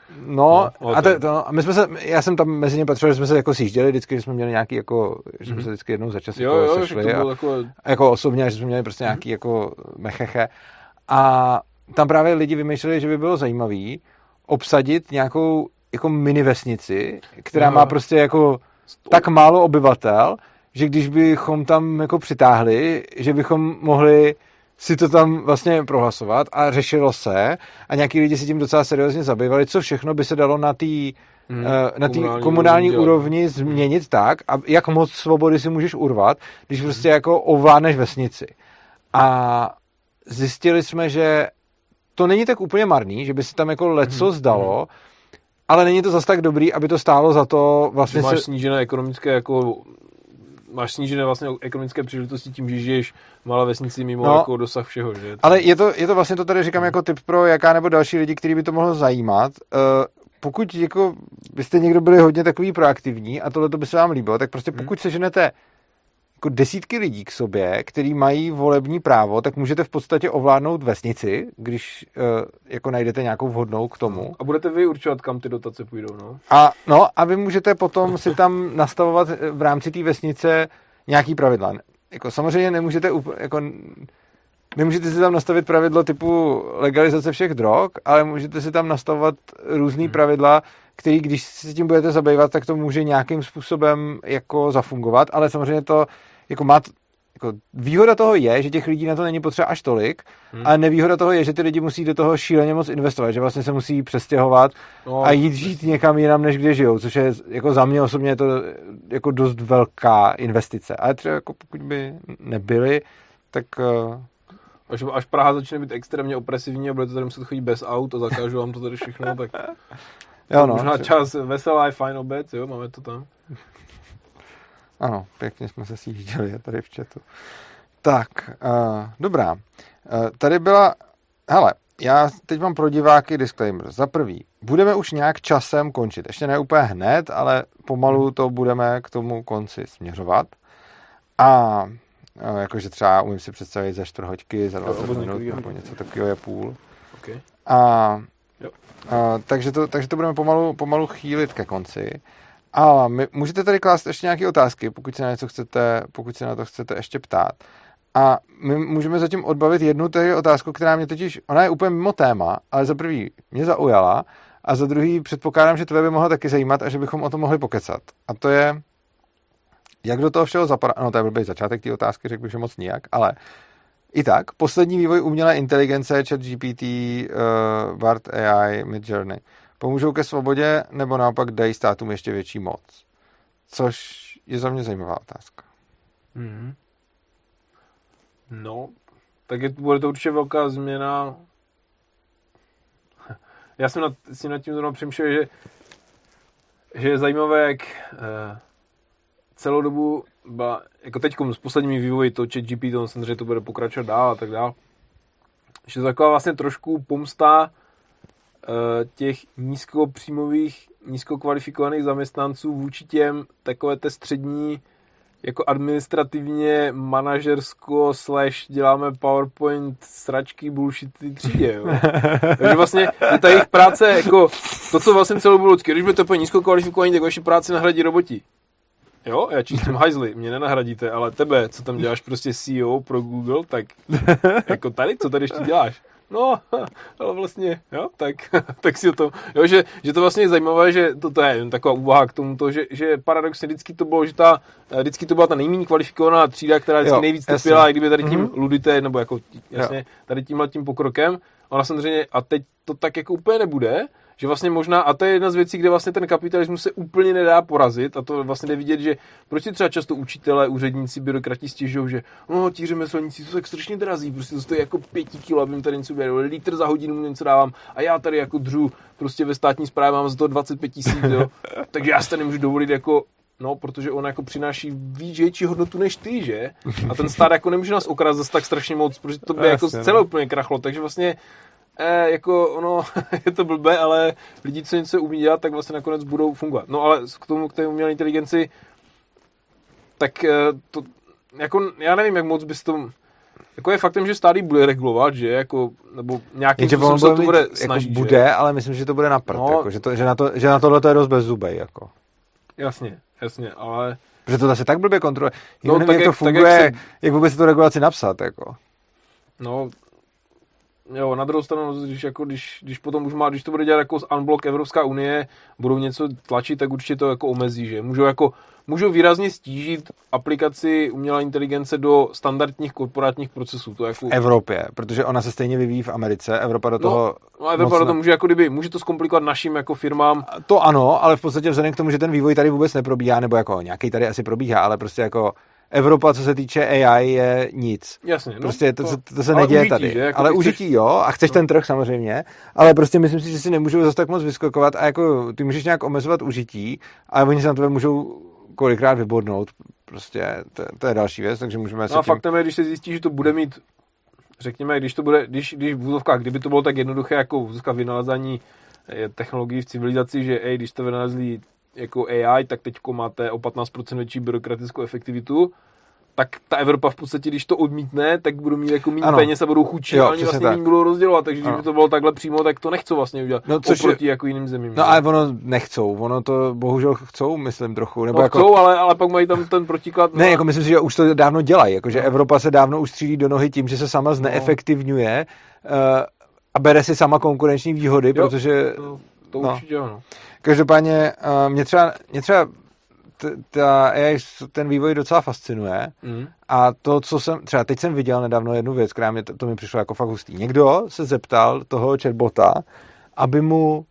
a my jsme se, já jsem tam mezi ně patřil, že jsme se jako sjížděli vždycky, že jsme měli nějaký jako, že jsme se vždycky jednou za čas sešli jako osobně, že jsme měli prostě nějaký jako mecheche a tam právě lidi vymýšleli, že by bylo zajímavý obsadit nějakou jako mini vesnici, která má prostě jako tak málo obyvatel, že když bychom tam jako přitáhli, že bychom mohli si to tam vlastně prohlasovat a řešilo se a nějaký lidi si tím docela seriózně zabývali, co všechno by se dalo na té komunální úrovni změnit tak, a jak moc svobody si můžeš urvat, když prostě jako ovládneš vesnici. A zjistili jsme, že to není tak úplně marný, že by se tam jako leco zdalo, ale není to zas tak dobrý, aby to stálo za to vlastně... Máš snížené vlastně ekonomické příležitosti tím, že žiješ v malé vesnici mimo jako dosah všeho, že? Ale je to vlastně, to tady říkám jako tip pro jaká nebo další lidi, který by to mohlo zajímat. Pokud jako byste někdo byli hodně takový proaktivní a tohle by se vám líbilo, tak prostě pokud seženete jako desítky lidí k sobě, který mají volební právo, tak můžete v podstatě ovládnout vesnici, když jako najdete nějakou vhodnou k tomu. A budete vy určovat, kam ty dotace půjdou, no? A vy můžete potom si tam nastavovat v rámci té vesnice nějaký pravidla. Jako samozřejmě nemůžete si tam nastavit pravidlo typu legalizace všech drog, ale můžete si tam nastavovat různý pravidla, který, když se tím budete zabývat, tak to může nějakým způsobem jako zafungovat, ale samozřejmě to jako jako výhoda toho je, že těch lidí na to není potřeba až tolik, a nevýhoda toho je, že ty lidi musí do toho šíleně moc investovat, že vlastně se musí přestěhovat a jít žít někam jinam, než kde žijou, což je jako za mě osobně je to jako dost velká investice. Ale třeba jako pokud by nebyly, tak... Až Praha začne být extrémně opresivní a budete tady muset chodit bez aut a zakážu vám to tady všechno, tak jo, no, možná čas veselá je fajn obec, jo, máme to tam. Ano, pěkně jsme se sjížděli tady v chatu. Tak, dobrá. Tady byla... Hele, já teď mám pro diváky disclaimer. Za prvý, budeme už nějak časem končit. Ještě ne úplně hned, ale pomalu to budeme k tomu konci směřovat. A jakože třeba umím si představit za 4 hoďky, za 20 minut, nebo něco takového je půl. Okay. Takže to budeme pomalu chýlit ke konci. A můžete tady klást ještě nějaké otázky, pokud se na to chcete ještě ptát. A my můžeme zatím odbavit jednu tady otázku, která mě totiž, ona je úplně mimo téma, ale za prvý mě zaujala a za druhý předpokládám, že tebe by mohla taky zajímat a že bychom o tom mohli pokecat. A to je, jak do toho všeho zapadá, no to je blbý začátek té otázky, řekl bych, že moc nijak, ale i tak, poslední vývoj umělé inteligence, ChatGPT, BART AI, Midjourney, pomůžou ke svobodě nebo naopak dají státům ještě větší moc? Což je za mě zajímavá otázka. No, tak bude to určitě velká změna. Já jsem nad tím zrovna přemýšlel, že je zajímavé, jak celou dobu byla, jako teďkom s posledními vývoji to ChatGPT, samozřejmě to bude pokračovat dál a tak dál. Že to taková vlastně trošku pomsta těch nízkopříjmových, nízkokvalifikovaných zaměstnanců vůči těm takové té střední jako administrativně manažersko / děláme PowerPoint sračky bullshity třídě, jo. Takže vlastně ta jejich práce, jako to, co vlastně celou bylo lidské, když budete úplně nízkokvalifikovaní, tak vaši práci nahradí roboti. Jo, já čistím hajzly, mě nenahradíte, ale tebe, co tam děláš prostě CEO pro Google, tak jako tady, co tady ještě děláš? No, ale vlastně, jo, tak si o tom, jo, že to vlastně je zajímavé, že to je jen taková úvaha k tomuto, že paradoxně vždycky to bylo, že vždycky to byla ta nejméně kvalifikovaná třída, která vždycky nejvíc trpěla, i kdyby tady tím ludité, nebo jako jasně, tady tímhletím pokrokem, ona samozřejmě, a teď to tak jako úplně nebude, že vlastně možná, a to je jedna z věcí, kde vlastně ten kapitalismus se úplně nedá porazit, a to vlastně jde vidět, že proč si třeba často učitelé, úředníci, byrokrati stěžují, že ti řemeslníci jsou tak strašně drazí, prostě to stojí jako 5 kilo, abym tady něco udělal, litr za hodinu něco dávám a já tady jako dřu prostě ve státní správě mám za to 25 000, jo, takže já si to nemůžu dovolit jako, no, protože on jako přináší větší hodnotu než ty, že? A ten stát jako nemůže nás okrást zase tak strašně moc, protože to by jako celé úplně krachlo, takže vlastně jako ono, je to blbé, ale lidi, co něco umí dělat, tak vlastně nakonec budou fungovat. No ale k té umělé inteligenci, tak to, jako, já nevím, jak moc bys to, jako je faktem, že stát bude regulovat, že, jako, nebo nějakým způsobem se to bude snažit, jako bude, ale myslím, že to bude na prd, no, jako, že na tohle to je dost bezzubej, jako. Jasně, ale... Protože to zase tak blbě kontroluje. No, nevím, jak to funguje, jak vůbec si to regulaci napsat, jako. No, jo, na druhou stranu, když potom už když to bude dělat jako unblock Evropská unie, budou něco tlačit, tak určitě to jako omezí, že můžou výrazně stížit aplikaci umělé inteligence do standardních korporátních procesů. To jako... V Evropě, protože ona se stejně vyvíjí v Americe, Evropa do toho... No Evropa do toho může, jako může to zkomplikovat našim jako firmám. To ano, ale v podstatě vzhledem k tomu, že ten vývoj tady vůbec neprobíhá, nebo jako nějaký tady asi probíhá, ale prostě jako Evropa, co se týče AI, je nic. Jasně. No, prostě to se neděje užití, tady. Jako ale užití jo, a chceš ten trh samozřejmě, ale prostě myslím si, že si nemůžou zase tak moc vyskakovat a jako ty můžeš nějak omezovat užití, ale oni se na tebe můžou kolikrát vybodnout. Prostě to je další věc, takže můžeme... No a faktem je, když se zjistí, že to bude mít, řekněme, když v vůzovkách, kdyby to bylo tak jednoduché jako vůzovka vynalezání technologií v civilizaci, že když jste vynalezli jako AI, tak teďko máte o 15% větší byrokratickou efektivitu, tak ta Evropa v podstatě, když to odmítne, tak budou mít jako méně peněz a budou chudší, a oni vlastně méně budou rozdělovat, takže kdyby to bylo takhle přímo, tak to nechcou vlastně udělat, oproti jako jiným zemím. No ale ono nechcou, ono to bohužel chcou, myslím trochu. Nebo jako... chcou, ale pak mají tam ten protiklad. Ne, jako myslím si, že už to dávno dělají, jakože Evropa se dávno už střílí do nohy tím, že se sama zneefektivňuje a bere si sama konkurenční výhody, protože... To určitě ano. Každopádně mě třeba ta AI, ten vývoj docela fascinuje a to, co jsem, třeba teď jsem viděl nedávno jednu věc, která mě, to mi přišlo jako fakt hustý. Někdo se zeptal toho chatbota, aby mu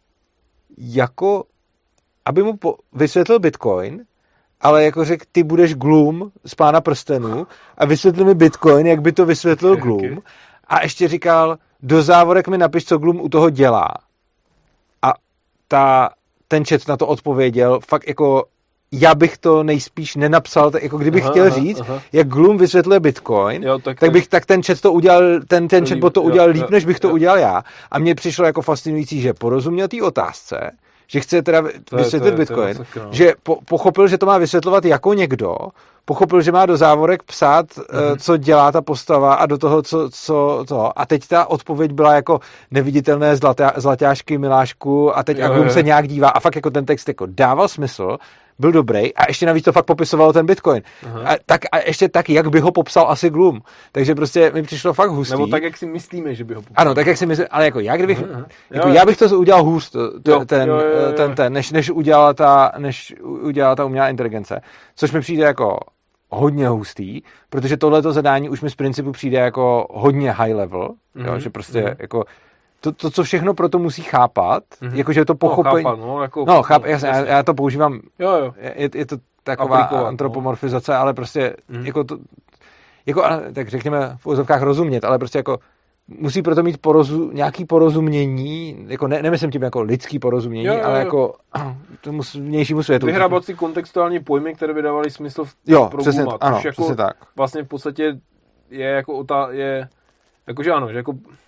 vysvětlil Bitcoin, ale jako řekl, ty budeš Gloom z Pána prstenů a vysvětli mi Bitcoin, jak by to vysvětlil Gloom. A ještě říkal, do závorek mi napiš, co Gloom u toho dělá. A ten chat na to odpověděl, fakt jako, já bych to nejspíš nenapsal, jako kdybych chtěl říct, jak Gloom vysvětluje Bitcoin, jo, tak ten chat to udělal, ten chatbot to udělal líp, než bych to udělal já. A mně přišlo jako fascinující, že porozuměl té otázce, že chce teda vysvětlit Bitcoin, že pochopil, že to má vysvětlovat jako někdo, pochopil, že má do závorek psát, co dělá ta postava a do toho, co. A teď ta odpověď byla jako neviditelné zlaťášky, milášku a teď Gloom se nějak dívá a fakt jako ten text jako dával smysl, byl dobrý a ještě navíc to fakt popisoval ten Bitcoin. A ještě tak, jak by ho popsal asi Gloom. Takže prostě mi přišlo fakt hustý. Nebo tak, jak si myslíme, že by ho popsal. Ano, tak, jak si myslíme, ale jako já kdybych, já bych to udělal hůř, než udělala ta umělá inteligence. Což mi přijde jako hodně hustý, protože tohleto zadání už mi z principu přijde jako hodně high level, jo, že prostě jako to, co všechno proto musí chápat, jakože to pochopení... Jasně, já to používám, je to taková antropomorfizace, ale prostě jako to, jako, tak řekněme v úzovkách rozumět, ale prostě jako musí proto mít nějaký porozumění, jako nemyslím tím jako lidský porozumění, ale jako tomu vnějšímu světu. Vyhrabat si kontextuální pojmy, které by dávaly smysl pro přesně, Glooma, ano, což jako přesně tak. Vlastně v podstatě je jako jakože ano, že jako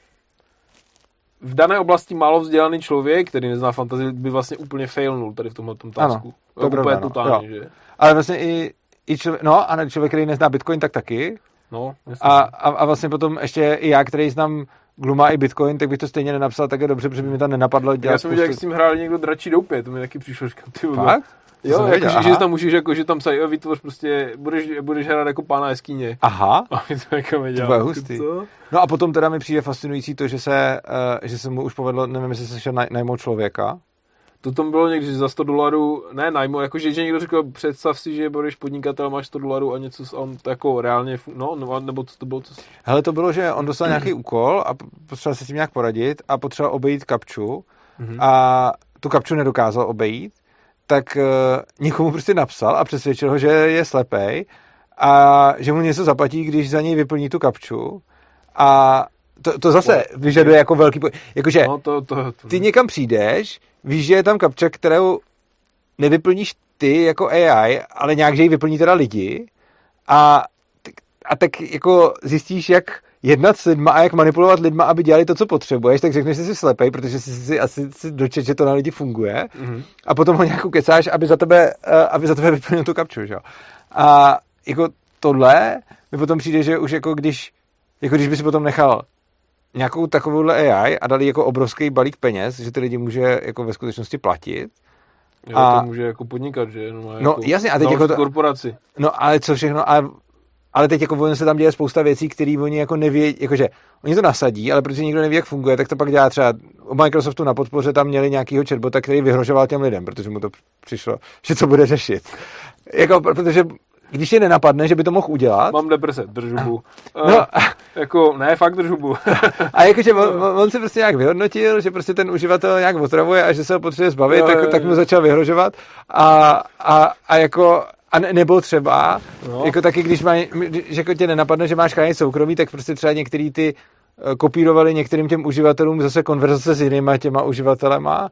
v dané oblasti málo vzdělaný člověk, který nezná fantazii, by vlastně úplně failnul tady v tomhletom tasku. Ano, to úplně totálně, že? Ale vlastně i člověk, a člověk, který nezná Bitcoin, tak taky. No, jasně. A vlastně potom ještě i já, který znám Glooma i Bitcoin, tak bych to stejně nenapsal také dobře, protože by mi tam nenapadlo dělat. Já jsem viděl, jak s tím hráli někdo dračí doupě, to mi taky přišlo, říkám, ty fakt? Jo, jako, že tam můžeš, jako, že tam psají, vytvoř prostě, budeš hrát jako pána jeskyně. Aha. A my to jako to bude hustý. No a potom teda mi přijde fascinující to, že se mu už povedlo, nevím, jestli se šel najmout člověka. To tam bylo někdy za $100, ne najmo, jakože že někdo řekl, představ si, že budeš podnikatel, máš $100 a něco, on to jako reálně, nebo co to bylo? Hele, to bylo, že on dostal nějaký úkol a potřeboval se s tím nějak poradit a potřeboval obejít kapču a tu kapču nedokázal obejít, tak někomu prostě napsal a přesvědčil ho, že je slepej a že mu něco zaplatí, když za něj vyplní tu kapču a to zase vyžaduje jako velký... Jakože ty někam přijdeš, víš, že je tam kapča, kterou nevyplníš ty jako AI, ale nějak, že ji vyplní teda lidi a tak jako zjistíš, jak jednat s lidma a jak manipulovat lidma, aby dělali to, co potřebuješ, tak řekneš, že jsi slepej, protože jsi asi dočet, že to na lidi funguje a potom ho nějak ukecáš, aby za tebe vyplnil tu kapču, že? A jako tohle mi potom přijde, že už jako když by si potom nechal nějakou takovouhle AI a dali jako obrovský balík peněz, že ty lidi může jako ve skutečnosti platit. Jo, a to může jako podnikat, že? No jasně, a teď jako korporaci. No ale co všechno, ale teď jako oni se tam děje spousta věcí, které oni jako nevědí, jakože oni to nasadí, ale protože nikdo neví, jak funguje, tak to pak dělá třeba u Microsoftu na podpoře tam měli nějakýho chatbota, který vyhrožoval těm lidem, protože mu to přišlo, že to bude řešit. Jako, protože když je nenapadne, že by to mohl udělat. Mám deprese, držubu. Jako, ne, fakt držubu. A jakože on se prostě nějak vyhodnotil, že prostě ten uživatel nějak otravuje a že se ho potřebuje zbavit, tak mu začal vyhrožovat a jako nebo třeba, jako taky, když jako tě nenapadne, že máš chránit soukromí, tak prostě třeba některý ty kopírovali některým těm uživatelům zase konverzace s jinýma těma uživatelema,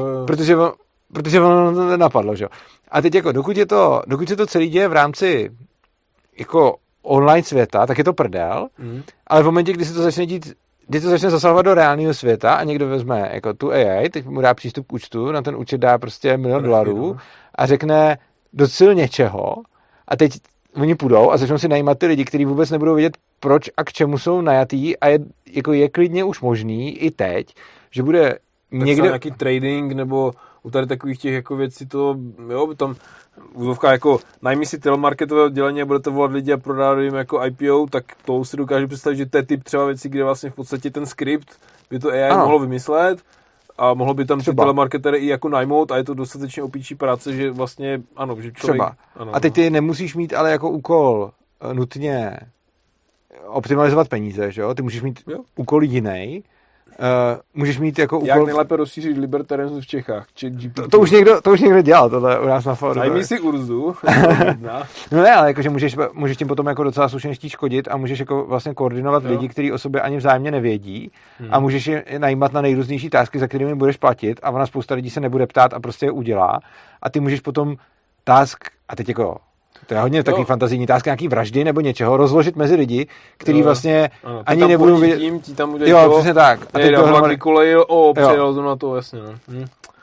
protože ono to nenapadlo, že jo. A teď jako, dokud se to celý děje v rámci jako online světa, tak je to prdel, ale v momentě, kdy se to začne dít, kdy to začne zasahovat do reálného světa a někdo vezme jako tu AI, teď mu dá přístup k účtu, na ten účet dá prostě $1 milion a řekne docil něčeho a teď oni půjdou a začnou si najímat ty lidi, kteří vůbec nebudou vědět, proč a k čemu jsou najatý a je klidně už možný i teď, že bude někde... nějaký trading nebo u tady takových těch jako věcí to, jo, tam úzovka jako najmi si telemarketové oddělení a budete volat lidi a prodávat jim jako IPO, tak to si dokážu představit, že to je typ třeba věcí, kde vlastně v podstatě ten skript by to AI mohlo vymyslet a mohlo by tam ty telemarketery i jako najmout a je to dostatečně opíčí práce, že vlastně, ano, že člověk... Třeba. Ano, a teď ty nemusíš mít ale jako úkol nutně optimalizovat peníze, že jo? Ty můžeš mít úkol jiný. Můžeš mít jako úkol... Jak nejlépe rozšířit libertarianismus v Čechách? To už někdo dělal, tohle u nás na fóru. Najmi si Urzu. No ne, ale jakože můžeš tím potom jako docela slušně chtít škodit a můžeš jako vlastně koordinovat lidi, kteří o sobě ani vzájemně nevědí a můžeš je najímat na nejrůznější tásky, za kterými budeš platit a ona spousta lidí se nebude ptát a prostě je udělá a ty můžeš potom task, a teď jako to je hodně takový fantazijní tásky, nějaký vraždy nebo něčeho, rozložit mezi lidi, který vlastně ani nebudou vidět. Ti tam udělají jo, přesně tak. A teď to kolejil, přijel to na to, jasně. No.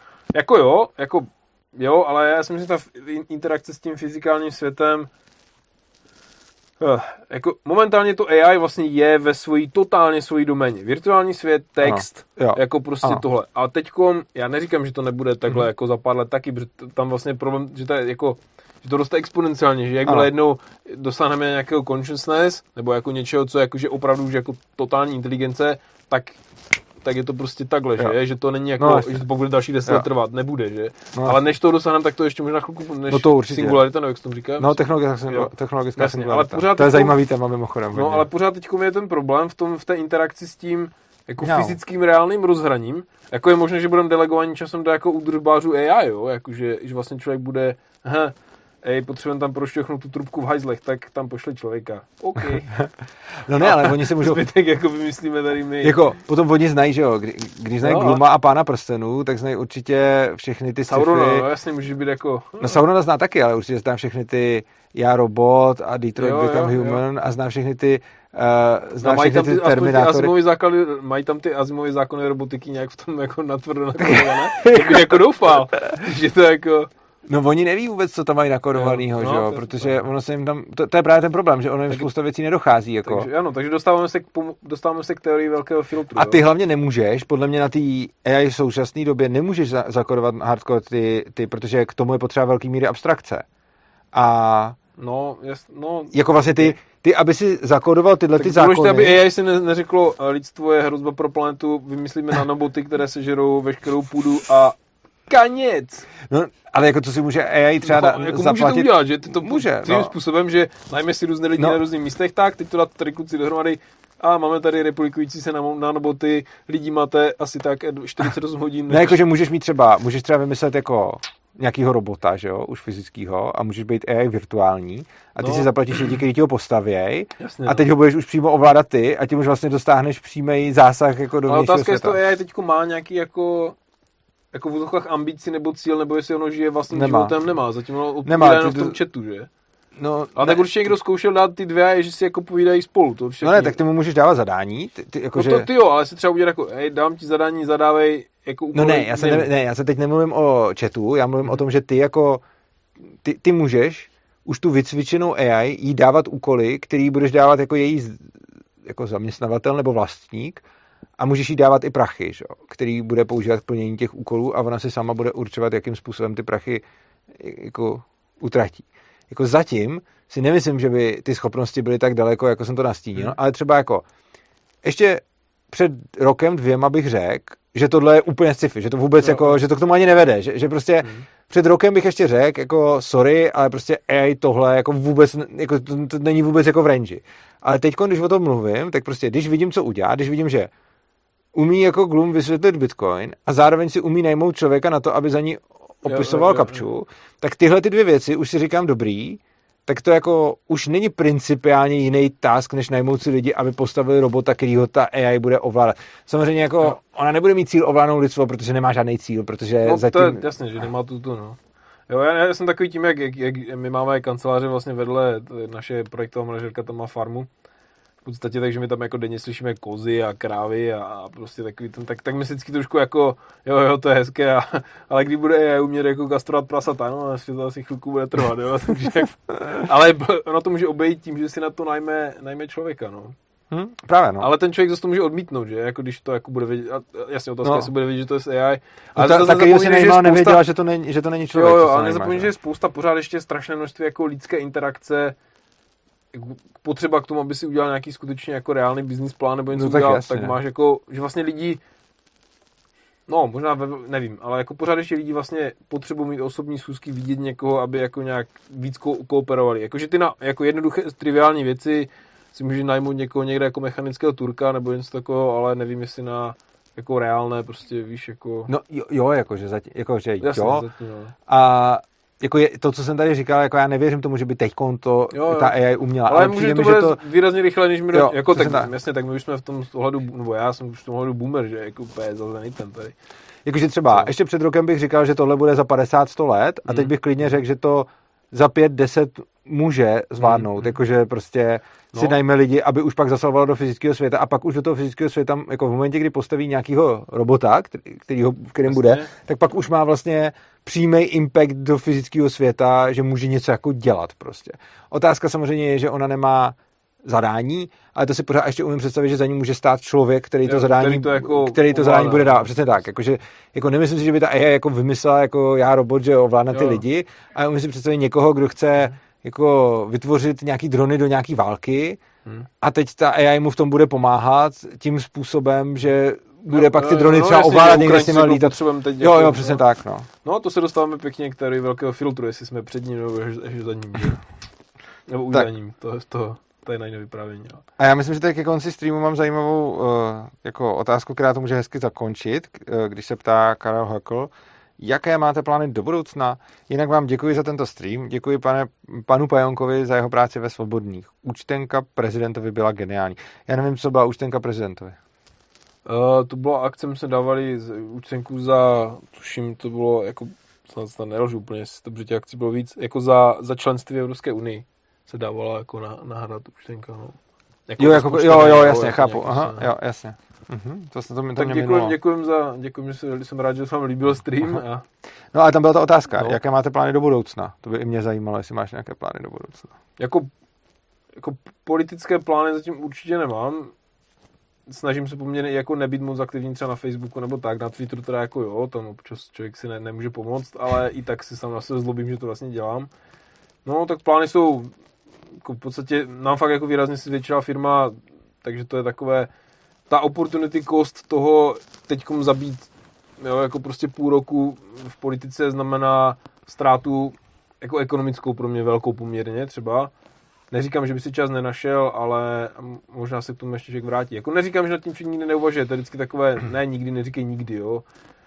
Jo, ale já si myslím, že ta interakce s tím fyzikálním světem jako momentálně to AI vlastně je ve totálně svojí doméně. Virtuální svět, text, jako prostě tohle. A teďkom, já neříkám, že to nebude takhle jako za pár let taky, protože tam vlastně problém, že to je jako že to roste exponenciálně, že jakmile jednou dosáhneme nějakého consciousness, nebo jako něčeho, co jako, že opravdu už jako totální inteligence, tak je to prostě takhle, že to není jako, že to bude další 10 let trvat, nebude, že? Ale než to dosáhneme, tak to ještě možná chvilku, než singularita, nebo jak to říká? No, technologická singularita. Ale to je zajímavý téma mimochodem. No, ale pořád teďkom je ten problém v té interakci s tím jako fyzickým reálným rozhraním. Jako je možné, že budeme delegovaní časem do jako údržbářů AI, jo? Jako, že vlastně člověk bude, potřebujeme tam prošťochnout tu trubku v hajzlech, tak tam pošle člověka. OK. No ne, ale oni se můžou... Zbytek jako vymyslíme tady my. Jako, potom oni znají, že jo, když znají Gluma a Pána prstenů, tak znají určitě všechny ty sci-fi. Saurona, no jasně, může být jako... No Saurona zná taky, ale určitě znám všechny ty Já, Robot a Detroit Become Human a znám všechny ty všechny ty Terminátory. Mají tam ty Asimovy zákony robotiky nějak v tom jako natvrdo nakodované? Jak bych jako doufal, že to jako... No oni neví vůbec, co tam mají nakodovanýho, že jo, protože ono se jim tam, to je právě ten problém, že ono jim spousta věcí nedochází, jako. Takže ano, takže dostáváme se k teorii velkého filtru. A ty hlavně nemůžeš, podle mě na té AI v současné době nemůžeš zakodovat hardcore ty, protože k tomu je potřeba velký míry abstrakce. A jako vlastně ty, aby si zakodoval tyhle ty zákony... Důležité, aby AI si neřeklo, lidstvo je hrozba pro planetu, vymyslíme nanoboty, které sežerou veškerou půdu a kaněc. No, ale jako to si může AI třeba jako zaplatit. Může to udělat, že ty to může, tím způsobem, že najme si různé lidi na různých místech, tak teď to dát tady kluci dohromady a máme tady replikující se nanoboty, lidi máte asi tak 48 hodin. Ne, jakože můžeš třeba vymyslet jako nějakýho robota, že jo, už fyzického a můžeš být AI virtuální a ty si zaplatíš lidi, kteří ti ho postavějí a teď ho budeš už přímo ovládat ty a tím už vlastně dostáhneš přímý zásah jako do vnějšího světa. Ale otázka je, jestli AI teďko má nějaký jako v úzokách ambici nebo cíl, nebo jestli ono žije vlastním životem, nemá. Zatím ono odpovídá v tom chatu, že? No, ale tak určitě někdo zkoušel dát ty dvě, že si jako povídají spolu. To no ne, tak ty mu můžeš dávat zadání. Ty jo, ale si třeba udělat jako, dám ti zadání, zadávej jako úkoly. No ne, já se teď nemluvím o chatu, já mluvím o tom, že ty jako, ty můžeš už tu vycvičenou AI jí dávat úkoly, který budeš dávat jako její jako zaměstnavatel nebo vlastník a můžeš jí dávat i prachy, že? Který bude používat k plnění těch úkolů a ona si sama bude určovat, jakým způsobem ty prachy jako utratí. Jako zatím si nemyslím, že by ty schopnosti byly tak daleko, jako jsem to nastínil, ale třeba jako ještě před rokem, 2 bych řekl, že tohle je úplně sci-fi, že to vůbec jako, že to k tomu ani nevede, že prostě před rokem bych ještě řekl, jako sorry, ale prostě AI tohle jako vůbec, jako to není vůbec jako v range. Ale teď, když o tom mluvím, tak prostě, když vidím, co udělá, když vidím, že umí jako Gloom vysvětlit Bitcoin a zároveň si umí najmout člověka na to, aby za ní opisoval kapču, tak tyhle ty 2 věci už si říkám dobrý, tak to jako už není principiálně jiný task, než najmout si lidi, aby postavili robota, kterýho ta AI bude ovládat. Samozřejmě jako ona nebude mít cíl ovládnout lidstvo, protože nemá žádný cíl, protože zatím... to je jasně, že nemá no. Jo, já jsem takový tím, jak my máme kanceláře vlastně vedle, naše projektová manažerka tam má farmu, v podstatě, takže my tam jako denně slyšíme kozy a krávy a prostě takový ten, tak my si vždycky trošku jako, jo, to je hezké, ale kdy bude AI umět jako kastrovat prasata, no, to asi chvilku bude trvat, jo, takže, ale ono to může obejít tím, že si na to najme člověka, no. Právě, no. Ale ten člověk zase to může odmítnout, že, jako když to jako bude vědět, jasně otázka, jestli bude vědět, že to je AI. Ale taky si najímal nevěděla, že to není člověk. Jo, ale nezapomeň, že je spousta pořád ještě strašné množství jako lidské interakce, potřeba k tomu, aby si udělal nějaký skutečně jako reálný business plán nebo něco udělal, tak máš jako, že vlastně lidi No, možná, nevím, ale jako pořád ještě lidi vlastně potřebují mít osobní schůzky, vidět někoho, aby jako nějak víc kooperovali. Jakože ty na jako jednoduché, triviální věci si můžeš najmout někoho někde jako mechanického Turka nebo něco takového, ale nevím, jestli na jako reálné, prostě víš, jako... No jo, jakože zatím, jakože jasně, jo. Zatím, no. A jako je, to, co jsem tady říkal, jako já nevěřím tomu, že by teďkon to ta AI uměla. Ale může to bude výrazně rychle, než my jako tak, tak. Jasně, tak my už jsme v tom ohledu, nebo já jsem už v tom ohledu boomer, že jako úplně zase nejtem tady. Jakože třeba, ještě před rokem bych říkal, že tohle bude za 50-100 let a teď bych klidně řekl, že to za 5-10 může zvládnout, jakože prostě si najme lidi, aby už pak zasahovalo do fyzického světa a pak už do toho fyzického světa, jako v momentě, kdy postaví nějakého robota, v kterém bude, tak pak už má vlastně přímý impact do fyzického světa, že může něco jako dělat prostě. Otázka samozřejmě je, že ona nemá zadání, ale to si pořád ještě umím představit, že za ní může stát člověk, který to zadání, který to zadání bude dávat. Přesně tak. Jakože, jako nemyslím si, že by ta AI jako vymyslela jako já robot, že ovládne ty lidi, ale umím si představit někoho, kdo chce jako vytvořit nějaký drony do nějaký války a teď ta AI mu v tom bude pomáhat tím způsobem, že bude pak ty drony třeba ovládat někde s těmi lítat. Jo, přesně tak, no. No, to se dostáváme pěkně k tady velkého filtru, jestli jsme před ním nebo až za ním. Nebo už za ním, to je na jiné vyprávění. Jo. A já myslím, že tady ke konci streamu mám zajímavou jako otázku, která to může hezky zakončit, když se ptá Karel Hökl. Jaké máte plány do budoucna? Jinak vám děkuji za tento stream, děkuji panu Pajonkovi za jeho práci ve Svobodných. Účtenka prezidentovi byla geniální. Já nevím, co byla účtenka prezidentovi. To byla akce, my jsme dávali účtenku za, tuším, to bylo jako, snad nelžu úplně, jestli to protože těch akcí bylo víc, jako za členství v Evropské unii se dávala jako náhrada účtenka, no. Jako jo, jasně, chápu. Aha, jo, jasně. Tak děkujem, že jsem rád, že se vám líbil stream. A... No ale tam byla ta otázka, jaké máte plány do budoucna? To by i mě zajímalo, jestli máš nějaké plány do budoucna. Jako politické plány zatím určitě nemám. Snažím se poměrně jako nebýt moc aktivní třeba na Facebooku nebo tak, na Twitteru teda jako jo, tam občas člověk si nemůže pomoct, ale i tak si sám na sebe zlobím, že to vlastně dělám. No, tak plány jsou, jako v podstatě nám fakt jako výrazně si zvětšila firma, takže to je takové, ta opportunity cost toho teďkom zabít, jo, jako prostě půl roku v politice znamená ztrátu jako ekonomickou pro mě velkou poměrně třeba. Neříkám, že by si čas nenašel, ale možná se k tomu ještě člověk vrátí. Jako neříkám, že nad tím člověk nikdy neuvažuje, to je vždycky takové, ne nikdy, neříkej nikdy, jo.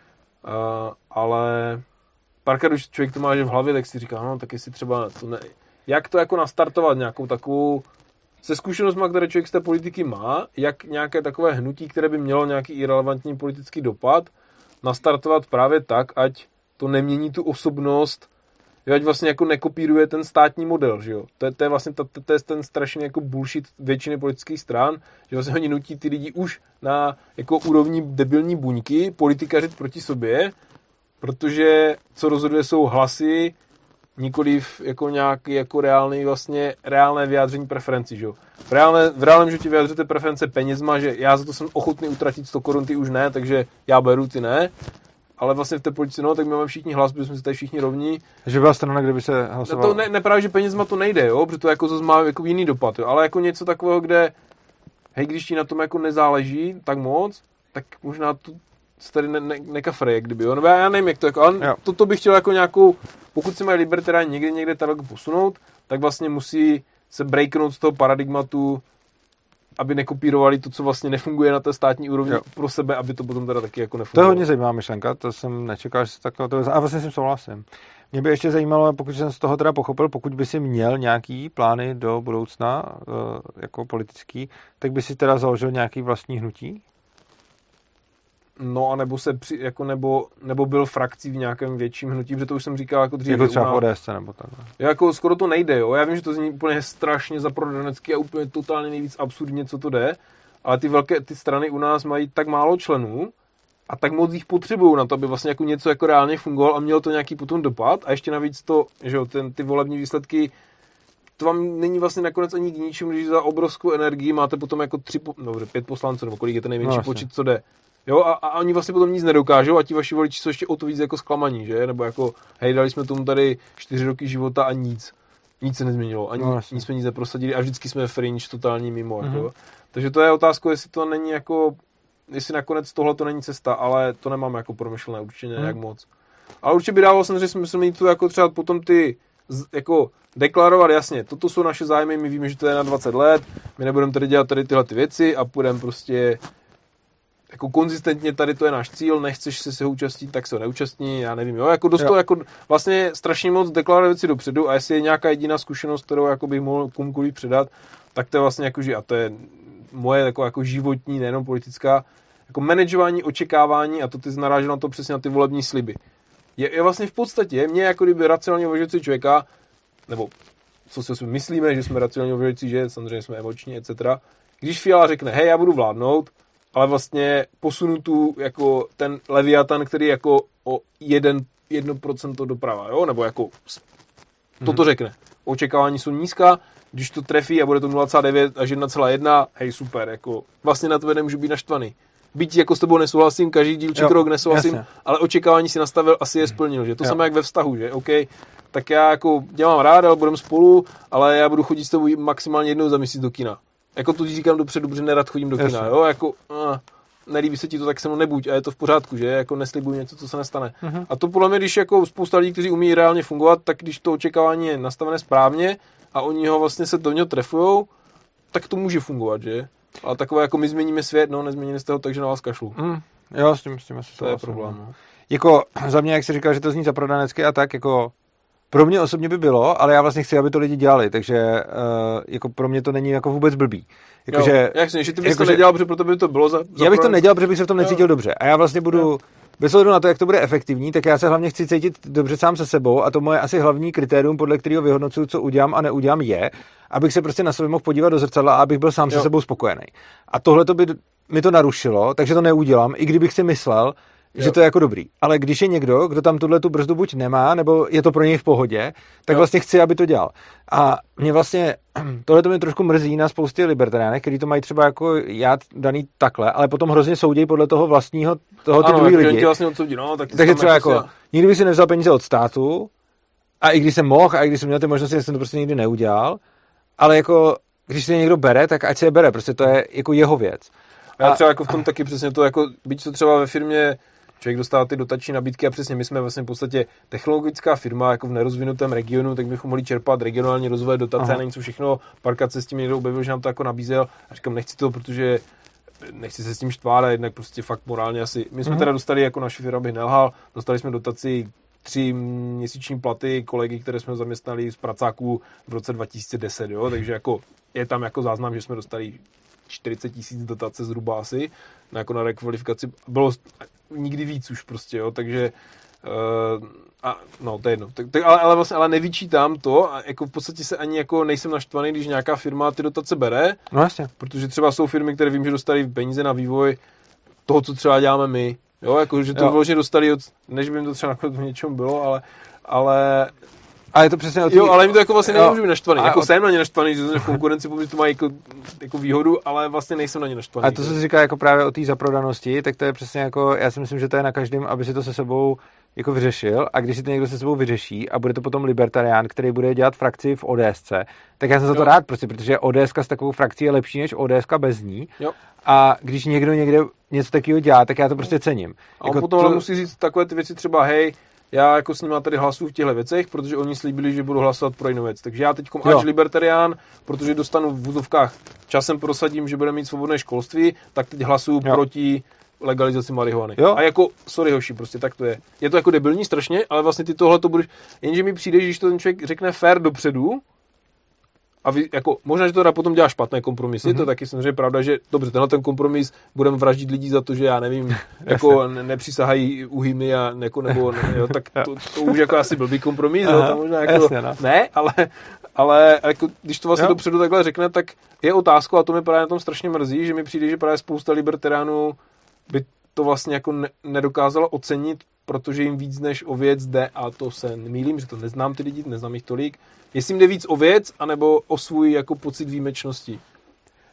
Ale párkrát, když člověk to má že v hlavě, tak si říká, no tak jestli třeba to ne... Jak to jako nastartovat nějakou takovou, se zkušenostmi, které člověk z té politiky má, jak nějaké takové hnutí, které by mělo nějaký irelevantní politický dopad, nastartovat právě tak, ať to nemění tu osobnost, ať vlastně jako nekopíruje ten státní model, že jo. To je vlastně to je ten strašný jako bullshit většiny politických stran, že vlastně oni nutí ty lidi už na jako úrovni debilní buňky politikařit proti sobě, protože co rozhoduje jsou hlasy, nikoliv jako nějaký jako reálné vyjádření preferencí, že jo. V reálném životě vyjádříte preference penězma, že já za to jsem ochotný utratit 100 korun, ty už ne, takže já beru, ty ne. Ale vlastně v té politice, no, tak my máme všichni hlas, protože jsme si tady všichni rovní. Že byla strana, kde by se hlasovalo. To ne právě, že penězma to nejde, jo, protože to jako zase má jako jiný dopad, jo, ale jako něco takového, kde, hej, když ti na tom jako nezáleží tak moc, tak možná to se tady nekafre, jak kdyby, jo, no já nevím, jak to jako, ale to bych chtěl jako nějakou, pokud si mají libertariáni někde tak posunout, tak vlastně musí se breaknout z toho paradigmatu, aby nekopírovali to, co vlastně nefunguje na té státní úrovni pro sebe, aby to potom teda taky jako nefungovalo. To je hodně zajímavá myšlenka, to jsem nečekal, že se takové to... A vlastně s tím souhlasím. Mě by ještě zajímalo, pokud jsem z toho teda pochopil, pokud by si měl nějaký plány do budoucna, jako politický, tak by si teda založil nějaký vlastní hnutí? No a nebo byl frakcí v nějakém větším hnutí, protože to už jsem říkal jako dřív. Jako třeba v ODS nebo tak. Jako skoro to nejde, jo. Já vím, že to zní úplně strašně zaprodanecky a úplně totálně nejvíc absurdně, co to jde, ale ty strany u nás mají tak málo členů a tak moc jich potřebují na to, aby vlastně jako něco jako reálně fungovalo a mělo to nějaký potom dopad a ještě navíc to, že jo, ty volební výsledky, to vám není vlastně nakonec ani k ničemu, když za obrovskou energii máte potom jako 5 poslanců, nebo kolik je ten nejmenší počet, co jde. Jo, a oni vlastně potom nic nedokážou a ti vaši voliči jsou ještě o to víc jako zklamaní, že? Nebo jako, hej, dali jsme tomu tady 4 roky života a nic se nezměnilo, ani nic jsme nic neprosadili a vždycky jsme fringe totální mimo, jako. Takže to je otázka, jestli to není jako jestli nakonec tohle to není cesta, ale to nemám jako promyšlené určitě nějak moc. Ale určitě by dával samozřejmě smysl mít tu jako třeba potom ty jako deklarovat jasně, toto jsou naše zájmy, my víme, že to je na 20 let, my nebudeme tady dělat tady tyhle ty věci a půjdeme prostě jako konzistentně, tady to je náš cíl, nechceš se účastnit, tak se ho neúčastní, já nevím, jo, jako dost to jako vlastně strašně moc deklarovat věci dopředu a jestli je nějaká jediná zkušenost, kterou jako bych mohl komukoliv předat, tak to je vlastně jako, že a to je moje jako životní, nejenom politická, jako manažování očekávání a to ty narážel na to přesně na ty volební sliby. Je vlastně v podstatě, mě jako kdyby racionálně uvažující člověka, nebo co si myslíme, že jsme racionálně uvažující, že samozřejmě jsme emoční, etc. Když Fiala řekne, hej, já budu vládnout, ale vlastně posunu tu jako ten Leviatan, který jako o 1% doprava, jo, nebo jako toto řekne. Očekávání jsou nízká, když to trefí a bude to 0,9 až 1,1, hej, super, jako vlastně na tebe nemůžu být naštvaný. Byť jako s tebou nesouhlasím, každý dílčí krok nesouhlasím, jasně. Ale očekávání si nastavil, asi je splnil, že to samé jak ve vztahu, že OK, tak já jako dělám rád, ale budeme spolu, ale já budu chodit s tebou maximálně jednou za měsíc do kina. Jako to říkám dopředu, protože nerad chodím do kina, jo, jako nelíbí se ti to, tak se mnou nebuď a je to v pořádku, že jako neslibuji něco, co se nestane. A to podle mě, když jako spousta lidí, kteří umí reálně fungovat, tak když to očekávání je nastavené správně a oni ho vlastně se do něho trefujou, tak to může fungovat, že? Ale takové jako my změníme svět, no nezměnili jste ho, takže na vás kašlu. Jo, s tím asi to je problém. No. Jako za mě, jak jsi říkal, že to zní zaprodanecky a tak, jako pro mě osobně by bylo, ale já vlastně chci, aby to lidi dělali, takže jako pro mě to není jako vůbec blbý. Jako, že ty bys to nedělal, protože proto by to bylo já bych to nedělal, protože bych se v tom necítil dobře. A já vlastně budu bez ohledu na to, jak to bude efektivní, tak já se hlavně chci cítit dobře sám se sebou a to moje asi hlavní kritérium, podle kterého vyhodnocuju, co udělám a neudělám, je, abych se prostě na sebe mohl podívat do zrcadla a abych byl sám se sebou spokojený. A tohle to by mi to narušilo, takže to neudělám, i kdybych si myslel, že to je jako dobrý. Ale když je někdo, kdo tam tuhle tu brzdu buď nemá, nebo je to pro něj v pohodě, tak vlastně chci, aby to dělal. A mě vlastně tohle to mě trošku mrzí na spoustě libertariánech, kteří to mají třeba jako já daný takhle, ale potom hrozně soudějí podle toho vlastního, toho ty druhý lidi. Vlastně odsoudí, no, tak takže třeba jako, nikdy bych si nevzal peníze od státu, a i když jsem mohl, a i když jsem měl ty možnosti, jsem to prostě nikdy neudělal, ale jako, když si někdo bere, tak ať se je bere, prostě to je jako jeho věc. Já třeba jako v tom taky přesně to, jako, byť to třeba ve firmě člověk dostává ty dotační nabídky a přesně my jsme vlastně v podstatě technologická firma jako v nerozvinutém regionu, tak bychom mohli čerpat regionální rozvoj dotace a něco všechno. Párkrát se s tím někdo objevil, že nám to jako nabízel a říkám, nechci to, protože nechci se s tím štvát a jednak prostě fakt morálně asi. My jsme teda dostali jako naši firma, bych nelhal, dostali jsme dotaci 3 měsíční platy kolegy, které jsme zaměstnali z pracáků v roce 2010, jo, takže jako je tam jako záznam, že jsme dostali 40 000 dotace zhruba asi, jako na rekvalifikaci, bylo nikdy víc už prostě, jo, takže no, to je jedno. Ale nevyčítám to a jako v podstatě se ani jako nejsem naštvaný, když nějaká firma ty dotace bere, no jasně. Protože třeba jsou firmy, které vím, že dostali peníze na vývoj toho, co třeba děláme my, jo, jako, že to vložně dostali, než by jim to třeba nakonec v něčem bylo, ale a je to přesně o tý... Jo, ale jim to jako vlastně nemůžu být naštvaný. Jako jsem na ně naštvaný, že v konkurenci, protože to mají jako výhodu, ale vlastně nejsem na ně naštvaný. A to, co jsi říká jako právě o té zaprodanosti, tak to je přesně jako, já si myslím, že to je na každém, aby si to se sebou jako vyřešil a když si to někdo se sebou vyřeší a bude to potom libertarián, který bude dělat frakci v ODSC, tak já jsem za to rád, prostě, protože ODSka s takovou frakcí je lepší než ODSka bez ní. Jo. A když někdo někde něco takového dělá, tak já to prostě cením. A jako potom musí říct takové ty věci třeba, hej, já jako s nimi tady hlasuju v těchto věcech, protože oni slíbili, že budou hlasovat pro jinou věc. Takže já teď až libertarián, protože dostanu v vůzovkách časem prosadím, že bude mít svobodné školství, tak teď hlasuju proti legalizaci marihuany. A jako, sorry hoši, prostě tak to je. Je to jako debilní strašně, ale vlastně ty tohle to budeš, jenže mi přijde, že když to ten člověk řekne fair dopředu, a vy, jako, možná, že to potom dělá špatné kompromisy, to taky samozřejmě pravda, že dobře, tenhle ten kompromis budeme vraždit lidí za to, že já nevím, jako nepřisahají uhymy a jako, nebo jo, tak to už jako asi blbý kompromis, to možná jako, jasně, no. Ne, ale jako, když to vlastně dopředu takhle řekne, tak je otázka a to mi právě na tom strašně mrzí, že mi přijde, že právě spousta libertariánů by to vlastně jako nedokázala ocenit, protože jim víc než o věc jde a to se nemýlím, že to neznám ty lidi, neznám jich tolik. Jestli jim jde víc o věc, anebo o svůj jako pocit výjimečnosti.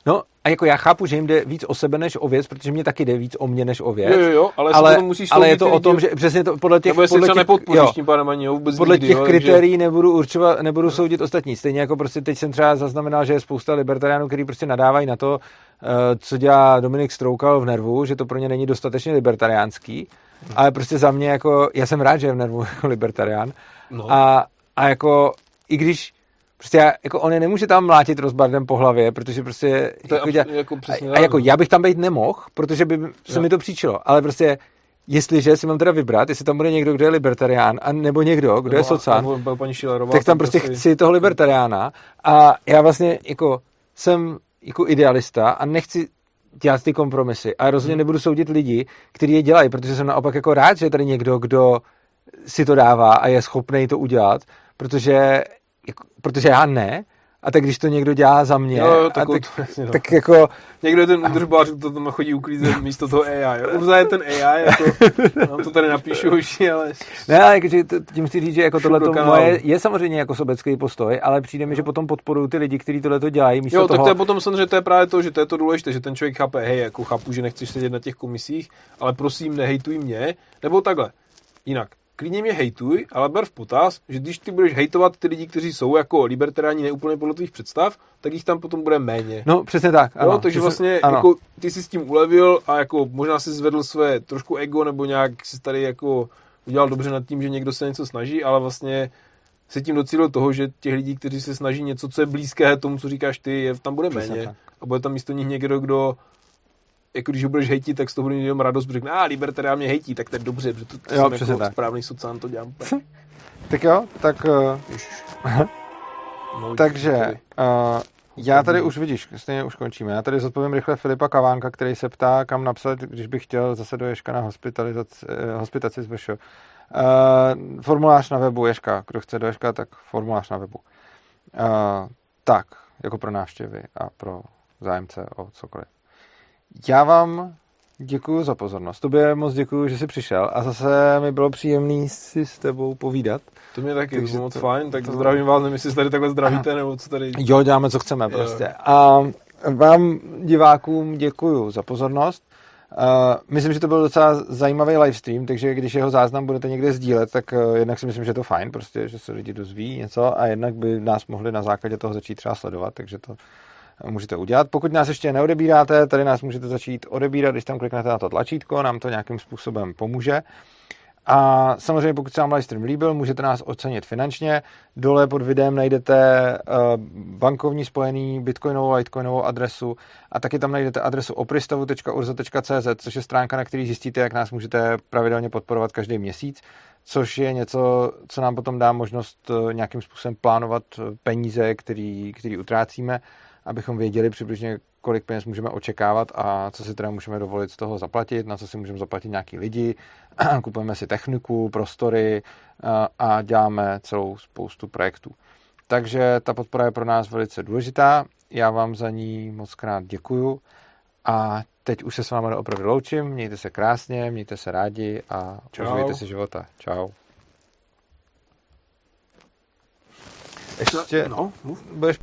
No, a jako já chápu, že jim jde víc o sebe než o věc, protože mě taky jde víc o mě než o věc. Jo, ale musíš ale je to o tom, že přesně to podle těch... Nebo jestli třeba nepodpoříš tím pádem ani vůbec podle nikdy, těch kritérií takže... nebudu soudit ostatní. Stejně jako prostě teď jsem třeba zaznamenal, že je spousta libertariánů, kteří prostě nadávají na to, co dělá Dominik Stroukal v Nervu, že to pro ně není dostatečně libertariánský, ale prostě za mě jako, já jsem rád, že je v Nervu jako libertarián. No. A jako, i když prostě jako on je nemůže tam mlátit rozbardem po hlavě, protože prostě jako já bych tam být nemohl, protože by se mi to příčilo, ale prostě jestliže si mám teda vybrat, jestli tam bude někdo, kdo je libertarián, a nebo někdo, kdo je socán, tak tam prostě chci toho libertariána a já vlastně jako jsem jako idealista a nechci dělat ty kompromisy a rozhodně nebudu soudit lidi, kteří je dělají, protože jsem naopak jako rád, že je tady někdo, kdo si to dává a je schopný to udělat, protože já ne, a tak když to někdo dělá za mě, tak jako... Někdo je ten údržbář, to tam chodí uklízet místo toho AI. Urza je ten AI, jako, nám to tady napíšu už, ale... Ne, ale tím chci říct, že jako tohleto moje je samozřejmě jako sobecký postoj, ale přijde mi, že potom podporují ty lidi, kteří tohleto dělají místo toho... tak to je potom samozřejmě, to je právě to, že to je to důležité, že ten člověk chápe, hej, jako chápu, že nechceš sedět na těch komisích, ale prosím, nehejtuj mě, nebo takhle, jinak. Klidně mě hejtuj, ale ber v potaz, že když ty budeš hejtovat ty lidi, kteří jsou jako libertariáni neúplně podle tvých představ, tak jich tam potom bude méně. No, přesně tak. Ano, takže vlastně jako ty jsi s tím ulevil a jako možná si zvedl své trošku ego nebo nějak si tady jako udělal dobře nad tím, že někdo se něco snaží, ale vlastně se tím docílil toho, že těch lidí, kteří se snaží něco, co je blízké tomu, co říkáš ty, tam bude méně. A bude tam místo nich někdo, kdo jako když ho budeš hejtit, tak z toho bude jenom radost, protože řekne, libertarián mě hejtí, tak to je dobře, protože to jsem jako správný socán, to dělám. Tak jo, tak... takže já tady už vidíš, stejně už končíme. Já tady zodpovím rychle Filipa Kavánka, který se ptá, kam napsat, když bych chtěl zase do Ježka na hospitaci z VŠ. Formulář na webu Ježka. Kdo chce do Ježka, tak formulář na webu. Tak, jako pro návštěvy a pro zájemce o cokoliv. Já vám děkuju za pozornost. Tobě moc děkuju, že jsi přišel a zase mi bylo příjemný si s tebou povídat. To mě taky, to bylo moc fajn, tak zdravím vás, nevím, jestli tady takhle zdravíte, nebo co tady... Jo, děláme, co chceme prostě. A vám, divákům, děkuju za pozornost. Myslím, že to byl docela zajímavý livestream, takže když jeho záznam budete někde sdílet, tak jednak si myslím, že je to fajn, prostě, že se lidi dozví něco a jednak by nás mohli na základě toho začít třeba sledovat, takže to můžete udělat. Pokud nás ještě neodebíráte, tady nás můžete začít odebírat, když tam kliknete na to tlačítko, nám to nějakým způsobem pomůže. A samozřejmě, pokud se vám livestream líbil, můžete nás ocenit finančně. Dole pod videem najdete bankovní spojený bitcoinovou a litecoinovou adresu a taky tam najdete adresu opristavu.urza.cz, což je stránka, na který zjistíte, jak nás můžete pravidelně podporovat každý měsíc, což je něco, co nám potom dá možnost nějakým způsobem plánovat peníze, který utrácíme, abychom věděli přibližně, kolik peněz můžeme očekávat a co si teda můžeme dovolit z toho zaplatit, na co si můžeme zaplatit nějaký lidi, kupujeme si techniku, prostory a děláme celou spoustu projektů. Takže ta podpora je pro nás velice důležitá, já vám za ní moc krát děkuju a teď už se s vámi opravdu loučím, mějte se krásně, mějte se rádi a užijte si života. Čau. Ještě budeš